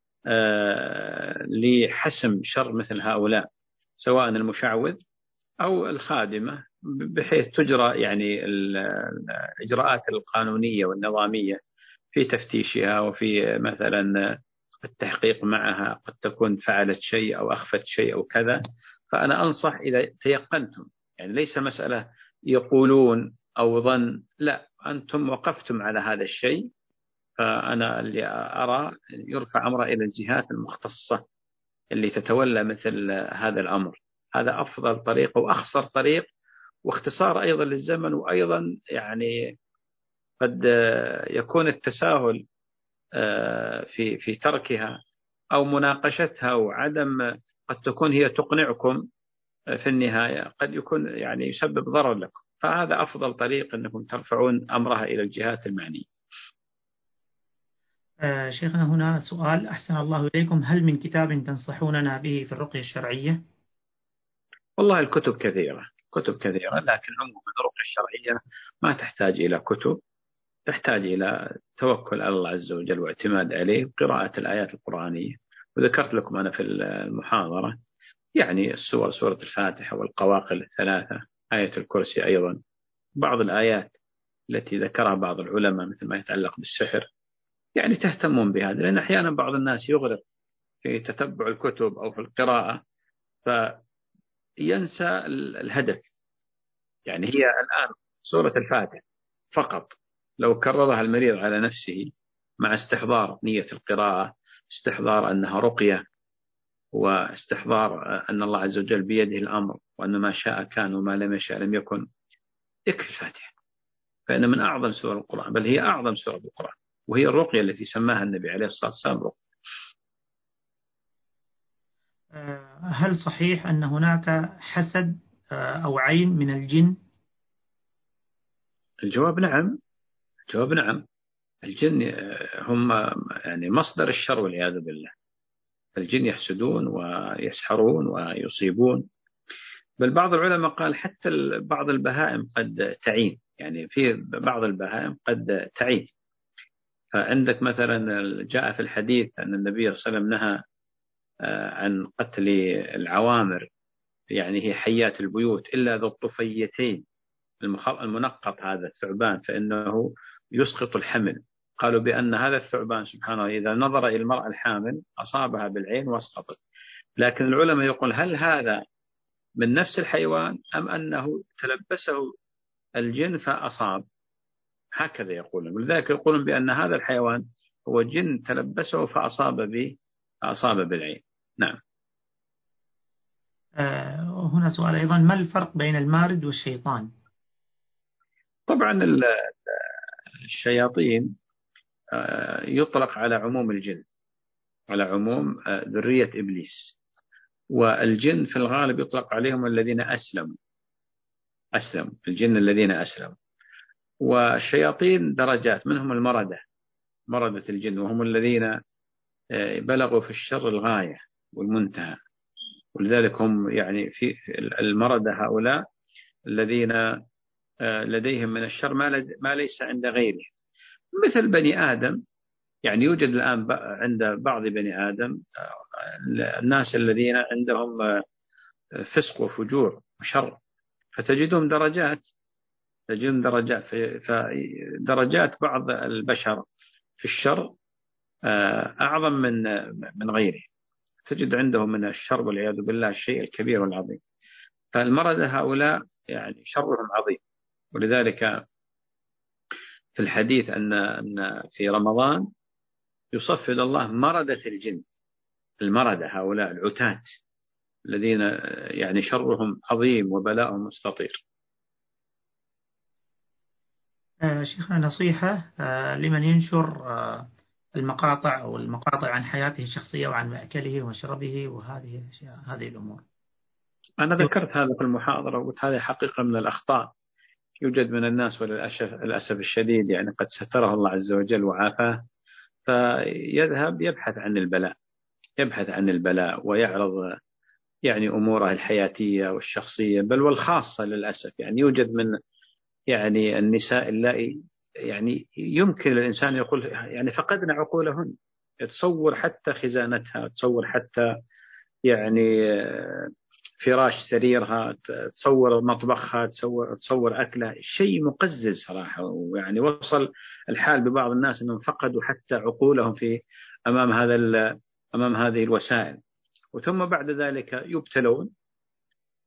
لحسم شر مثل هؤلاء، سواء المشعوذ أو الخادمة، بحيث تجرى يعني الإجراءات القانونية والنظامية في تفتيشها وفي مثلا التحقيق معها، قد تكون فعلت شيء أو أخفت شيء أو كذا، فأنا أنصح إذا تيقنتم، يعني ليس مسألة يقولون أو ظن، لا، أنتم وقفتم على هذا الشيء، فأنا اللي أرى يرفع أمره إلى الجهات المختصة اللي تتولى مثل هذا الأمر. هذا أفضل طريق وأخصر طريق، واختصار أيضا للزمن، وأيضا يعني قد يكون التساهل في في تركها أو مناقشتها وعدم، قد تكون هي تقنعكم في النهاية، قد يكون يعني يسبب ضرر لكم. فهذا أفضل طريق أنكم ترفعون أمرها إلى الجهات المعنية. آه شيخنا هنا سؤال أحسن الله إليكم، هل من كتاب تنصحوننا به في الرقية الشرعية؟ والله الكتب كثيرة، كتب كثيرة، لكن عموما الرقية الشرعية ما تحتاج إلى كتب، تحتاج إلى توكل على الله عز وجل واعتماد عليه وقراءة الآيات القرآنية. وذكرت لكم أنا في المحاضرة يعني السور، سورة الفاتحة والقواقل الثلاثة، آية الكرسي أيضا، بعض الآيات التي ذكرها بعض العلماء مثل ما يتعلق بالسحر، يعني تهتمون بهذا، لأن أحيانا بعض الناس يغرق في تتبع الكتب أو في القراءة فينسى الهدف. يعني هي الآن سورة الفاتحة فقط لو كررها المريض على نفسه مع استحضار نية القراءة، استحضار أنها رقية، واستحضار أن الله عز وجل بيده الأمر، وأن ما شاء كان وما لم يشاء لم يكن، يكفي الفاتحة، فإن من أعظم سور القرآن، بل هي أعظم سورة القرآن، وهي الرقية التي سماها النبي عليه الصلاة والسلام رقية. هل صحيح أن هناك حسد أو عين من الجن؟ الجواب نعم، الجواب نعم. الجن هم يعني مصدر الشر والعياذ بالله. الجن يحسدون ويسحرون ويصيبون، بل بعض العلماء قال حتى بعض البهائم قد تعين، يعني في بعض البهائم قد تعين. فعندك مثلا جاء في الحديث أن النبي صلى الله عليه وسلم نهى عن قتل العوامر، يعني هي حيات البيوت، إلا ذو الطفيتين المنقط، هذا الثعبان، فإنه يسقط الحمل. قالوا بأن هذا الثعبان سبحانه إذا نظر إلى المرأة الحامل أصابها بالعين واسقطت. لكن العلماء يقول هل هذا من نفس الحيوان أم أنه تلبسه الجن فأصاب؟ هكذا يقولون، ولذلك يقولون بأن هذا الحيوان هو جن تلبسه فأصاب به، فأصاب بالعين. نعم. آه هنا سؤال أيضا، ما الفرق بين المارد والشيطان؟ طبعا الشياطين يطلق على عموم الجن، على عموم ذرية إبليس، والجن في الغالب يطلق عليهم الذين أسلموا، أسلم الجن الذين أسلموا. والشياطين درجات، منهم المردة، مردة الجن، وهم الذين بلغوا في الشر الغاية والمنتهى، ولذلك هم يعني في المردة هؤلاء الذين لديهم من الشر ما ليس عند غيره، مثل بني آدم. يعني يوجد الآن عند بعض بني آدم الناس الذين عندهم فسق وفجور وشر، فتجدهم درجات، تجدهم درجات فدرجات بعض البشر في الشر أعظم من من غيره، تجد عندهم من الشر والعياذ بالله الشيء الكبير والعظيم. فالمردة هؤلاء يعني شرهم عظيم، ولذلك في الحديث أن أن في رمضان يصفد الله مردة الجن، المردة هؤلاء العتاة الذين يعني شرهم عظيم وبلاءهم مستطير. آه شيخنا نصيحة آه لمن ينشر آه المقاطع أو المقاطع عن حياته الشخصية وعن مأكله ومشربه وهذه الأشياء، هذه الأمور. أنا ذكرت هذا في المحاضرة، وقلت هذه حقيقة من الأخطاء. يوجد من الناس وللأسف الشديد يعني قد ستره الله عز وجل وعافاه، فيذهب يبحث عن البلاء، يبحث عن البلاء ويعرض يعني أموره الحياتية والشخصية بل والخاصة للأسف. يعني يوجد من يعني النساء اللائي يعني يمكن الإنسان يقول يعني فقدنا عقولهن، تصور حتى خزانتها، تصور حتى يعني فراش سريرها، تصور مطبخها، تصور تصور أكلها، شيء مقزز صراحة. ويعني وصل الحال ببعض الناس أنهم فقدوا حتى عقولهم في أمام هذا أمام هذه الوسائل، وثم بعد ذلك يبتلون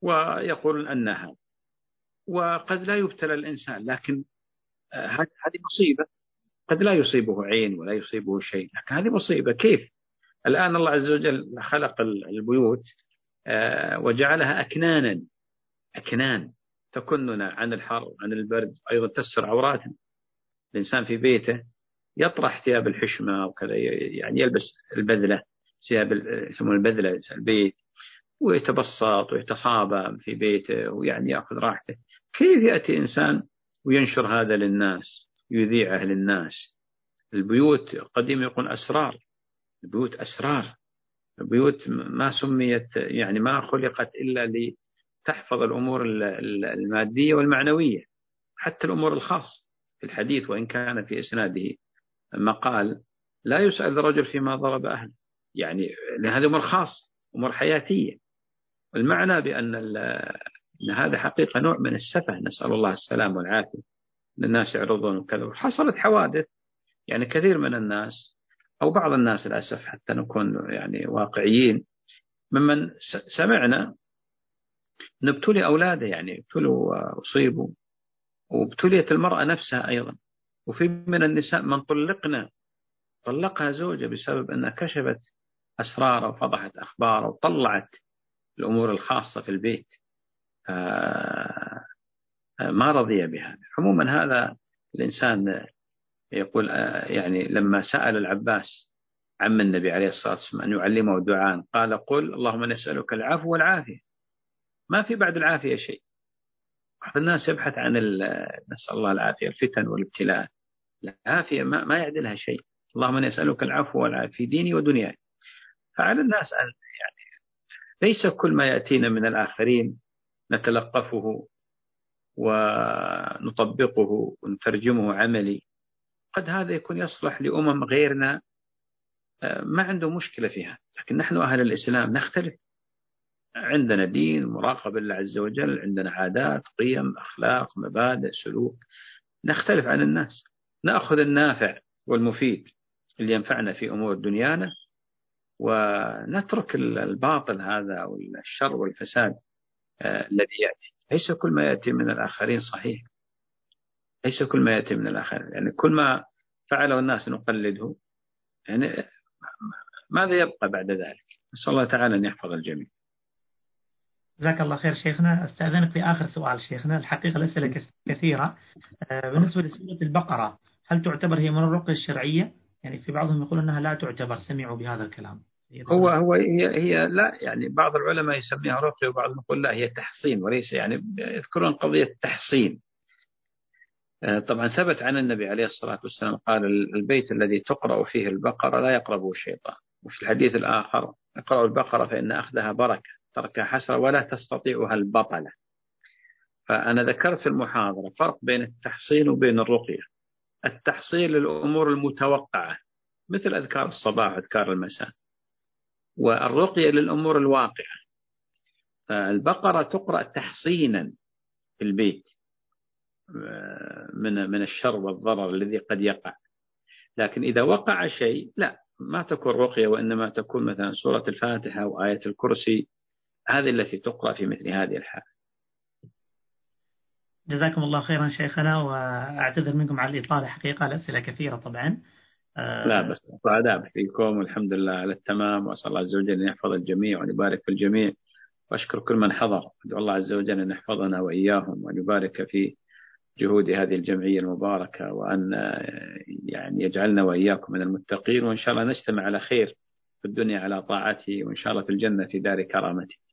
ويقول أنها، وقد لا يبتلى الإنسان، لكن هذه مصيبة. قد لا يصيبه عين ولا يصيبه شيء، لكن هذه مصيبة. كيف؟ الآن الله عز وجل خلق البيوت وجعلها أكنانا، أكنان تكننا عن الحر عن البرد، أيضا تستر عوراتنا. الإنسان في بيته يطرح ثياب الحشمة وكذا، يعني يلبس البذلة، ثياب يسمون البذلة البيت، ويتبسط ويتصابى في بيته ويعني يأخذ راحته. كيف يأتي إنسان وينشر هذا للناس، يذيعه للناس؟ البيوت قديم يقول أسرار، البيوت أسرار. البيوت ما سميت يعني ما خلقت إلا لتحفظ الأمور المادية والمعنوية، حتى الأمور الخاصة. في الحديث وإن كان في إسناده مقال لا يسأل الرجل فيما ضرب أهله، يعني هذه أمور خاصة، أمور حياتية. المعنى بأن أن هذا حقيقة نوع من السفه، نسأل الله السلام والعافية. الناس يعرضون وكذا، حصلت حوادث، يعني كثير من الناس أو بعض الناس للأسف، حتى نكون يعني واقعيين، ممن سمعنا نبتلي أولاده، يعني ابتلوا وأصيبوا، وابتليت المرأة نفسها أيضا. وفي من النساء من طلقنا طلقها زوجة بسبب أنها كشفت أسرار وفضحت أخبار وطلعت الأمور الخاصة في البيت، ما رضي بها. عموما هذا الإنسان يقول يعني لما سأل العباس عم النبي عليه الصلاة والسلام أن يعلمه دعاء، قال قل اللهم نسألك العفو والعافية. ما في بعد العافية شيء. بعض الناس يبحث عن نسأل الله العافية الفتن والابتلاء، العافية ما, ما يعدلها شيء. اللهم نسألك العفو والعافية في ديني ودنياي. فعلى الناس أن يعني ليس كل ما يأتينا من الآخرين نتلقفه ونطبقه ونترجمه عملي. قد هذا يكون يصلح لأمم غيرنا ما عنده مشكلة فيها، لكن نحن أهل الإسلام نختلف. عندنا دين، مراقبة الله عز وجل، عندنا عادات، قيم، أخلاق، مبادئ، سلوك، نختلف عن الناس. نأخذ النافع والمفيد اللي ينفعنا في أمور دنيانا، ونترك الباطل هذا والشر والفساد آه الذي يأتي. ليس كل ما يأتي من الآخرين صحيح، ليس كل ما يأتي من الآخرين، يعني كل ما فعله الناس نقلده، يعني ماذا يبقى بعد ذلك؟ نسأل الله تعالى أن يحفظ الجميع. جزاك الله خير شيخنا. استأذنك في آخر سؤال شيخنا، الحقيقة الأسئلة كثيرة. بالنسبة لسورة البقرة، هل تعتبر هي من الرقية الشرعية؟ يعني في بعضهم يقول أنها لا تعتبر، سمعوا بهذا الكلام. هو هو هي, هي لا، يعني بعض العلماء يسميها رقية وبعضهم يقول لا هي تحصين، وليس يعني يذكرون قضية تحصين. طبعا ثبت عن النبي عليه الصلاة والسلام قال البيت الذي تقرأ فيه البقرة لا يقربه الشيطان. وفي الحديث الآخر اقرأوا البقرة فإن أخذها بركة، تركها حسرة ولا تستطيعها البطلة. فأنا ذكرت في المحاضرة فرق بين التحصين وبين الرقية. التحصين للأمور المتوقعة مثل أذكار الصباح وأذكار المساء، والرقية للأمور الواقعة. فالبقرة تقرأ تحصينا في البيت من من الشر والضرر الذي قد يقع، لكن إذا وقع شيء لا، ما تكون رقية، وإنما تكون مثلا سورة الفاتحة وآية الكرسي، هذه التي تقرأ في مثل هذه الحال. جزاكم الله خيرا شيخنا، وأعتذر منكم على الإطالة، حقيقة الأسئلة كثيرة طبعا. لا بس آداب فيكم، والحمد لله على التمام، وأسأل الله عز وجل أن يحفظ الجميع وأن يبارك في الجميع، وأشكر كل من حضر. أدعو الله عز وجل أن يحفظنا وإياهم وأن يبارك في جهود هذه الجمعية المباركة، وأن يعني يجعلنا وإياكم من المتقين، وإن شاء الله نجتمع على خير في الدنيا على طاعته، وإن شاء الله في الجنة في دار كرامته.